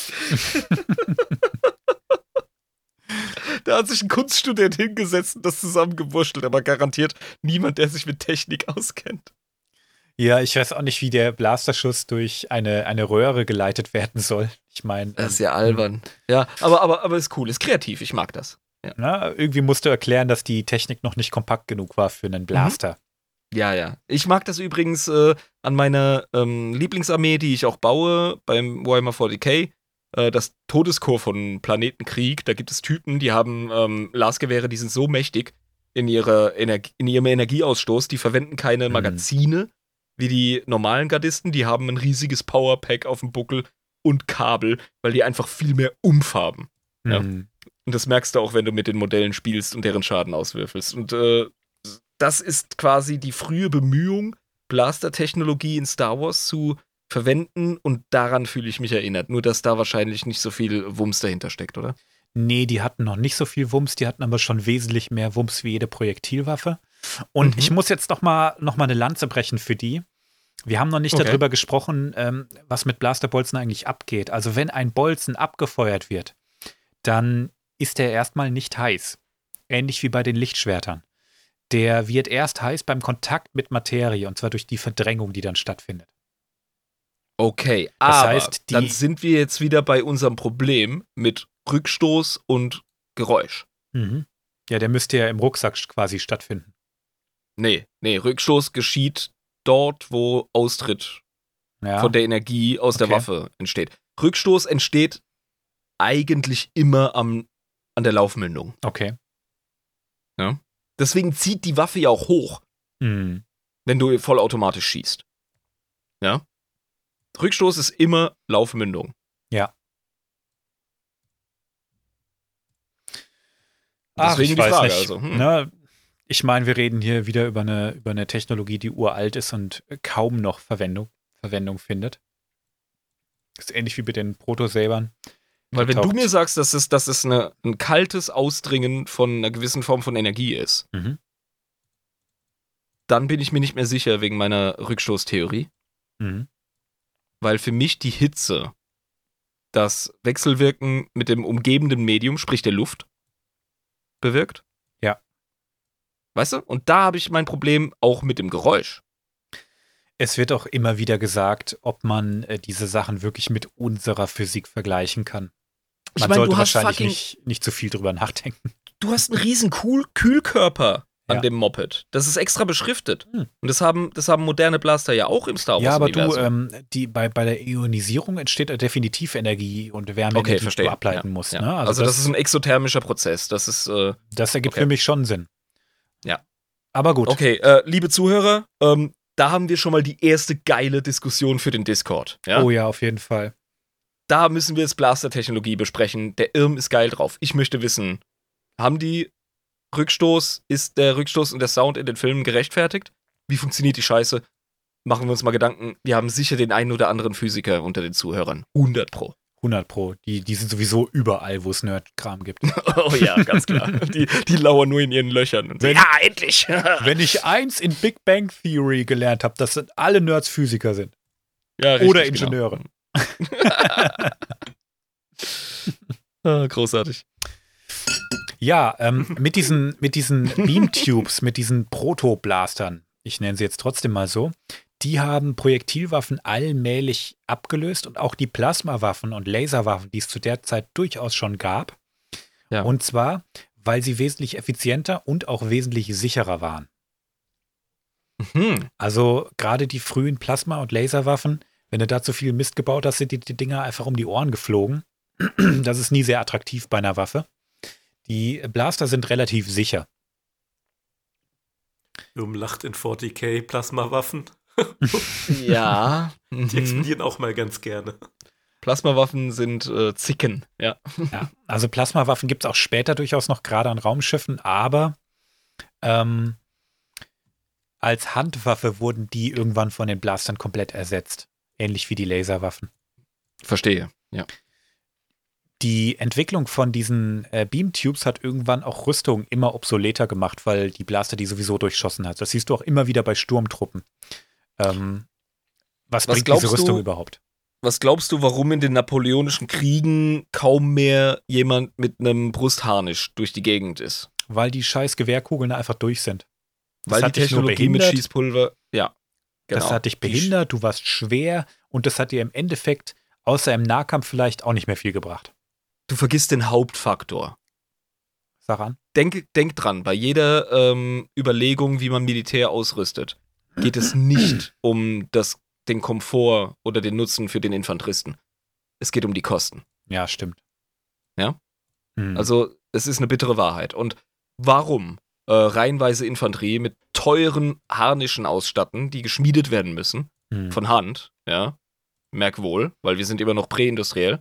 Da hat sich ein Kunststudent hingesetzt und das zusammengewurschtelt, aber garantiert niemand, der sich mit Technik auskennt. Ja, ich weiß auch nicht, wie der Blasterschuss durch eine Röhre geleitet werden soll. Ich meine. Das ist ja albern. Ja, aber ist cool, ist kreativ, ich mag das. Ja. Na, irgendwie musst du erklären, dass die Technik noch nicht kompakt genug war für einen Blaster. Ja. Ich mag das übrigens an meiner Lieblingsarmee, die ich auch baue, beim Warhammer 40k. Das Todeskorps von Planetenkrieg, da gibt es Typen, die haben Lasgewehre, die sind so mächtig in ihrem Energieausstoß, die verwenden keine Magazine wie die normalen Gardisten, die haben ein riesiges Powerpack auf dem Buckel und Kabel, weil die einfach viel mehr Umf haben. Ja. Und das merkst du auch, wenn du mit den Modellen spielst und deren Schaden auswürfelst. Und das ist quasi die frühe Bemühung, Blaster-Technologie in Star Wars zu verwenden und daran fühle ich mich erinnert. Nur, dass da wahrscheinlich nicht so viel Wumms dahinter steckt, oder? Nee, die hatten noch nicht so viel Wumms, die hatten aber schon wesentlich mehr Wumms wie jede Projektilwaffe. Und ich muss jetzt noch mal eine Lanze brechen für die. Wir haben noch nicht darüber gesprochen, was mit Blasterbolzen eigentlich abgeht. Also wenn ein Bolzen abgefeuert wird, dann ist der erstmal nicht heiß. Ähnlich wie bei den Lichtschwertern. Der wird erst heiß beim Kontakt mit Materie, und zwar durch die Verdrängung, die dann stattfindet. Okay, das aber heißt, dann sind wir jetzt wieder bei unserem Problem mit Rückstoß und Geräusch. Ja, der müsste ja im Rucksack quasi stattfinden. Nee, Rückstoß geschieht dort, wo Austritt von der Energie aus der Waffe entsteht. Rückstoß entsteht eigentlich immer an der Laufmündung. Okay. Ja? Deswegen zieht die Waffe ja auch hoch, wenn du vollautomatisch schießt. Ja? Rückstoß ist immer Laufmündung. Ja. Deswegen ich die weiß Frage. nicht. Also, Na, ich meine, wir reden hier wieder über eine Technologie, die uralt ist und kaum noch Verwendung findet. Das ist ähnlich wie mit den Proto-Sabern. Weil wenn du mir sagst, dass es ein kaltes Ausdringen von einer gewissen Form von Energie ist, dann bin ich mir nicht mehr sicher wegen meiner Rückstoßtheorie. Weil für mich die Hitze das Wechselwirken mit dem umgebenden Medium, sprich der Luft, bewirkt. Ja. Weißt du? Und da habe ich mein Problem auch mit dem Geräusch. Es wird auch immer wieder gesagt, ob man diese Sachen wirklich mit unserer Physik vergleichen kann. Man sollte wahrscheinlich nicht zu viel drüber nachdenken. Du hast einen riesen Kühlkörper an dem Moped. Das ist extra beschriftet. Und das haben moderne Blaster ja auch im Star Wars. Ja, aber du, bei der Ionisierung entsteht definitiv Energie und Wärme, die du ableiten musst. Ja. Ne? Also das ist ein exothermischer Prozess. Das ergibt für mich schon Sinn. Ja. Aber gut. Okay, liebe Zuhörer, da haben wir schon mal die erste geile Diskussion für den Discord. Ja? Oh ja, auf jeden Fall. Da müssen wir jetzt Blaster-Technologie besprechen. Der Irm ist geil drauf. Ich möchte wissen, haben die ist der Rückstoß und der Sound in den Filmen gerechtfertigt? Wie funktioniert die Scheiße? Machen wir uns mal Gedanken. Wir haben sicher den einen oder anderen Physiker unter den Zuhörern. 100 Pro. 100 Pro. Die sind sowieso überall, wo es Nerd-Kram gibt. Oh ja, ganz klar. Die lauern nur in ihren Löchern. Und ja, endlich! Wenn ich eins in Big Bang Theory gelernt habe, dass alle Nerds Physiker sind. Ja, richtig, oder Ingenieure. Genau. Großartig. Ja, mit diesen Beam-Tubes, mit diesen Proto-Blastern, ich nenne sie jetzt trotzdem mal so, die haben Projektilwaffen allmählich abgelöst und auch die Plasmawaffen und Laserwaffen, die es zu der Zeit durchaus schon gab. Ja. Und zwar, weil sie wesentlich effizienter und auch wesentlich sicherer waren. Mhm. Also gerade die frühen Plasma- und Laserwaffen, wenn du da zu viel Mist gebaut hast, sind die Dinger einfach um die Ohren geflogen. Das ist nie sehr attraktiv bei einer Waffe. Die Blaster sind relativ sicher. Lacht in 40k Plasmawaffen. Ja. Die explodieren auch mal ganz gerne. Plasmawaffen sind Zicken, ja. Ja, also Plasmawaffen gibt es auch später durchaus noch, gerade an Raumschiffen, aber als Handwaffe wurden die irgendwann von den Blastern komplett ersetzt. Ähnlich wie die Laserwaffen. Verstehe, ja. Die Entwicklung von diesen Beam-Tubes hat irgendwann auch Rüstung immer obsoleter gemacht, weil die Blaster die sowieso durchschossen hat. Das siehst du auch immer wieder bei Sturmtruppen. Was bringt diese Rüstung überhaupt? Was glaubst du, warum in den napoleonischen Kriegen kaum mehr jemand mit einem Brustharnisch durch die Gegend ist? Weil die scheiß Gewehrkugeln einfach durch sind. Weil die Technologie mit Schießpulver, ja, genau. Das hat dich behindert, du warst schwer und das hat dir im Endeffekt, außer im Nahkampf vielleicht, auch nicht mehr viel gebracht. Du vergisst den Hauptfaktor. Sag an. Denk dran, bei jeder Überlegung, wie man Militär ausrüstet, geht es nicht um den Komfort oder den Nutzen für den Infanteristen. Es geht um die Kosten. Ja, stimmt. Ja? Hm. Also, es ist eine bittere Wahrheit. Und warum reihenweise Infanterie mit teuren Harnischen ausstatten, die geschmiedet werden müssen, von Hand, ja, merk wohl, weil wir sind immer noch präindustriell,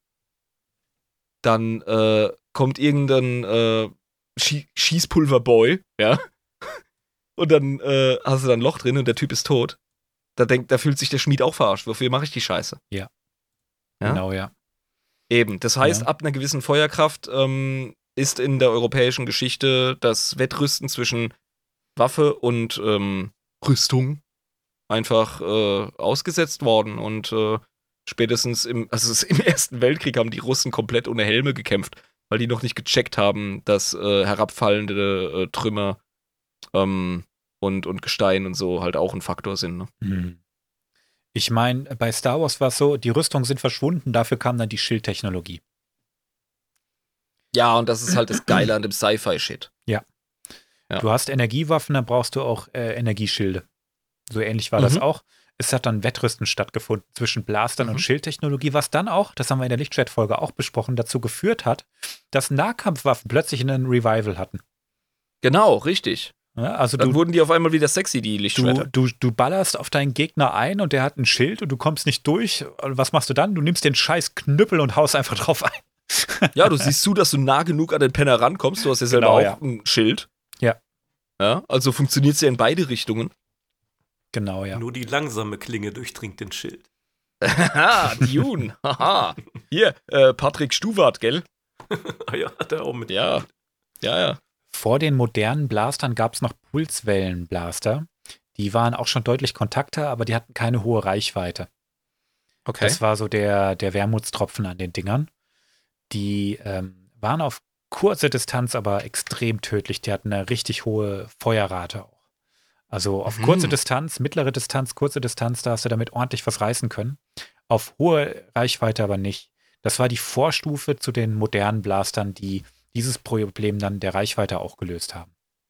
dann kommt irgendein Schießpulverboy, ja, und dann hast du da ein Loch drin und der Typ ist tot. Da fühlt sich der Schmied auch verarscht. Wofür mache ich die Scheiße? Ja. Ja? Genau, ja. Eben. Das heißt, Ja. ab einer gewissen Feuerkraft ist in der europäischen Geschichte das Wettrüsten zwischen Waffe und Rüstung einfach ausgesetzt worden. Und spätestens im Ersten Weltkrieg haben die Russen komplett ohne Helme gekämpft, weil die noch nicht gecheckt haben, dass herabfallende Trümmer und Gestein und so halt auch ein Faktor sind. Ne? Ich meine, bei Star Wars war es so, die Rüstungen sind verschwunden, dafür kam dann die Schildtechnologie. Ja, und das ist halt das Geile an dem Sci-Fi-Shit. Ja. Ja. Du hast Energiewaffen, dann brauchst du auch Energieschilde. So ähnlich war das auch. Es hat dann Wettrüsten stattgefunden zwischen Blastern und Schildtechnologie, was dann auch, das haben wir in der Lichtschwert-Folge auch besprochen, dazu geführt hat, dass Nahkampfwaffen plötzlich einen Revival hatten. Genau, richtig. Ja, also Dann wurden die auf einmal wieder sexy, die Lichtschwerter. du ballerst auf deinen Gegner ein und der hat ein Schild und du kommst nicht durch. Und was machst du dann? Du nimmst den scheiß Knüppel und haust einfach drauf ein. Ja, du siehst zu, dass du nah genug an den Penner rankommst. Du hast ja selber auch ein Schild. Ja. Ja. Also funktioniert es ja in beide Richtungen. Genau, ja. Nur die langsame Klinge durchdringt den Schild. Haha, Dune. Haha. Hier, Patrick Stuwart, gell? Ja, hat er auch mit. Ja. Ja. Vor den modernen Blastern gab es noch Pulswellenblaster. Die waren auch schon deutlich kontakter, aber die hatten keine hohe Reichweite. Okay. Das war so der Wermutstropfen an den Dingern. Die waren auf kurze Distanz aber extrem tödlich. Die hatten eine richtig hohe Feuerrate auch. Also auf kurze Distanz, mittlere Distanz, kurze Distanz, da hast du damit ordentlich was reißen können. Auf hohe Reichweite aber nicht. Das war die Vorstufe zu den modernen Blastern, die dieses Problem dann der Reichweite auch gelöst haben.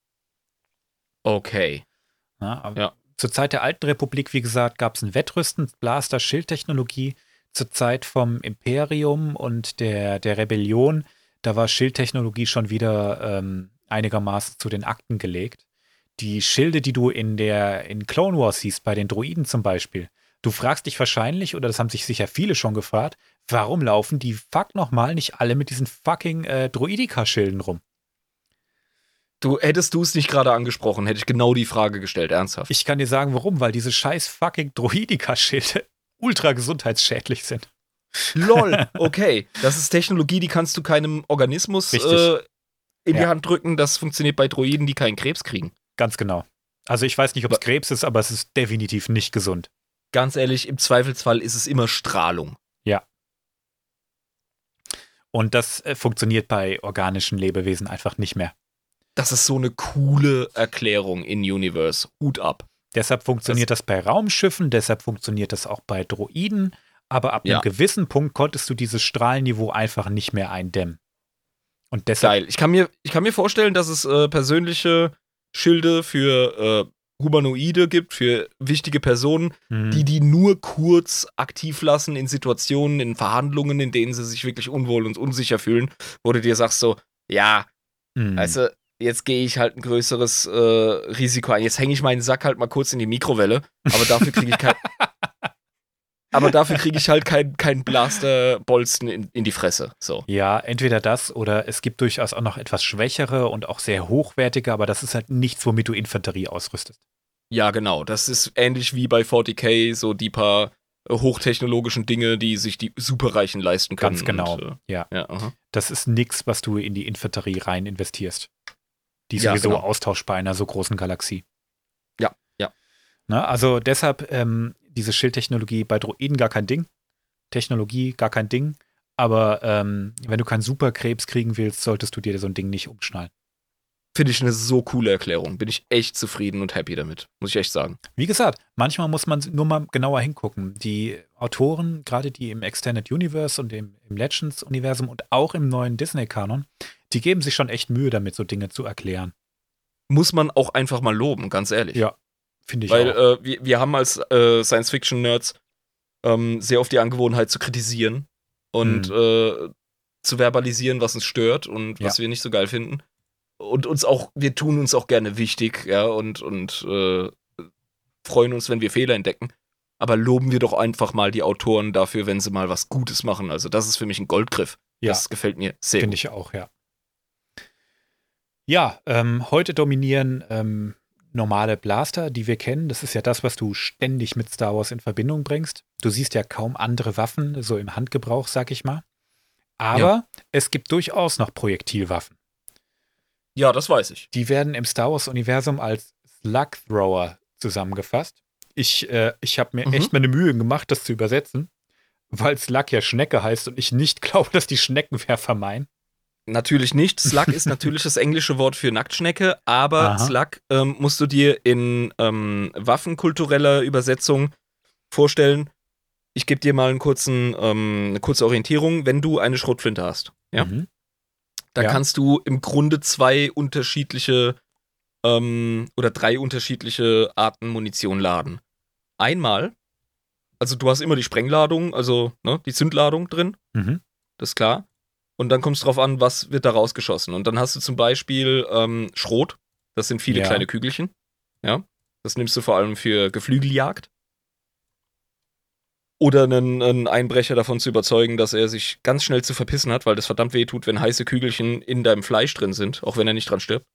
Okay. Ja. Zur Zeit der Alten Republik, wie gesagt, gab es ein Wettrüsten, Blaster, Schildtechnologie. Zur Zeit vom Imperium und der Rebellion, da war Schildtechnologie schon wieder einigermaßen zu den Akten gelegt. Die Schilde, die du in Clone Wars siehst, bei den Droiden zum Beispiel, du fragst dich wahrscheinlich, oder das haben sich sicher viele schon gefragt, warum laufen die nochmal nicht alle mit diesen fucking Droidika-Schilden rum? Hättest du es nicht gerade angesprochen, hätte ich genau die Frage gestellt, ernsthaft. Ich kann dir sagen, warum, weil diese scheiß fucking Droidika-Schilde ultra gesundheitsschädlich sind. LOL, okay. Das ist Technologie, die kannst du keinem Organismus in die Hand drücken. Das funktioniert bei Droiden, die keinen Krebs kriegen. Ganz genau. Also ich weiß nicht, ob es Krebs ist, aber es ist definitiv nicht gesund. Ganz ehrlich, im Zweifelsfall ist es immer Strahlung. Ja. Und das funktioniert bei organischen Lebewesen einfach nicht mehr. Das ist so eine coole Erklärung in Universe. Hut ab. Deshalb funktioniert das bei Raumschiffen, deshalb funktioniert das auch bei Droiden, aber ab einem gewissen Punkt konntest du dieses Strahlniveau einfach nicht mehr eindämmen. Und deshalb Geil. Ich kann mir vorstellen, dass es persönliche Schilde für Humanoide gibt, für wichtige Personen, die nur kurz aktiv lassen in Situationen, in Verhandlungen, in denen sie sich wirklich unwohl und unsicher fühlen, wo du dir sagst so, ja, weißt du, jetzt gehe ich halt ein größeres Risiko ein. Jetzt hänge ich meinen Sack halt mal kurz in die Mikrowelle, aber dafür kriege ich keinen Blasterbolzen in die Fresse. So. Ja, entweder das oder es gibt durchaus auch noch etwas schwächere und auch sehr hochwertige, aber das ist halt nichts, womit du Infanterie ausrüstest. Ja, genau. Das ist ähnlich wie bei 40k, so die paar hochtechnologischen Dinge, die sich die Superreichen leisten können. Ganz genau, und, ja. Aha. Das ist nichts, was du in die Infanterie rein investierst. Die ist Ja, sowieso genau. austauschbar in einer so großen Galaxie. Ja. Na, also deshalb diese Schildtechnologie bei Droiden gar kein Ding. Technologie gar kein Ding. Aber wenn du keinen Superkrebs kriegen willst, solltest du dir so ein Ding nicht umschnallen. Finde ich eine so coole Erklärung. Bin ich echt zufrieden und happy damit. Muss ich echt sagen. Wie gesagt, manchmal muss man nur mal genauer hingucken. Die Autoren, gerade die im Extended Universe und im Legends-Universum und auch im neuen Disney-Kanon, die geben sich schon echt Mühe damit, so Dinge zu erklären. Muss man auch einfach mal loben, ganz ehrlich. Ja, finde ich Weil auch. wir haben als Science-Fiction-Nerds sehr oft die Angewohnheit zu kritisieren und zu verbalisieren, was uns stört und was wir nicht so geil finden. Und wir tun uns auch gerne wichtig, ja, und freuen uns, wenn wir Fehler entdecken. Aber loben wir doch einfach mal die Autoren dafür, wenn sie mal was Gutes machen. Also das ist für mich ein Goldgriff. Ja. Das gefällt mir sehr Finde gut. ich auch, ja. Ja, heute dominieren normale Blaster, die wir kennen. Das ist ja das, was du ständig mit Star Wars in Verbindung bringst. Du siehst ja kaum andere Waffen, so im Handgebrauch, sag ich mal. Aber es gibt durchaus noch Projektilwaffen. Ja, das weiß ich. Die werden im Star Wars-Universum als Slug Thrower zusammengefasst. Ich habe mir echt meine Mühe gemacht, das zu übersetzen, weil Slug ja Schnecke heißt und ich nicht glaube, dass die Schneckenwerfer meinen. Natürlich nicht. Slug ist natürlich das englische Wort für Nacktschnecke, aber Slug musst du dir in waffenkultureller Übersetzung vorstellen. Ich gebe dir mal eine kurze Orientierung. Wenn du eine Schrotflinte hast, da kannst du im Grunde 2 unterschiedliche oder 3 unterschiedliche Arten Munition laden. Einmal, also du hast immer die Sprengladung, also die Zündladung drin, das ist klar. Und dann kommt es drauf an, was wird da rausgeschossen. Und dann hast du zum Beispiel Schrot, das sind viele kleine Kügelchen. Ja, das nimmst du vor allem für Geflügeljagd. Oder einen Einbrecher davon zu überzeugen, dass er sich ganz schnell zu verpissen hat, weil das verdammt weh tut, wenn heiße Kügelchen in deinem Fleisch drin sind, auch wenn er nicht dran stirbt.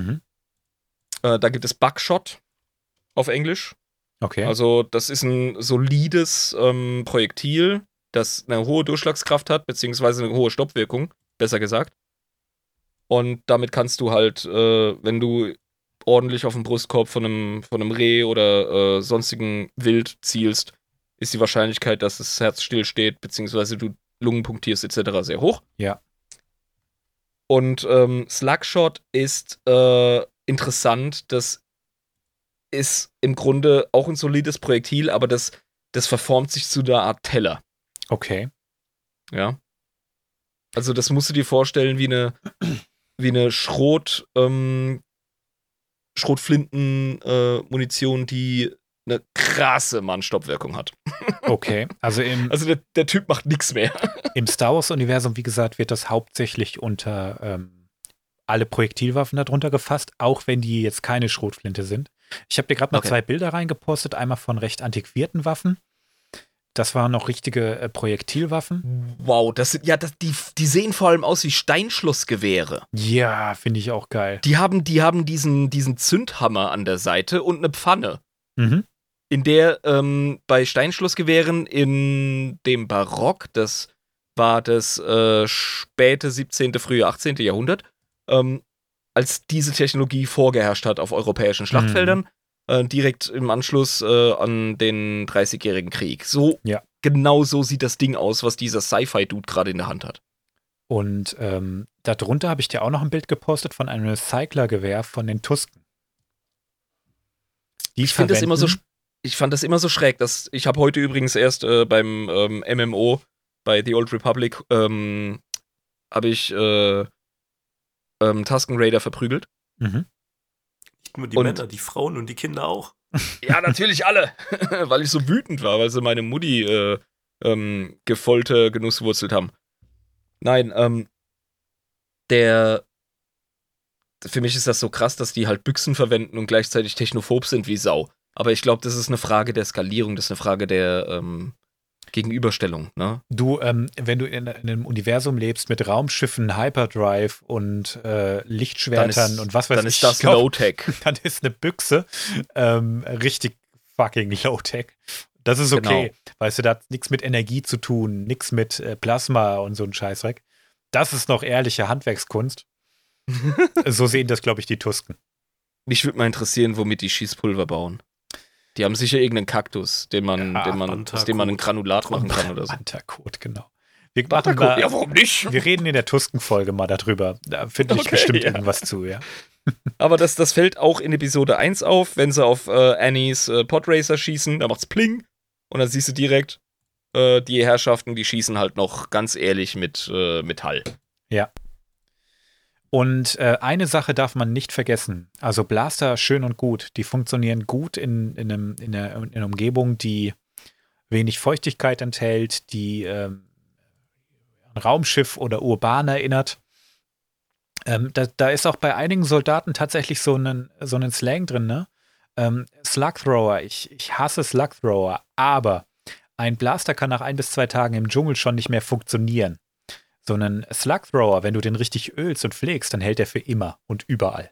Da gibt es Buckshot auf Englisch. Okay. Also das ist ein solides Projektil, das eine hohe Durchschlagskraft hat, beziehungsweise eine hohe Stoppwirkung, besser gesagt. Und damit kannst du halt, wenn du ordentlich auf den Brustkorb von einem Reh oder sonstigen Wild zielst, ist die Wahrscheinlichkeit, dass das Herz stillsteht, beziehungsweise du Lungen punktierst etc. sehr hoch. Ja. Und Slugshot ist interessant. Das ist im Grunde auch ein solides Projektil, aber das verformt sich zu einer Art Teller. Okay. Ja. Also das musst du dir vorstellen wie eine Schrotflinten-Munition, die eine krasse Mannstoppwirkung hat. Okay. Also der Typ macht nichts mehr. im Star Wars-Universum, wie gesagt, wird das hauptsächlich unter alle Projektilwaffen darunter gefasst, auch wenn die jetzt keine Schrotflinte sind. Ich habe dir gerade mal 2 Bilder reingepostet, einmal von recht antiquierten Waffen. Das waren noch richtige Projektilwaffen. Wow, die sehen vor allem aus wie Steinschlossgewehre. Ja, finde ich auch geil. Die haben diesen Zündhammer an der Seite und eine Pfanne. In der bei Steinschlossgewehren in dem Barock, das war das späte 17., frühe 18. Jahrhundert, als diese Technologie vorgeherrscht hat auf europäischen Schlachtfeldern, direkt im Anschluss an den 30-jährigen Krieg. Genau so sieht das Ding aus, was dieser Sci-Fi-Dude gerade in der Hand hat. Und darunter habe ich dir auch noch ein Bild gepostet von einem Recycler-Gewehr von den Tusken. Ich fand das immer so schräg. Ich habe heute übrigens erst beim MMO bei The Old Republic habe ich Tusken Raider verprügelt. Nicht nur die Männer, die Frauen und die Kinder auch. Ja, natürlich alle. Weil ich so wütend war, weil sie meine Mutti genusswurzelt haben. Nein, für mich ist das so krass, dass die halt Büchsen verwenden und gleichzeitig technophob sind wie Sau. Aber ich glaube, das ist eine Frage der Skalierung, das ist eine Frage der Gegenüberstellung, ne? Du, wenn du in einem Universum lebst mit Raumschiffen, Hyperdrive und Lichtschwertern und was weiß ich. Dann ist das Low-Tech. Dann ist eine Büchse richtig fucking Low-Tech. Das ist okay. Genau. Weißt du, da hat nichts mit Energie zu tun, nichts mit Plasma und so ein Scheißdreck. Das ist noch ehrliche Handwerkskunst. So sehen das, glaube ich, die Tusken. Mich würde mal interessieren, womit die Schießpulver bauen. Die haben sicher irgendeinen Kaktus, aus dem man ein Granulat machen kann oder so. Banterkot, genau. Ja, warum nicht? Wir reden in der Tusken-Folge mal darüber. Da finde ich bestimmt irgendwas zu, ja. Aber das fällt auch in Episode 1 auf, wenn sie auf Annies Podracer schießen, da macht's Pling und dann siehst du direkt, die Herrschaften, die schießen halt noch ganz ehrlich mit Metall. Ja. Und eine Sache darf man nicht vergessen. Also Blaster, schön und gut. Die funktionieren gut in einer Umgebung, die wenig Feuchtigkeit enthält, die an Raumschiff oder urban erinnert. Da ist auch bei einigen Soldaten tatsächlich so einen Slang drin, ne? Slug-Thrower. Ich hasse Slug-Thrower, aber ein Blaster kann nach 1 bis 2 Tagen im Dschungel schon nicht mehr funktionieren. So einen Slug-Thrower, wenn du den richtig ölst und pflegst, dann hält der für immer und überall.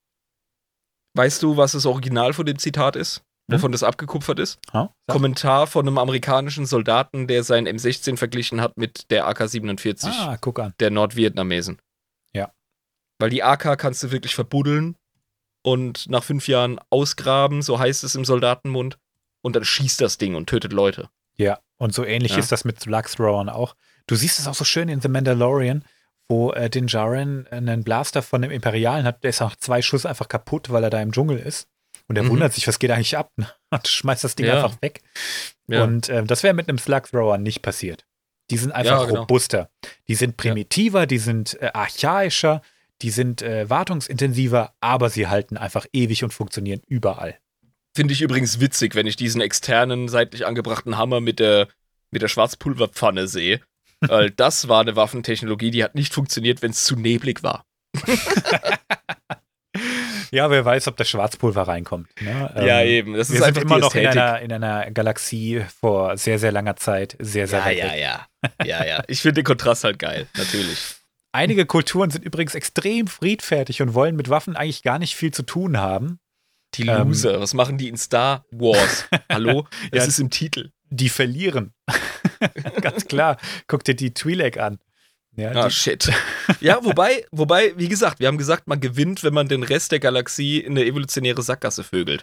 Weißt du, was das Original von dem Zitat ist? Wovon das abgekupfert ist? Kommentar von einem amerikanischen Soldaten, der seinen M16 verglichen hat mit der AK-47 guck an. Der Nordvietnamesen. Ja. Weil die AK kannst du wirklich verbuddeln und nach 5 Jahren ausgraben, so heißt es im Soldatenmund, und dann schießt das Ding und tötet Leute. Ja, und so ähnlich ist das mit Slug-Throwern auch. Du siehst es auch so schön in The Mandalorian, wo Din Djarin einen Blaster von dem Imperialen hat, der ist nach 2 Schuss einfach kaputt, weil er da im Dschungel ist. Und er wundert sich, was geht eigentlich ab? Und schmeißt das Ding einfach weg. Ja. Und das wäre mit einem Slug-Thrower nicht passiert. Die sind einfach robuster. Die sind primitiver, die sind archaischer, die sind wartungsintensiver, aber sie halten einfach ewig und funktionieren überall. Finde ich übrigens witzig, wenn ich diesen externen, seitlich angebrachten Hammer mit der Schwarzpulverpfanne sehe. Weil das war eine Waffentechnologie, die hat nicht funktioniert, wenn es zu neblig war. Ja, wer weiß, ob das Schwarzpulver reinkommt. Ne? Ja, eben. Das ist wir einfach sind immer die noch in Ästhetik. einer Galaxie vor sehr, sehr langer Zeit. Sehr, sehr weit weg. Ja. Ich finde den Kontrast halt geil, natürlich. Einige Kulturen sind übrigens extrem friedfertig und wollen mit Waffen eigentlich gar nicht viel zu tun haben. Die Loser, was machen die in Star Wars? Hallo? Das ist im Titel. Die verlieren. Ganz klar. Guck dir die Twi'lek an. Ja, shit. Ja, wobei, wie gesagt, wir haben gesagt, man gewinnt, wenn man den Rest der Galaxie in eine evolutionäre Sackgasse vögelt.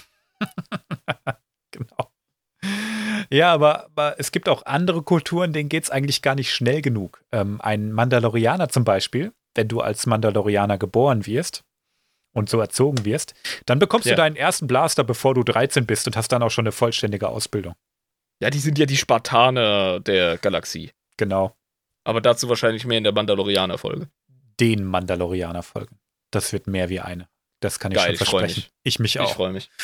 Genau. Ja, aber es gibt auch andere Kulturen, denen geht es eigentlich gar nicht schnell genug. Ein Mandalorianer zum Beispiel, wenn du als Mandalorianer geboren wirst und so erzogen wirst, dann bekommst du deinen ersten Blaster, bevor du 13 bist und hast dann auch schon eine vollständige Ausbildung. Ja, die sind ja die Spartaner der Galaxie. Genau. Aber dazu wahrscheinlich mehr in der Mandalorianer-Folge. Den Mandalorianer-Folgen. Das wird mehr wie eine. Das kann ich schon versprechen. Ich mich auch. Ich freue mich.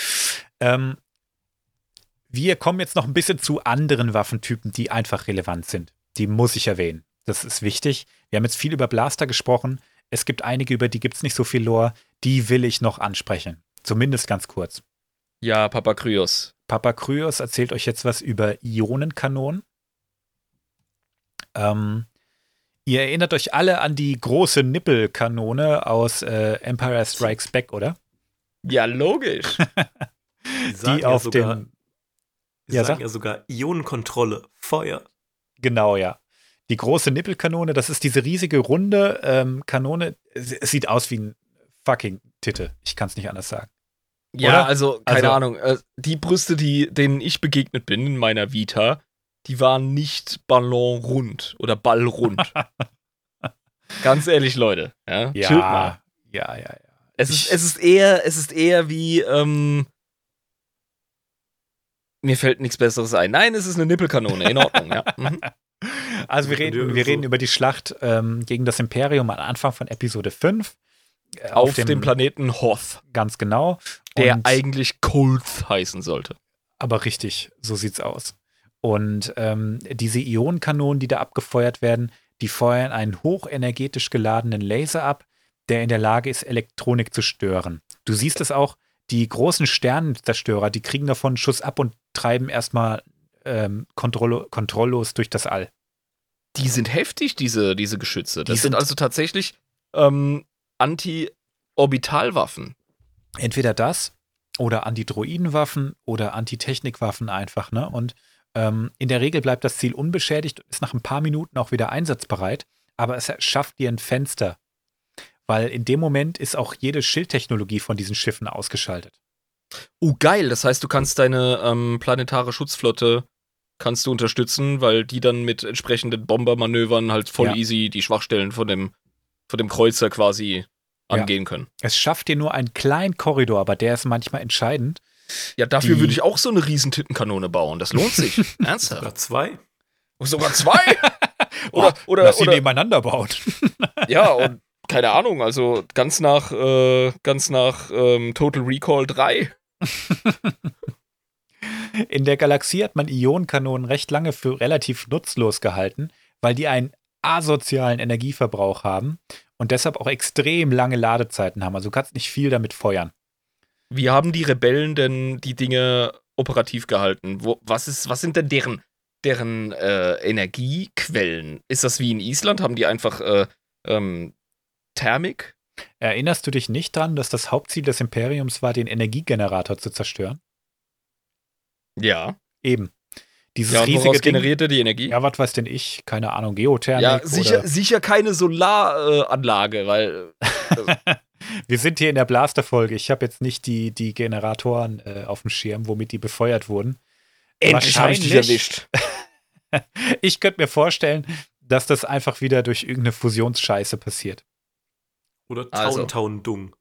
Wir kommen jetzt noch ein bisschen zu anderen Waffentypen, die einfach relevant sind. Die muss ich erwähnen. Das ist wichtig. Wir haben jetzt viel über Blaster gesprochen. Es gibt einige, über die gibt es nicht so viel Lore. Die will ich noch ansprechen. Zumindest ganz kurz. Ja, Papa Kryos. Papa Kryos erzählt euch jetzt was über Ionenkanonen. Ihr erinnert euch alle an die große Nippelkanone aus Empire Strikes Back, oder? Ja, logisch. Die auf dem... Sie sagen ja sogar Ionenkontrolle, Feuer. Genau, ja. Die große Nippelkanone, das ist diese riesige runde Kanone. Es sieht aus wie ein fucking Titte. Ich kann es nicht anders sagen. Ja, oder? also, keine Ahnung. Die Brüste, denen ich begegnet bin in meiner Vita, die waren nicht ballonrund oder ballrund. Ganz ehrlich, Leute. Ja, chillt mal. Ja. Es ist eher wie, mir fällt nichts Besseres ein. Nein, es ist eine Nippelkanone, in Ordnung, ja. Mhm. Also wir reden über die Schlacht gegen das Imperium am Anfang von Episode 5. Auf dem Planeten Hoth. Ganz genau. Der eigentlich Kolth heißen sollte. Aber richtig, so sieht's aus. Und diese Ionenkanonen, die da abgefeuert werden, die feuern einen hochenergetisch geladenen Laser ab, der in der Lage ist, Elektronik zu stören. Du siehst es auch, die großen Sternenzerstörer, die kriegen davon einen Schuss ab und treiben erstmal kontrolllos durch das All. Die sind heftig, diese Geschütze. Das sind also tatsächlich Anti-Orbitalwaffen. Entweder das oder Antidroidenwaffen oder Antitechnikwaffen einfach, ne? Und in der Regel bleibt das Ziel unbeschädigt und ist nach ein paar Minuten auch wieder einsatzbereit, aber es schafft dir ein Fenster, weil in dem Moment ist auch jede Schildtechnologie von diesen Schiffen ausgeschaltet. Geil. Das heißt, du kannst deine planetare Schutzflotte kannst du unterstützen, weil die dann mit entsprechenden Bombermanövern halt voll easy die Schwachstellen von dem Kreuzer quasi angehen können. Es schafft dir nur einen kleinen Korridor, aber der ist manchmal entscheidend. Ja, dafür würde ich auch so eine riesen Tittenkanone bauen. Das lohnt sich. Ernsthaft. Sogar 2? Sogar 2? oder dass sie nebeneinander baut. Ja, und keine Ahnung, also ganz nach Total Recall 3. In der Galaxie hat man Ionenkanonen recht lange für relativ nutzlos gehalten, weil die einen asozialen Energieverbrauch haben und deshalb auch extrem lange Ladezeiten haben. Also du kannst nicht viel damit feuern. Wie haben die Rebellen denn die Dinge operativ gehalten? Was sind denn deren Energiequellen? Ist das wie in Island? Haben die einfach Thermik? Erinnerst du dich nicht dran, dass das Hauptziel des Imperiums war, den Energiegenerator zu zerstören? Ja. Eben. Dieses und riesige woraus Ding, generiert er die Energie? Ja, was weiß denn ich? Keine Ahnung, Geothermik. Ja, sicher keine Solaranlage, weil wir sind hier in der Blaster-Folge. Ich habe jetzt nicht die Generatoren auf dem Schirm, womit die befeuert wurden. Endlich habe ich dich erwischt. Ich könnte mir vorstellen, dass das einfach wieder durch irgendeine Fusionsscheiße passiert. Oder Tauntaun-Dung.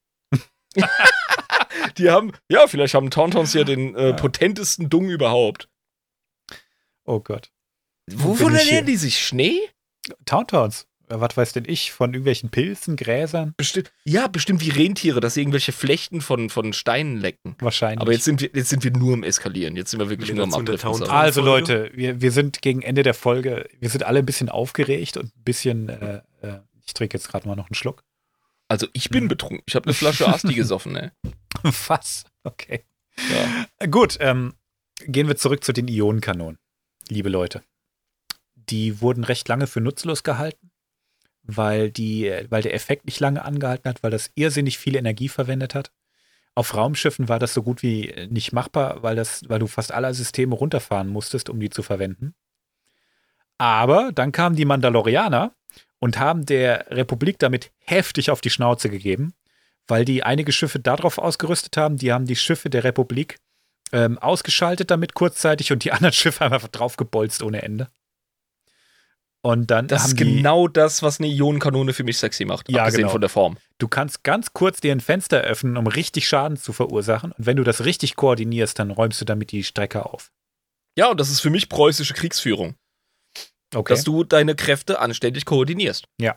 Vielleicht haben Tauntauns ja den potentesten Dung überhaupt. Oh Gott. Wovon ernähren die sich? Schnee? Tauntauns. Was weiß denn ich? Von irgendwelchen Pilzen, Gräsern? Bestimmt wie Rentiere, dass sie irgendwelche Flechten von Steinen lecken. Wahrscheinlich. Aber jetzt sind wir nur im Eskalieren. Jetzt sind wir wirklich nur am Abdriften. Also Leute, wir sind gegen Ende der Folge, wir sind alle ein bisschen aufgeregt und ein bisschen, ich trinke jetzt gerade mal noch einen Schluck. Also ich bin betrunken. Ich habe eine Flasche Asti gesoffen, ey. Was? Okay. Ja. Gut, gehen wir zurück zu den Ionenkanonen, liebe Leute. Die wurden recht lange für nutzlos gehalten, weil der Effekt nicht lange angehalten hat, weil das irrsinnig viel Energie verwendet hat. Auf Raumschiffen war das so gut wie nicht machbar, weil du fast alle Systeme runterfahren musstest, um die zu verwenden. Aber dann kamen die Mandalorianer und haben der Republik damit heftig auf die Schnauze gegeben, weil die einige Schiffe darauf ausgerüstet haben. Die haben die Schiffe der Republik ausgeschaltet damit kurzzeitig und die anderen Schiffe einfach draufgebolzt ohne Ende. Und dann das ist genau das, was eine Ionenkanone für mich sexy macht, abgesehen von der Form. Du kannst ganz kurz dir ein Fenster öffnen, um richtig Schaden zu verursachen. Und wenn du das richtig koordinierst, dann räumst du damit die Strecke auf. Ja, und das ist für mich preußische Kriegsführung. Okay. Dass du deine Kräfte anständig koordinierst. Ja.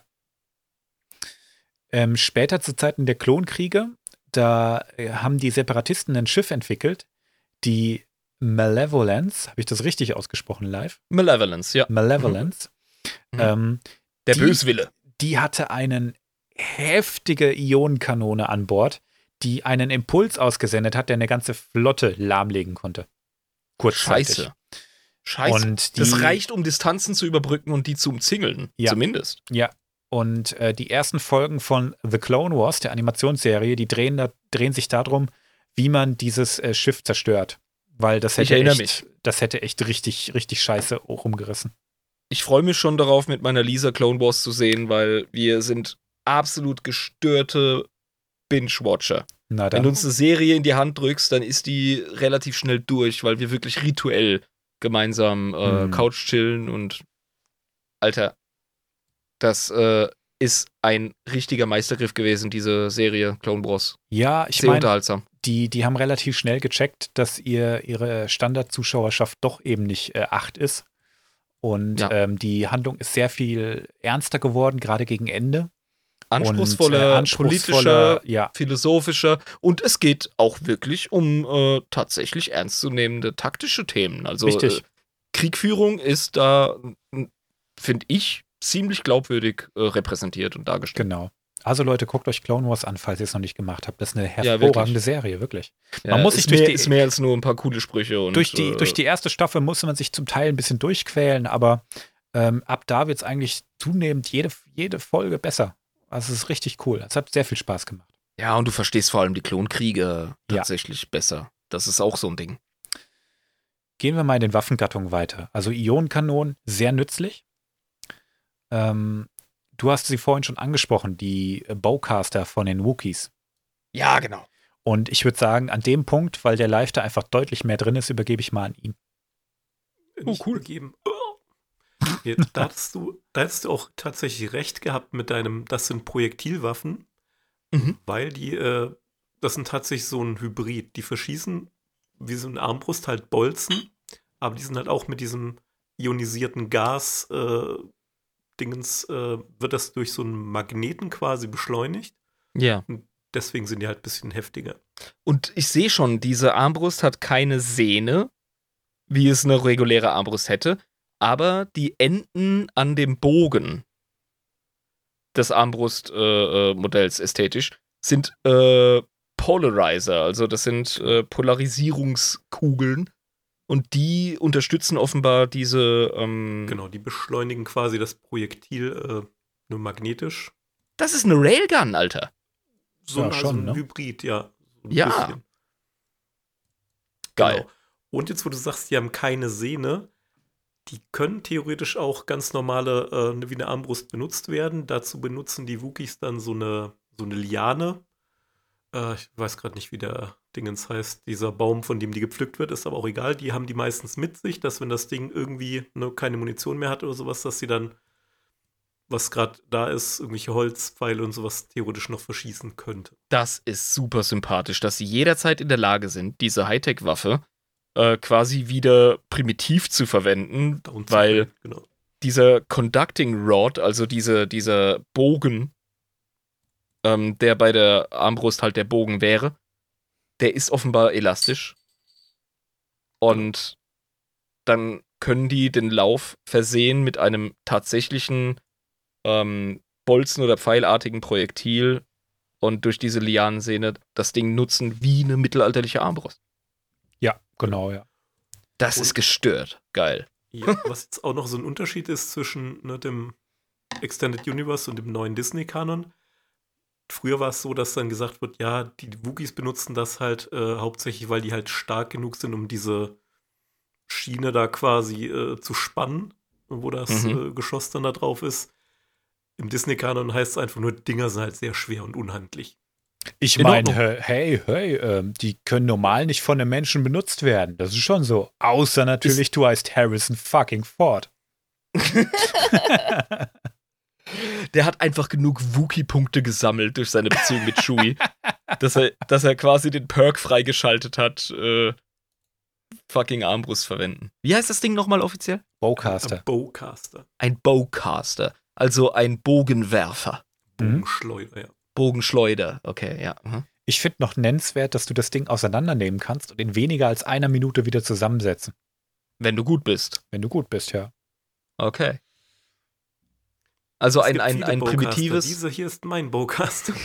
Später zu Zeiten der Klonkriege, da haben die Separatisten ein Schiff entwickelt, die Malevolence, habe ich das richtig ausgesprochen live? Malevolence, ja. Malevolence. Der Böswille. Die hatte eine heftige Ionenkanone an Bord, die einen Impuls ausgesendet hat, der eine ganze Flotte lahmlegen konnte. Kurzzeitig. Scheiße. Und das reicht, um Distanzen zu überbrücken und die zu umzingeln. Ja. Zumindest. Ja. Und die ersten Folgen von The Clone Wars, der Animationsserie, die drehen sich darum, wie man dieses Schiff zerstört. Weil das hätte echt richtig, richtig scheiße rumgerissen. Ich freue mich schon darauf, mit meiner Lisa Clone Wars zu sehen, weil wir sind absolut gestörte Binge-Watcher. Wenn du uns eine Serie in die Hand drückst, dann ist die relativ schnell durch, weil wir wirklich rituell gemeinsam Couch chillen und Alter, das ist ein richtiger Meistergriff gewesen, diese Serie Clone Wars. Ja, ich Sehr meine, unterhaltsam. die haben relativ schnell gecheckt, dass ihre Standardzuschauerschaft doch eben nicht 8 ist. Und Ja. die Handlung ist sehr viel ernster geworden, gerade gegen Ende. Anspruchsvoller, politischer, ja, philosophischer und es geht auch wirklich um tatsächlich ernstzunehmende taktische Themen. Also richtig. Kriegführung ist da, finde ich, ziemlich glaubwürdig repräsentiert und dargestellt. Genau. Also Leute, guckt euch Clone Wars an, falls ihr es noch nicht gemacht habt. Das ist eine Ja, hervorragende wirklich. Serie, wirklich. Ja, Man muss sich durch ist mehr als nur ein paar coole Sprüche. Und, durch die erste Staffel musste man sich zum Teil ein bisschen durchquälen, aber ab da wird es eigentlich zunehmend jede Folge besser. Also es ist richtig cool. Es hat sehr viel Spaß gemacht. Ja, und du verstehst vor allem die Klonkriege Ja. tatsächlich besser. Das ist auch so ein Ding. Gehen wir mal in den Waffengattungen weiter. Also Ionenkanonen, sehr nützlich. Du hast sie vorhin schon angesprochen, die Bowcaster von den Wookiees. Ja, genau. Und ich würde sagen, an dem Punkt, weil der Live da einfach deutlich mehr drin ist, übergebe ich mal an ihn. Nicht cool. gegeben. Ja, da hattest du auch tatsächlich recht gehabt mit deinem, das sind Projektilwaffen, Mhm. weil das sind tatsächlich so ein Hybrid. Die verschießen wie so eine Armbrust halt Bolzen, aber die sind halt auch mit diesem ionisierten Gas Dingens, wird das durch so einen Magneten quasi beschleunigt. Ja. Und deswegen sind die halt ein bisschen heftiger. Und ich sehe schon, diese Armbrust hat keine Sehne, wie es eine reguläre Armbrust hätte, aber die Enden an dem Bogen des Armbrustmodells ästhetisch sind Polarizer, also das sind Polarisierungskugeln und die unterstützen offenbar diese Genau, die beschleunigen quasi das Projektil nur magnetisch. Das ist eine Railgun, Alter. So Ja, ein, schon, also ein ne? Hybrid, ja. So ein Ja. bisschen. Geil. Genau. Und jetzt, wo du sagst, die haben keine Sehne, die können theoretisch auch ganz normale, wie eine Armbrust benutzt werden. Dazu benutzen die Wookiees dann so eine Liane. Ich weiß gerade nicht, wie der Dingens heißt. Dieser Baum, von dem die gepflückt wird, ist aber auch egal. Die haben die meistens mit sich, dass wenn das Ding irgendwie keine Munition mehr hat oder sowas, dass sie dann, was gerade da ist, irgendwelche Holzpfeile und sowas theoretisch noch verschießen könnte. Das ist super sympathisch, dass sie jederzeit in der Lage sind, diese Hightech-Waffe quasi wieder primitiv zu verwenden, Down zu weil bringen, genau. dieser Conducting Rod, also dieser Bogen, der bei der Armbrust halt der Bogen wäre, der ist offenbar elastisch. Und dann können die den Lauf versehen mit einem tatsächlichen Bolzen- oder pfeilartigen Projektil und durch diese Lianensehne das Ding nutzen wie eine mittelalterliche Armbrust. Ja, genau, ja. Das ist gestört. Geil. Ja, was jetzt auch noch so ein Unterschied ist zwischen dem Extended Universe und dem neuen Disney-Kanon. Früher war es so, dass dann gesagt wird, ja, die Wookiees benutzen das halt hauptsächlich, weil die halt stark genug sind, um diese Schiene da quasi zu spannen, wo das Geschoss dann da drauf ist. Im Disney-Kanon heißt es einfach nur, Dinger sind halt sehr schwer und unhandlich. Ich In meine, Ordnung. hey, die können normal nicht von einem Menschen benutzt werden. Das ist schon so. Außer natürlich, du heißt Harrison fucking Ford. Der hat einfach genug Wookie-Punkte gesammelt durch seine Beziehung mit Chewie, dass er quasi den Perk freigeschaltet hat, fucking Armbrust verwenden. Wie heißt das Ding nochmal offiziell? Bowcaster. Ein Bowcaster. Ein Bowcaster, also ein Bogenwerfer. Bogenschleuder, ja. Bogenschleuder, okay, ja. Mhm. Ich finde noch nennenswert, dass du das Ding auseinandernehmen kannst und in weniger als einer Minute wieder zusammensetzen. Wenn du gut bist. Wenn du gut bist, ja. Okay. Also Es ein gibt viele Bowcaster. primitives. Dieser hier ist mein Bowcaster.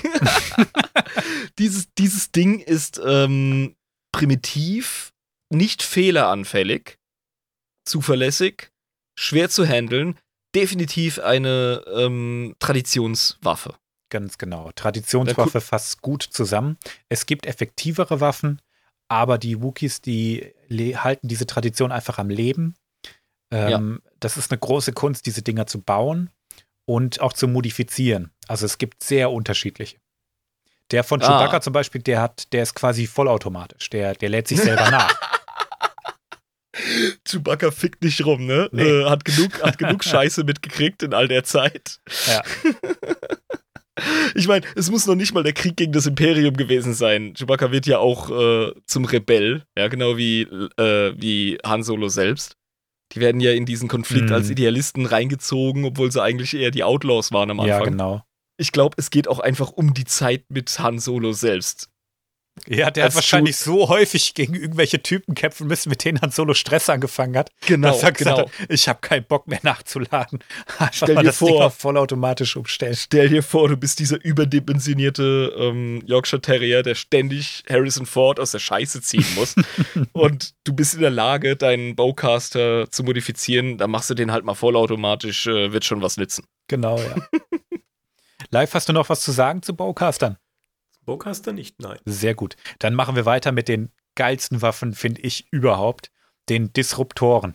Dieses Ding ist primitiv, nicht fehleranfällig, zuverlässig, schwer zu handeln, definitiv eine Traditionswaffe. Ganz genau. Traditionswaffe fasst gut zusammen. Es gibt effektivere Waffen, aber die Wookiees, die halten diese Tradition einfach am Leben. Das ist eine große Kunst, diese Dinger zu bauen und auch zu modifizieren. Also es gibt sehr unterschiedliche. Der von Chewbacca zum Beispiel, der ist quasi vollautomatisch. Der lädt sich selber nach. Chewbacca fickt nicht rum, ne? Nee. Hat genug Scheiße mitgekriegt in all der Zeit. Ja. Ich meine, es muss noch nicht mal der Krieg gegen das Imperium gewesen sein. Chewbacca wird ja auch zum Rebell, ja, genau wie Han Solo selbst. Die werden ja in diesen Konflikt als Idealisten reingezogen, obwohl sie eigentlich eher die Outlaws waren am Anfang. Ja, genau. Ich glaube, es geht auch einfach um die Zeit mit Han Solo selbst. Ja, der hat wahrscheinlich so häufig gegen irgendwelche Typen kämpfen müssen, mit denen Han Solo Stress angefangen hat. Genau, dass er gesagt hat, ich habe keinen Bock mehr nachzuladen. Einfach Stell mal dir das Ding vor- auf vollautomatisch umstellen. Stell dir vor, du bist dieser überdimensionierte Yorkshire Terrier, der ständig Harrison Ford aus der Scheiße ziehen muss. Und du bist in der Lage, deinen Bowcaster zu modifizieren. Dann machst du den halt mal vollautomatisch, wird schon was nützen. Genau, ja. Live, hast du noch was zu sagen zu Bowcastern? Bowcaster nicht, nein. Sehr gut. Dann machen wir weiter mit den geilsten Waffen, finde ich, überhaupt. Den Disruptoren.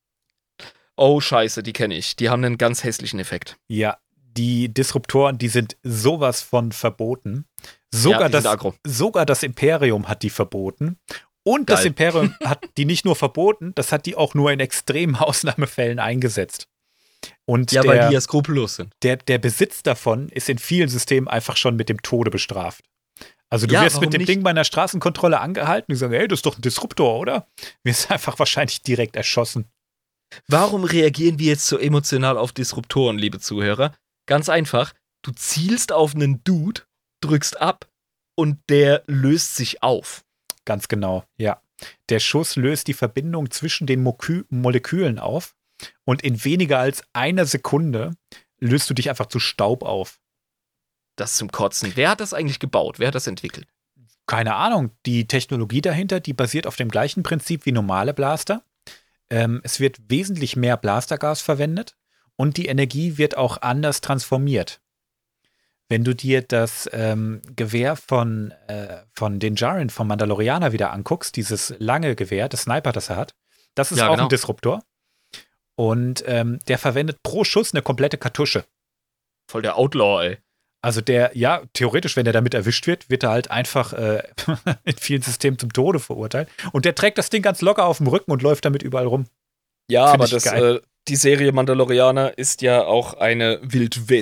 Oh, scheiße, die kenne ich. Die haben einen ganz hässlichen Effekt. Ja, die Disruptoren, die sind sowas von verboten. Sogar, die sind aggro. sogar das Imperium hat die verboten. Und das Geil. Imperium hat die nicht nur verboten, das hat die auch nur in extremen Ausnahmefällen eingesetzt. Und Ja, weil die ja skrupellos sind. der Besitz davon ist in vielen Systemen einfach schon mit dem Tode bestraft. Also du Ja, wirst mit warum dem nicht? Ding bei einer Straßenkontrolle angehalten, die sagen, hey, das ist doch ein Disruptor, oder? Wirst einfach wahrscheinlich direkt erschossen. Warum reagieren wir jetzt so emotional auf Disruptoren, liebe Zuhörer? Ganz einfach, du zielst auf einen Dude, drückst ab und der löst sich auf. Ganz genau, ja. Der Schuss löst die Verbindung zwischen den Molekülen auf und in weniger als einer Sekunde löst du dich einfach zu Staub auf. Das zum Kotzen. Wer hat das eigentlich gebaut? Wer hat das entwickelt? Keine Ahnung, die Technologie dahinter, die basiert auf dem gleichen Prinzip wie normale Blaster. Es wird wesentlich mehr Blastergas verwendet und die Energie wird auch anders transformiert. Wenn du dir das Gewehr von den Djarin, vom Mandalorianer wieder anguckst, dieses lange Gewehr, das Sniper, das er hat, das ist Ja, auch genau. ein Disruptor. Und der verwendet pro Schuss eine komplette Kartusche. Voll der Outlaw, ey. Also der, ja, theoretisch, wenn der damit erwischt wird, wird er halt einfach in vielen Systemen zum Tode verurteilt. Und der trägt das Ding ganz locker auf dem Rücken und läuft damit überall rum. Ja, Find aber ich das, geil. die Serie Mandalorianer ist ja auch eine Ja.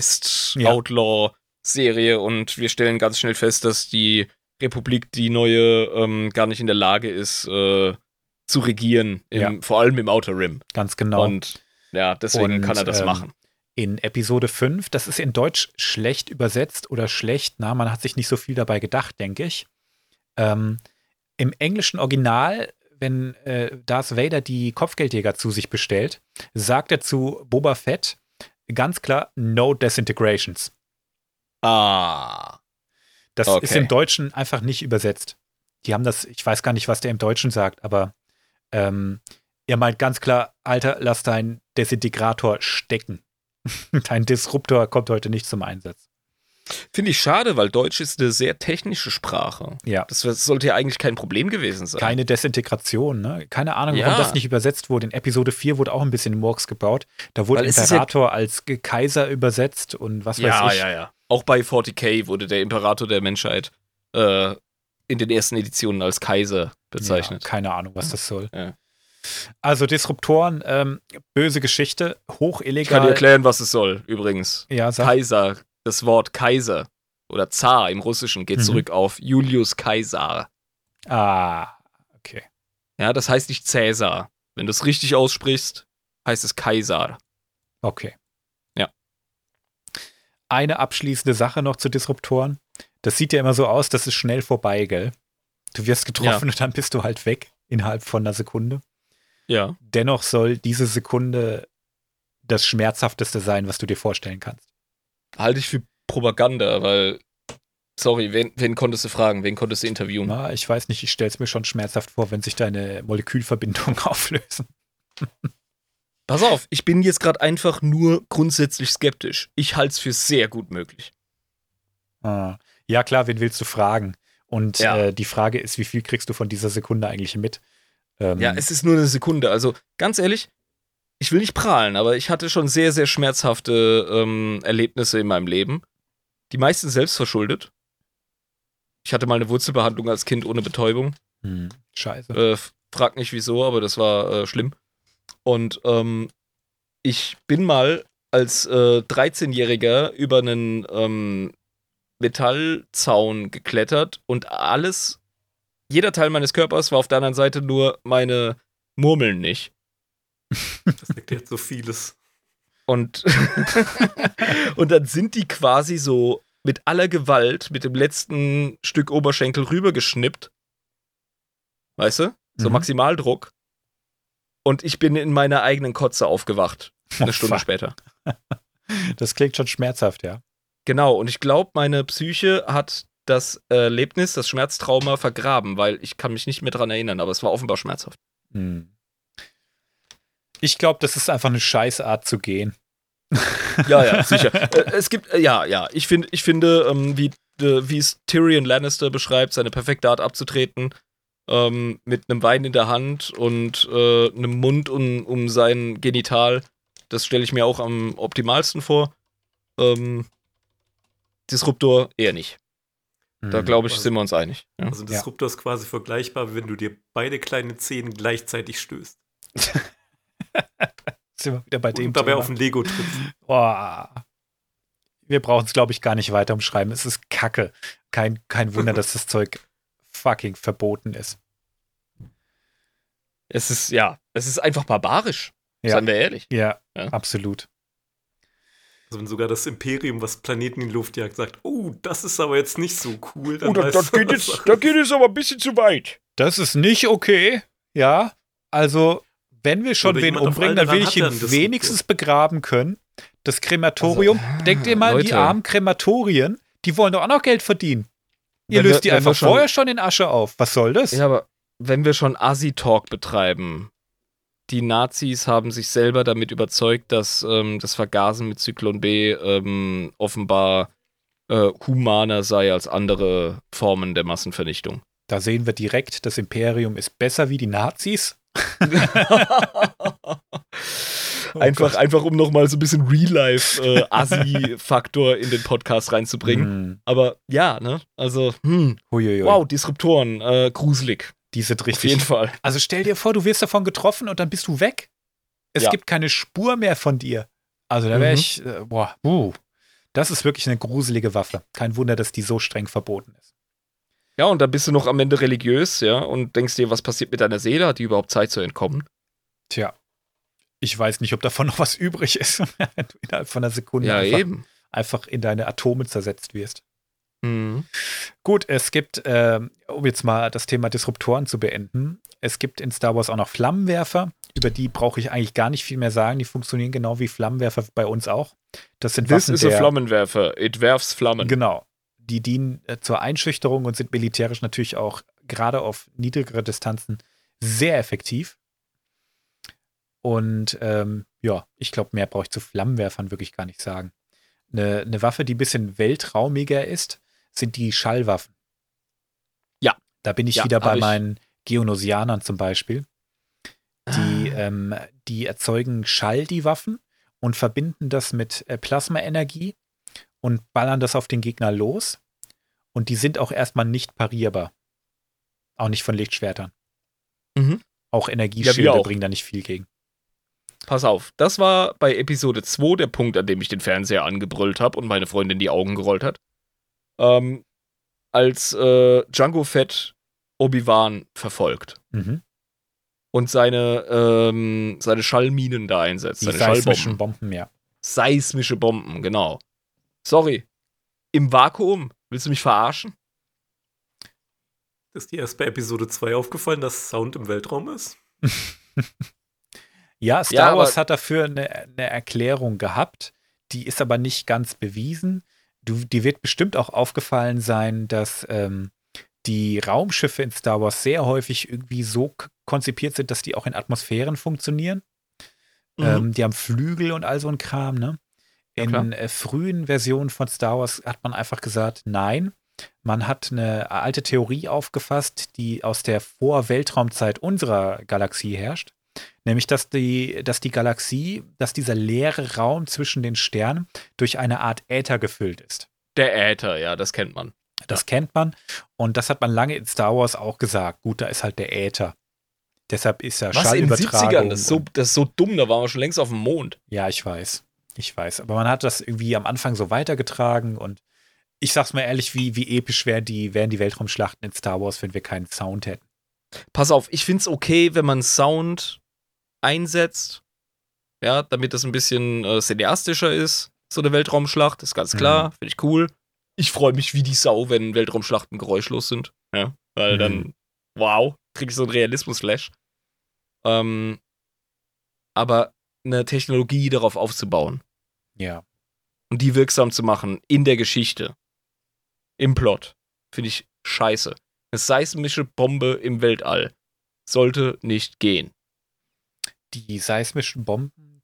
Wild-West-Outlaw-Serie und wir stellen ganz schnell fest, dass die Republik, die neue, gar nicht in der Lage ist, zu regieren, vor allem im Outer Rim. Ganz genau. Und ja, deswegen Und, kann er das machen. In Episode 5, das ist in Deutsch schlecht übersetzt oder schlecht, man hat sich nicht so viel dabei gedacht, denke ich. Im englischen Original, wenn Darth Vader die Kopfgeldjäger zu sich bestellt, sagt er zu Boba Fett ganz klar, no Disintegrations. Ah. Das Okay. ist im Deutschen einfach nicht übersetzt. Die haben das, ich weiß gar nicht, was der im Deutschen sagt, aber er meint ganz klar, Alter, lass deinen Desintegrator stecken. Dein Disruptor kommt heute nicht zum Einsatz. Finde ich schade, weil Deutsch ist eine sehr technische Sprache. Ja. Das sollte ja eigentlich kein Problem gewesen sein. Keine Desintegration, ne? Keine Ahnung, Ja. warum das nicht übersetzt wurde. In Episode 4 wurde auch ein bisschen Murks gebaut. Da wurde Weil es ist Imperator als Kaiser übersetzt und was weiß ich. Ja. Auch bei 40k wurde der Imperator der Menschheit in den ersten Editionen als Kaiser bezeichnet. Ja, keine Ahnung, was das soll. Ja. Also Disruptoren, böse Geschichte, Ich kann hochillegal. dir erklären, was es soll, übrigens. Ja, sag. Kaiser, das Wort Kaiser oder Zar im Russischen geht Mhm. zurück auf Julius Caesar. Ah, okay. Ja, das heißt nicht Cäsar. Wenn du es richtig aussprichst, heißt es Kaiser. Okay. Ja. Eine abschließende Sache noch zu Disruptoren. Das sieht ja immer so aus, das ist schnell vorbei, gell? Du wirst getroffen und dann bist du halt weg innerhalb von einer Sekunde. Ja. Dennoch soll diese Sekunde das Schmerzhafteste sein, was du dir vorstellen kannst. Halte ich für Propaganda, weil, sorry, wen konntest du fragen? Wen konntest du interviewen? Na, ich weiß nicht, ich stelle es mir schon schmerzhaft vor, wenn sich deine Molekülverbindungen auflösen. Pass auf, ich bin jetzt gerade einfach nur grundsätzlich skeptisch. Ich halte es für sehr gut möglich. Ah. Ja, klar, wen willst du fragen? Und Ja. die Frage ist, wie viel kriegst du von dieser Sekunde eigentlich mit? Ja, es ist nur eine Sekunde. Also, ganz ehrlich, ich will nicht prahlen, aber ich hatte schon sehr, sehr schmerzhafte Erlebnisse in meinem Leben. Die meisten selbst verschuldet. Ich hatte mal eine Wurzelbehandlung als Kind ohne Betäubung. Scheiße. Frag nicht wieso, aber das war schlimm. Und ich bin mal als 13-Jähriger über einen Metallzaun geklettert und jeder Teil meines Körpers war auf der anderen Seite, nur meine Murmeln nicht. Das erklärt so vieles. Und, und dann sind die quasi so mit aller Gewalt mit dem letzten Stück Oberschenkel rübergeschnippt. Weißt du? So Maximaldruck. Und ich bin in meiner eigenen Kotze aufgewacht. Eine Stunde später. Das klingt schon schmerzhaft, ja. Genau, und ich glaube, meine Psyche hat das Erlebnis, das Schmerztrauma vergraben, weil ich kann mich nicht mehr dran erinnern, aber es war offenbar schmerzhaft. Ich glaube, das ist einfach eine Scheißart zu gehen. Ja, sicher. Es gibt, ich finde, wie es Tyrion Lannister beschreibt, seine perfekte Art abzutreten, mit einem Wein in der Hand und einem Mund um sein Genital, das stelle ich mir auch am optimalsten vor. Disruptor eher nicht. Da glaube ich, sind wir uns einig. Ja? Also Disruptor ist quasi vergleichbar, wenn du dir beide kleine Zehen gleichzeitig stößt. Sind wir wieder bei dem und dabei Thema. auf ein Lego trittst. Boah. Wir brauchen es, glaube ich, gar nicht weiter umschreiben. Es ist Kacke. Kein Wunder, dass das Zeug fucking verboten ist. Es ist einfach barbarisch. Ja. Seien wir ehrlich. Ja, absolut. Also wenn sogar das Imperium, was Planeten in die Luft jagt, sagt, oh, das ist aber jetzt nicht so cool. Dann da geht es aber ein bisschen zu weit. Das ist nicht okay. Ja, also wenn wir schon Oder wen jemand auf umbringen, dann will Alderaan ich ihn hat ja ein wenigstens begraben können. Das Krematorium. Denkt ihr mal, Leute. die armen Krematorien, die wollen doch auch noch Geld verdienen. Ihr Wenn löst die wir einfach schon- vorher schon in Asche auf. Was soll das? Ja, aber wenn wir schon Assi-Talk betreiben, die Nazis haben sich selber damit überzeugt, dass das Vergasen mit Zyklon B offenbar humaner sei als andere Formen der Massenvernichtung. Da sehen wir direkt, das Imperium ist besser wie die Nazis. Einfach um nochmal so ein bisschen Real-Life-Assi-Faktor in den Podcast reinzubringen. Aber ja, ne? Also, Huiuiui. wow, Disruptoren, gruselig. Die sind Auf richtig. jeden Fall. Also stell dir vor, du wirst davon getroffen und dann bist du weg. Es Ja. gibt keine Spur mehr von dir. Also da wäre ich, das ist wirklich eine gruselige Waffe. Kein Wunder, dass die so streng verboten ist. Ja, und dann bist du noch am Ende religiös, ja, und denkst dir, was passiert mit deiner Seele? Hat die überhaupt Zeit zu entkommen? Tja, ich weiß nicht, ob davon noch was übrig ist, wenn du innerhalb von einer Sekunde Ja, eben. einfach in deine Atome zersetzt wirst. Mhm. Gut, es gibt, um jetzt mal das Thema Disruptoren zu beenden, es gibt in Star Wars auch noch Flammenwerfer. Über die brauche ich eigentlich gar nicht viel mehr sagen. Die funktionieren genau wie Flammenwerfer bei uns auch. Das sind This Waffen is a Flammenwerfer. It werfs Flammen. Genau. Die dienen zur Einschüchterung und sind militärisch natürlich auch gerade auf niedrigere Distanzen sehr effektiv. Und ich glaube, mehr brauche ich zu Flammenwerfern wirklich gar nicht sagen. Eine Waffe, die ein bisschen weltraumiger ist, sind die Schallwaffen. Ja. Da bin ich Ja, wieder bei hab ich. meinen Geonosianern zum Beispiel. Die erzeugen Schall, die Waffen, und verbinden das mit Plasmaenergie und ballern das auf den Gegner los. Und die sind auch erstmal nicht parierbar. Auch nicht von Lichtschwertern. Mhm. Auch Ja, Energieschilde wir auch. bringen da nicht viel gegen. Pass auf, das war bei Episode 2 der Punkt, an dem ich den Fernseher angebrüllt habe und meine Freundin die Augen gerollt hat. Als Jango Fett Obi-Wan verfolgt Mhm. und seine Schallminen da einsetzt. Die Seine seismischen Schallbomben. Bomben, ja. Seismische Bomben, genau. Sorry. Im Vakuum? Willst du mich verarschen? Ist dir erst bei Episode 2 aufgefallen, dass Sound im Weltraum ist? Ja, Star Ja, aber- Wars hat dafür eine Erklärung gehabt. Die ist aber nicht ganz bewiesen. Die wird bestimmt auch aufgefallen sein, dass die Raumschiffe in Star Wars sehr häufig irgendwie so konzipiert sind, dass die auch in Atmosphären funktionieren. Die haben Flügel und all so ein Kram, ne? Ja, In frühen Versionen von Star Wars hat man einfach gesagt, nein. Man hat eine alte Theorie aufgefasst, die aus der Vor-Weltraumzeit unserer Galaxie herrscht. Nämlich, dass die Galaxie, dass dieser leere Raum zwischen den Sternen durch eine Art Äther gefüllt ist. Der Äther, ja, das kennt man. Das kennt man und das hat man lange in Star Wars auch gesagt. Gut, da ist halt der Äther. Deshalb ist ja Was in den 70ern? Schallübertragung. Das ist so dumm, da waren wir schon längst auf dem Mond. Ja, ich weiß. Aber man hat das irgendwie am Anfang so weitergetragen und ich sag's mal ehrlich, wie episch wären die Weltraumschlachten in Star Wars, wenn wir keinen Sound hätten. Pass auf, ich find's okay, wenn man Sound einsetzt, ja, damit das ein bisschen cineastischer ist, so eine Weltraumschlacht, ist ganz klar, finde ich cool. Ich freue mich wie die Sau, wenn Weltraumschlachten geräuschlos sind, ja, weil dann, wow, krieg ich so einen Realismus-Flash. Aber eine Technologie darauf aufzubauen Ja. und die wirksam zu machen in der Geschichte, im Plot, finde ich scheiße. Eine seismische Bombe im Weltall sollte nicht gehen. Die seismischen Bomben,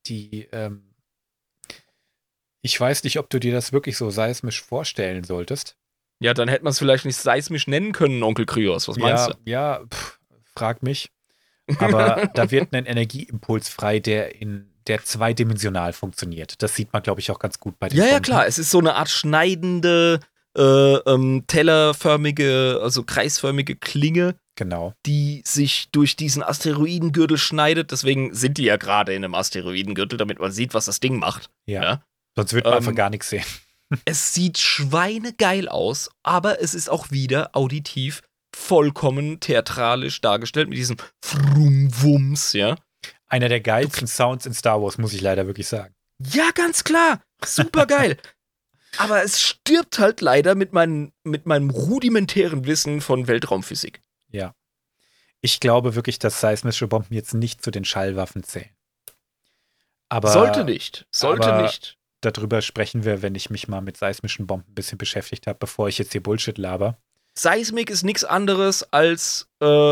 ich weiß nicht, ob du dir das wirklich so seismisch vorstellen solltest. Ja, dann hätte man es vielleicht nicht seismisch nennen können, Onkel Kryos. Was meinst du? Ja, frag mich. Aber da wird ein Energieimpuls frei, der zweidimensional funktioniert. Das sieht man, glaube ich, auch ganz gut bei den Ja, Bomben. klar. Es ist so eine Art schneidende, tellerförmige, also kreisförmige Klinge, Genau. die sich durch diesen Asteroidengürtel schneidet. Deswegen sind die ja gerade in einem Asteroidengürtel, damit man sieht, was das Ding macht. Ja. Sonst wird man einfach gar nichts sehen. Es sieht schweinegeil aus, aber es ist auch wieder auditiv vollkommen theatralisch dargestellt mit diesem Frumwums, ja. Einer der geilsten Sounds in Star Wars, muss ich leider wirklich sagen. Ja, ganz klar. Super geil. Aber es stirbt halt leider mit meinem rudimentären Wissen von Weltraumphysik. Ja. Ich glaube wirklich, dass seismische Bomben jetzt nicht zu den Schallwaffen zählen. Aber Sollte nicht. Darüber sprechen wir, wenn ich mich mal mit seismischen Bomben ein bisschen beschäftigt habe, bevor ich jetzt hier Bullshit laber. Seismik ist nichts anderes als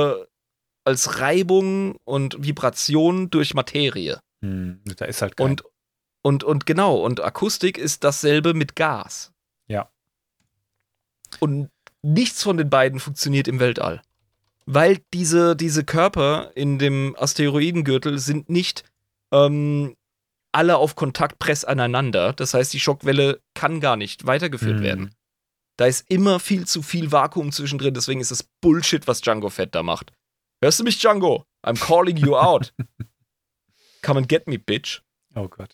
Reibung und Vibration durch Materie. Da ist halt kein. Und genau, und Akustik ist dasselbe mit Gas. Ja. Und nichts von den beiden funktioniert im Weltall. Weil diese Körper in dem Asteroidengürtel sind nicht alle auf Kontaktpress aneinander. Das heißt, die Schockwelle kann gar nicht weitergeführt werden. Da ist immer viel zu viel Vakuum zwischendrin, deswegen ist das Bullshit, was Jango Fett da macht. Hörst du mich, Jango? I'm calling you out. Come and get me, bitch. Oh Gott.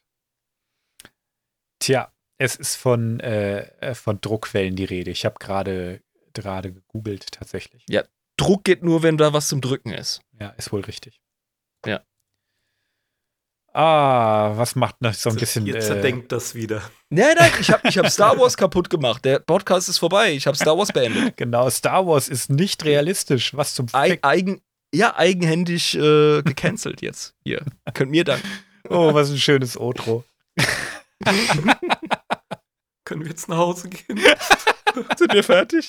Tja, es ist von Druckwellen die Rede. Ich habe gerade gegoogelt tatsächlich. Ja, Druck geht nur, wenn da was zum Drücken ist. Ja, ist wohl richtig. Ja. Was macht noch so ein bisschen. Ihr zerdenkt das wieder. Nein, ich hab Star Wars kaputt gemacht. Der Podcast ist vorbei. Ich habe Star Wars beendet. Genau, Star Wars ist nicht realistisch. Was zum Fick? Eigenhändig gecancelt jetzt. Hier. Könnt mir danken. Oh, was ein schönes Outro. Können wir jetzt nach Hause gehen? Sind wir fertig?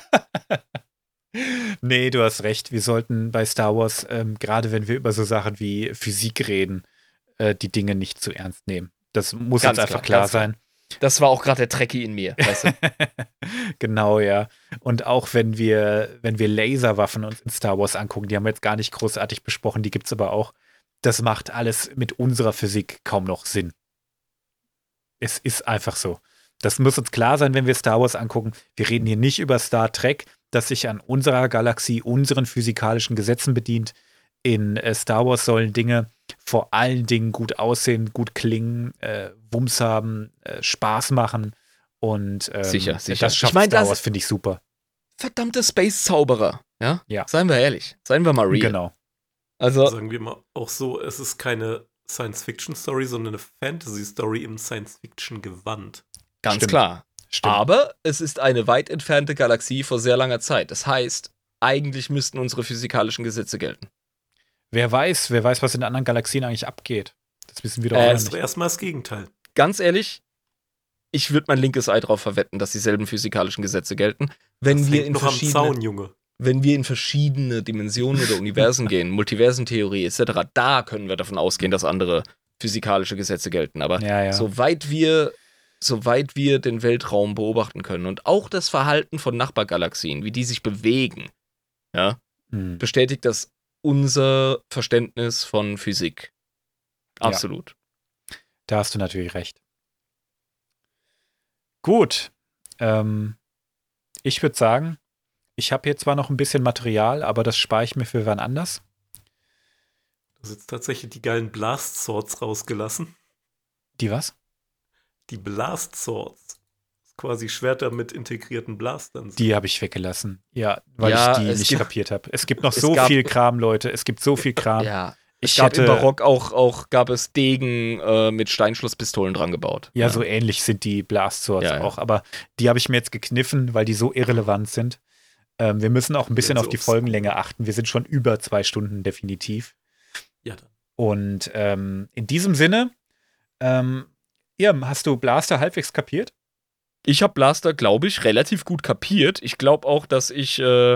Nee, du hast recht. Wir sollten bei Star Wars, gerade wenn wir über so Sachen wie Physik reden, die Dinge nicht zu ernst nehmen. Das muss Ganz jetzt einfach klar sein. Das war auch gerade der Trekkie in mir, weißt du? Genau, ja. Und auch wenn wir Laserwaffen uns in Star Wars angucken, die haben wir jetzt gar nicht großartig besprochen, die gibt es aber auch. Das macht alles mit unserer Physik kaum noch Sinn. Es ist einfach so. Das muss uns klar sein, wenn wir Star Wars angucken. Wir reden hier nicht über Star Trek, das sich an unserer Galaxie, unseren physikalischen Gesetzen bedient. In Star Wars sollen Dinge vor allen Dingen gut aussehen, gut klingen, Wumms haben, Spaß machen und sicher. Das schafft Star Wars, finde ich super. Verdammte Space-Zauberer, ja? Ja. Seien wir ehrlich, seien wir mal real. Genau. Also, Sagen wir mal auch so, es ist keine Science-Fiction-Story, sondern eine Fantasy-Story im Science-Fiction-Gewand. ganz Stimmt. klar. Stimmt. Aber es ist eine weit entfernte Galaxie vor sehr langer Zeit. Das heißt, eigentlich müssten unsere physikalischen Gesetze gelten. Wer weiß, was in anderen Galaxien eigentlich abgeht. Das wissen wir doch Das nicht. war erstmal das Gegenteil. Ganz ehrlich, ich würde mein linkes Ei drauf verwetten, dass dieselben physikalischen Gesetze gelten. Wenn Das wir hängt in noch am Zaun, Junge. wenn wir in verschiedene Dimensionen oder Universen gehen, Multiversentheorie etc., da können wir davon ausgehen, dass andere physikalische Gesetze gelten. Aber Ja. soweit wir den Weltraum beobachten können und auch das Verhalten von Nachbargalaxien, wie die sich bewegen, ja, bestätigt das unser Verständnis von Physik. Absolut. Da hast du natürlich recht. Gut. Ich würde sagen, ich habe hier zwar noch ein bisschen Material, aber das spare ich mir für wann anders. Du hast jetzt tatsächlich die geilen Blast Swords rausgelassen. Die was? Die Blast Swords. Quasi Schwerter mit integrierten Blastern. Die habe ich weggelassen. Ja, weil Ja, ich die es nicht gibt- kapiert habe. Es gibt noch es so gab- viel Kram, Leute. Es gibt so viel Kram. Ja. Ich Es gab hätte- im Barock auch gab es Degen mit Steinschusspistolen dran gebaut. Ja, so ähnlich sind die Blast Swords Ja, ja. auch. Aber die habe ich mir jetzt gekniffen, weil die so irrelevant sind. Wir müssen auch ein bisschen Ja, auf so die obskur. Folgenlänge achten. Wir sind schon über 2 Stunden definitiv. Ja, dann. Und in diesem Sinne, hast du Blaster halbwegs kapiert? Ich habe Blaster, glaube ich, relativ gut kapiert. Ich glaube auch, dass ich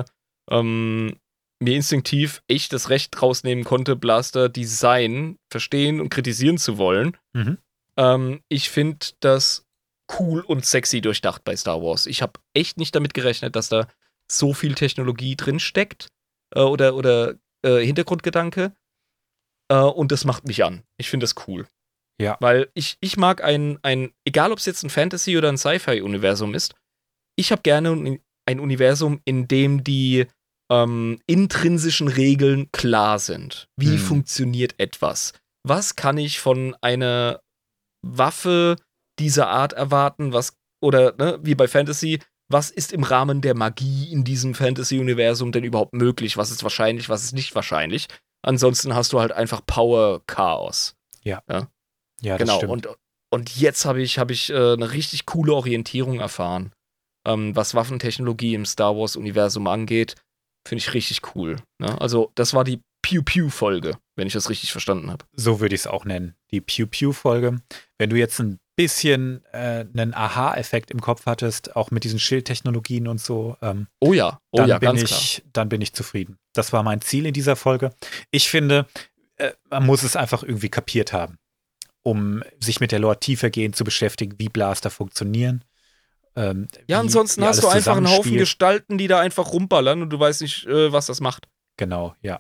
mir instinktiv echt das Recht rausnehmen konnte, Blaster Design verstehen und kritisieren zu wollen. Mhm. Ich finde das cool und sexy durchdacht bei Star Wars. Ich habe echt nicht damit gerechnet, dass da so viel Technologie drin steckt oder Hintergrundgedanke. Und das macht mich an. Ich finde das cool. Ja. Weil ich mag egal ob es jetzt ein Fantasy- oder ein Sci-Fi-Universum ist, ich habe gerne ein Universum, in dem die intrinsischen Regeln klar sind. Wie funktioniert etwas? Was kann ich von einer Waffe dieser Art erwarten? Wie bei Fantasy, was ist im Rahmen der Magie in diesem Fantasy-Universum denn überhaupt möglich? Was ist wahrscheinlich, was ist nicht wahrscheinlich? Ansonsten hast du halt einfach Power-Chaos. Ja, das Genau, stimmt. und jetzt habe ich eine richtig coole Orientierung erfahren, was Waffentechnologie im Star Wars-Universum angeht. Finde ich richtig cool. Ne? Also, das war die Pew-Pew-Folge, wenn ich das richtig verstanden habe. So würde ich es auch nennen. Die Pew-Pew-Folge. Wenn du jetzt ein bisschen einen Aha-Effekt im Kopf hattest, auch mit diesen Schildtechnologien und so, dann ganz klar. bin ich zufrieden. Das war mein Ziel in dieser Folge. Ich finde, man muss es einfach irgendwie kapiert haben, um sich mit der Lore tiefergehend zu beschäftigen, wie Blaster funktionieren. Ansonsten wie hast du alles einfach einen Haufen zusammenspielt. Gestalten, die da einfach rumballern und du weißt nicht, was das macht. Genau, ja.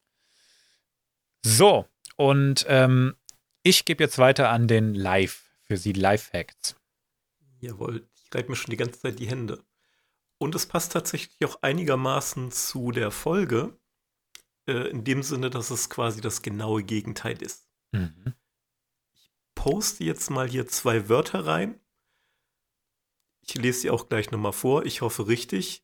So, und ich gebe jetzt weiter an den für Sie Live-Facts. Jawohl, ich reibe mir schon die ganze Zeit die Hände. Und es passt tatsächlich auch einigermaßen zu der Folge, in dem Sinne, dass es quasi das genaue Gegenteil ist. Mhm. Poste jetzt mal hier 2 Wörter rein. Ich lese sie auch gleich nochmal vor. Ich hoffe richtig.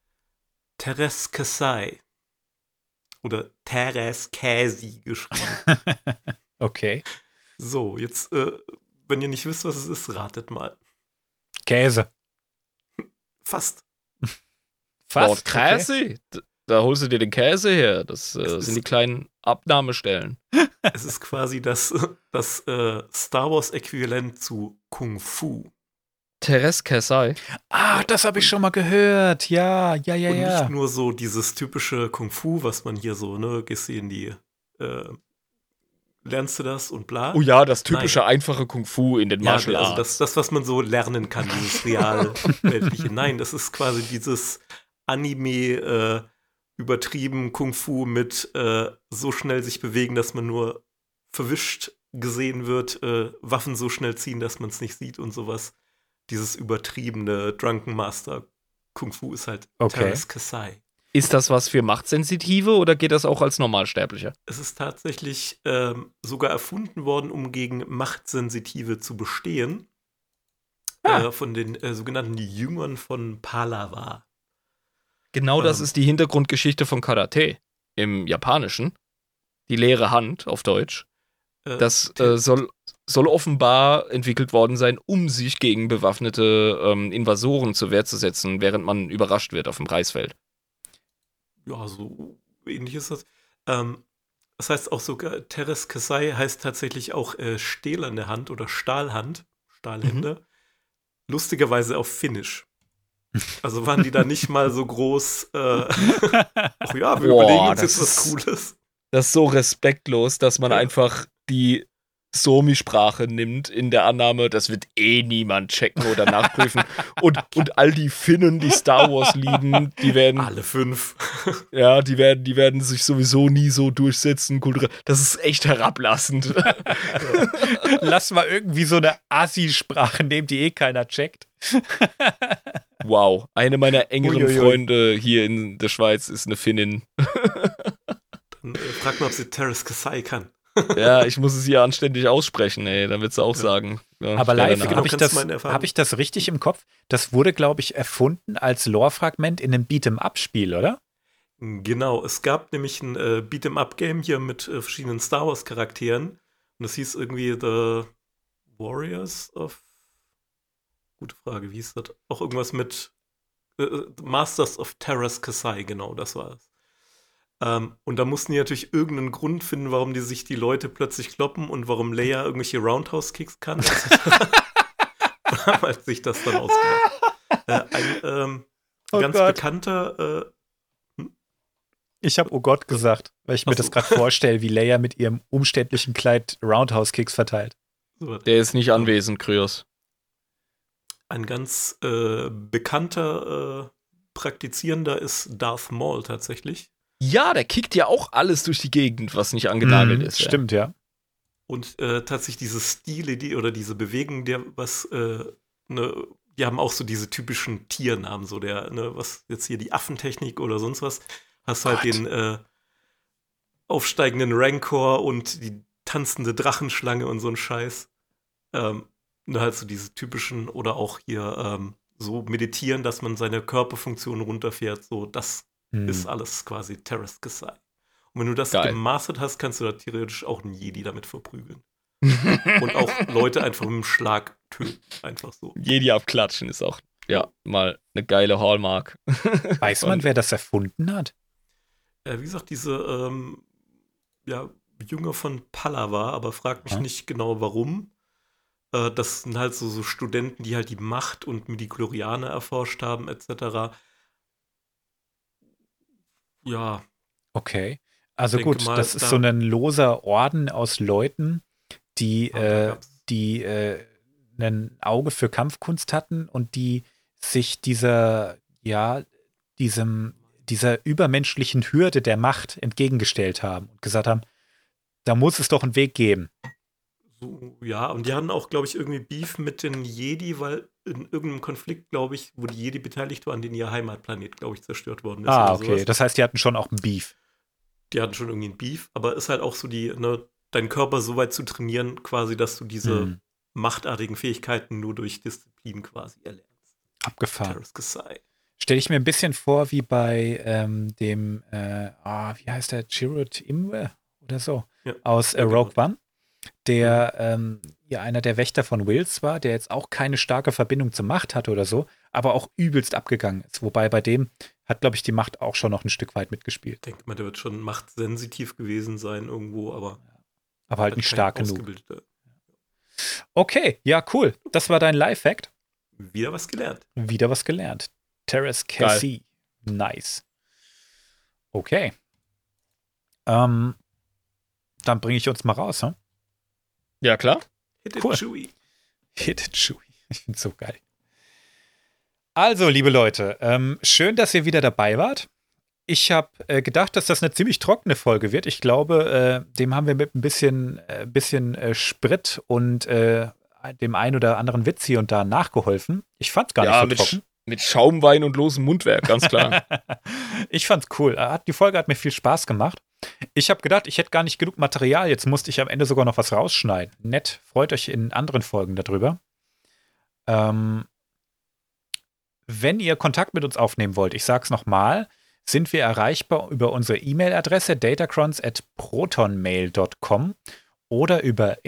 Teres Kasai. Oder Teres Käsi geschrieben. Okay. So, jetzt, wenn ihr nicht wisst, was es ist, ratet mal. Käse. Fast. Lord Okay. Käse? Da holst du dir den Käse her. Das ist- sind die kleinen Abnahmestellen. Es ist quasi das Star Wars-Äquivalent zu Kung Fu. Teres Kasai. Ah, das habe ich schon mal gehört. Ja. Und nicht nur so dieses typische Kung Fu, was man hier so, ne, gehst du in die, lernst du das und bla. Oh ja, das typische einfache Kung Fu in den Ja, Martial also Arts. das, was man so lernen kann, dieses real-weltliche. Nein, das ist quasi dieses Anime übertrieben Kung Fu mit so schnell sich bewegen, dass man nur verwischt gesehen wird, Waffen so schnell ziehen, dass man es nicht sieht und sowas. Dieses übertriebene Drunken Master Kung Fu ist halt Okay. Teres Kasai. Ist das was für Machtsensitive oder geht das auch als Normalsterblicher? Es ist tatsächlich sogar erfunden worden, um gegen Machtsensitive zu bestehen. Von den sogenannten Jüngern von Pallava. Genau das ist die Hintergrundgeschichte von Karate im Japanischen. Die leere Hand auf Deutsch. Das soll offenbar entwickelt worden sein, um sich gegen bewaffnete Invasoren zur Wehr zu setzen, während man überrascht wird auf dem Preisfeld. Ja, so ähnlich ist das. Das heißt auch sogar, Teres Kasai heißt tatsächlich auch stählerne Hand oder Stahlhand, Stahlhände. Lustigerweise auf Finnisch. Also waren die da nicht mal so groß, ach ja, wir Boah, überlegen uns das jetzt was ist- Cooles. Das ist so respektlos, dass man Ja. einfach die Somi-Sprache nimmt, in der Annahme, das wird eh niemand checken oder nachprüfen. und all die Finnen, die Star Wars lieben, die werden Alle 5. Ja, die werden sich sowieso nie so durchsetzen. Kulturell. Das ist echt herablassend. Lass mal irgendwie so eine Assi-Sprache nehmen, die eh keiner checkt. Wow. Eine meiner engeren Uiuiui. Freunde hier in der Schweiz ist eine Finnin. dann frag mal, ob sie Teräs Kasai kann. Ja, ich muss es hier anständig aussprechen, ey. Dann wird sie auch sagen. Ja, Aber live, genau, habe ich das richtig im Kopf? Das wurde, glaube ich, erfunden als Lore-Fragment in einem Beat'em-up-Spiel, oder? Genau, es gab nämlich ein Beat'em-up-Game hier mit verschiedenen Star Wars-Charakteren. Und das hieß irgendwie The Warriors of... Gute Frage, wie hieß das? Auch irgendwas mit Masters of Teräs Kasai, genau, das war es. Und da mussten die natürlich irgendeinen Grund finden, warum die sich die Leute plötzlich kloppen und warum Leia irgendwelche Roundhouse-Kicks kann. Als sich das dann ausgedacht. Ein ganz Gott. bekannter... Ich habe oh Gott gesagt, weil ich mir das gerade vorstelle, wie Leia mit ihrem umständlichen Kleid Roundhouse-Kicks verteilt. Der ist nicht anwesend, Kryos. Ein ganz bekannter Praktizierender ist Darth Maul tatsächlich. Ja, der kickt ja auch alles durch die Gegend, was nicht angenagelt ist. Stimmt, ja. Und tatsächlich diese Stile, diese Bewegung, die haben auch so diese typischen Tiernamen, so was jetzt hier die Affentechnik oder sonst was. Hast halt den aufsteigenden Rancor und die tanzende Drachenschlange und so ein Scheiß. Nur halt so diese typischen oder auch hier so meditieren, dass man seine Körperfunktionen runterfährt. So, das ist alles quasi Teräs Kasai. Und wenn du das gemastert hast, kannst du da theoretisch auch einen Jedi damit verprügeln. Und auch Leute einfach mit einem Schlag töten. Einfach so. Jedi abklatschen ist auch, mal eine geile Hallmark. Weiß man, wer das erfunden hat? Wie gesagt, diese Jünger von Pallava, aber frag mich nicht genau, warum. Das sind halt so Studenten, die halt die Macht und Midichlorianer erforscht haben, etc. Ja. Okay. Also gut, das ist so ein loser Orden aus Leuten, die ein Auge für Kampfkunst hatten und die sich dieser übermenschlichen Hürde der Macht entgegengestellt haben und gesagt haben, da muss es doch einen Weg geben. So, ja, und die hatten auch, glaube ich, irgendwie Beef mit den Jedi, weil in irgendeinem Konflikt, glaube ich, wo die Jedi beteiligt waren, den ihr Heimatplanet, glaube ich, zerstört worden ist. Okay. Sowas. Das heißt, die hatten schon auch einen Beef. Die hatten schon irgendwie einen Beef, aber ist halt auch so deinen Körper so weit zu trainieren, quasi, dass du diese machtartigen Fähigkeiten nur durch Disziplin quasi erlernst. Abgefahren. Teräs Kasai. Stelle ich mir ein bisschen vor, wie bei dem, wie heißt der, Chirrut Imwe oder so, aus Rogue One, der einer der Wächter von Wills war, der jetzt auch keine starke Verbindung zur Macht hatte oder so, aber auch übelst abgegangen ist. Wobei bei dem hat, glaube ich, die Macht auch schon noch ein Stück weit mitgespielt. Ich denke mal, der wird schon machtsensitiv gewesen sein irgendwo, aber halt nicht stark genug. Okay, ja, cool. Das war dein Live-Fact. Wieder was gelernt. Teräs Kasai. Nice. Okay. Dann bringe ich uns mal raus, hm? Ja, klar. Hit it, Chewie. Hit it, Chewie. Ich finde es so geil. Also, liebe Leute, schön, dass ihr wieder dabei wart. Ich habe gedacht, dass das eine ziemlich trockene Folge wird. Ich glaube, dem haben wir mit ein bisschen Sprit und dem ein oder anderen Witz hier und da nachgeholfen. Ich fand's gar nicht so trocken. Mit Schaumwein und losem Mundwerk, ganz klar. Ich fand's cool. Die Folge hat mir viel Spaß gemacht. Ich habe gedacht, ich hätte gar nicht genug Material. Jetzt musste ich am Ende sogar noch was rausschneiden. Nett. Freut euch in anderen Folgen darüber. Wenn ihr Kontakt mit uns aufnehmen wollt, ich sag's nochmal, sind wir erreichbar über unsere E-Mail-Adresse datacrons@protonmail.com oder über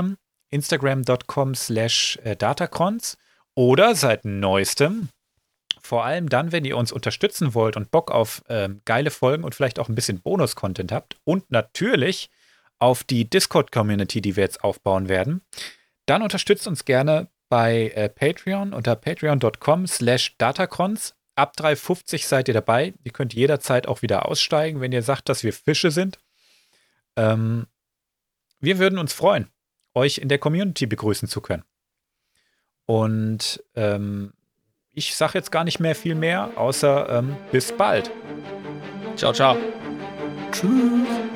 instagram.com/datacrons oder seit neuestem, vor allem dann, wenn ihr uns unterstützen wollt und Bock auf geile Folgen und vielleicht auch ein bisschen Bonus-Content habt und natürlich auf die Discord-Community, die wir jetzt aufbauen werden, dann unterstützt uns gerne bei Patreon unter patreon.com/datacrons. Ab 3,50 seid ihr dabei. Ihr könnt jederzeit auch wieder aussteigen, wenn ihr sagt, dass wir Fische sind. Wir würden uns freuen, euch in der Community begrüßen zu können. Und ich sage jetzt gar nicht mehr viel mehr, außer bis bald. Ciao, ciao. Tschüss.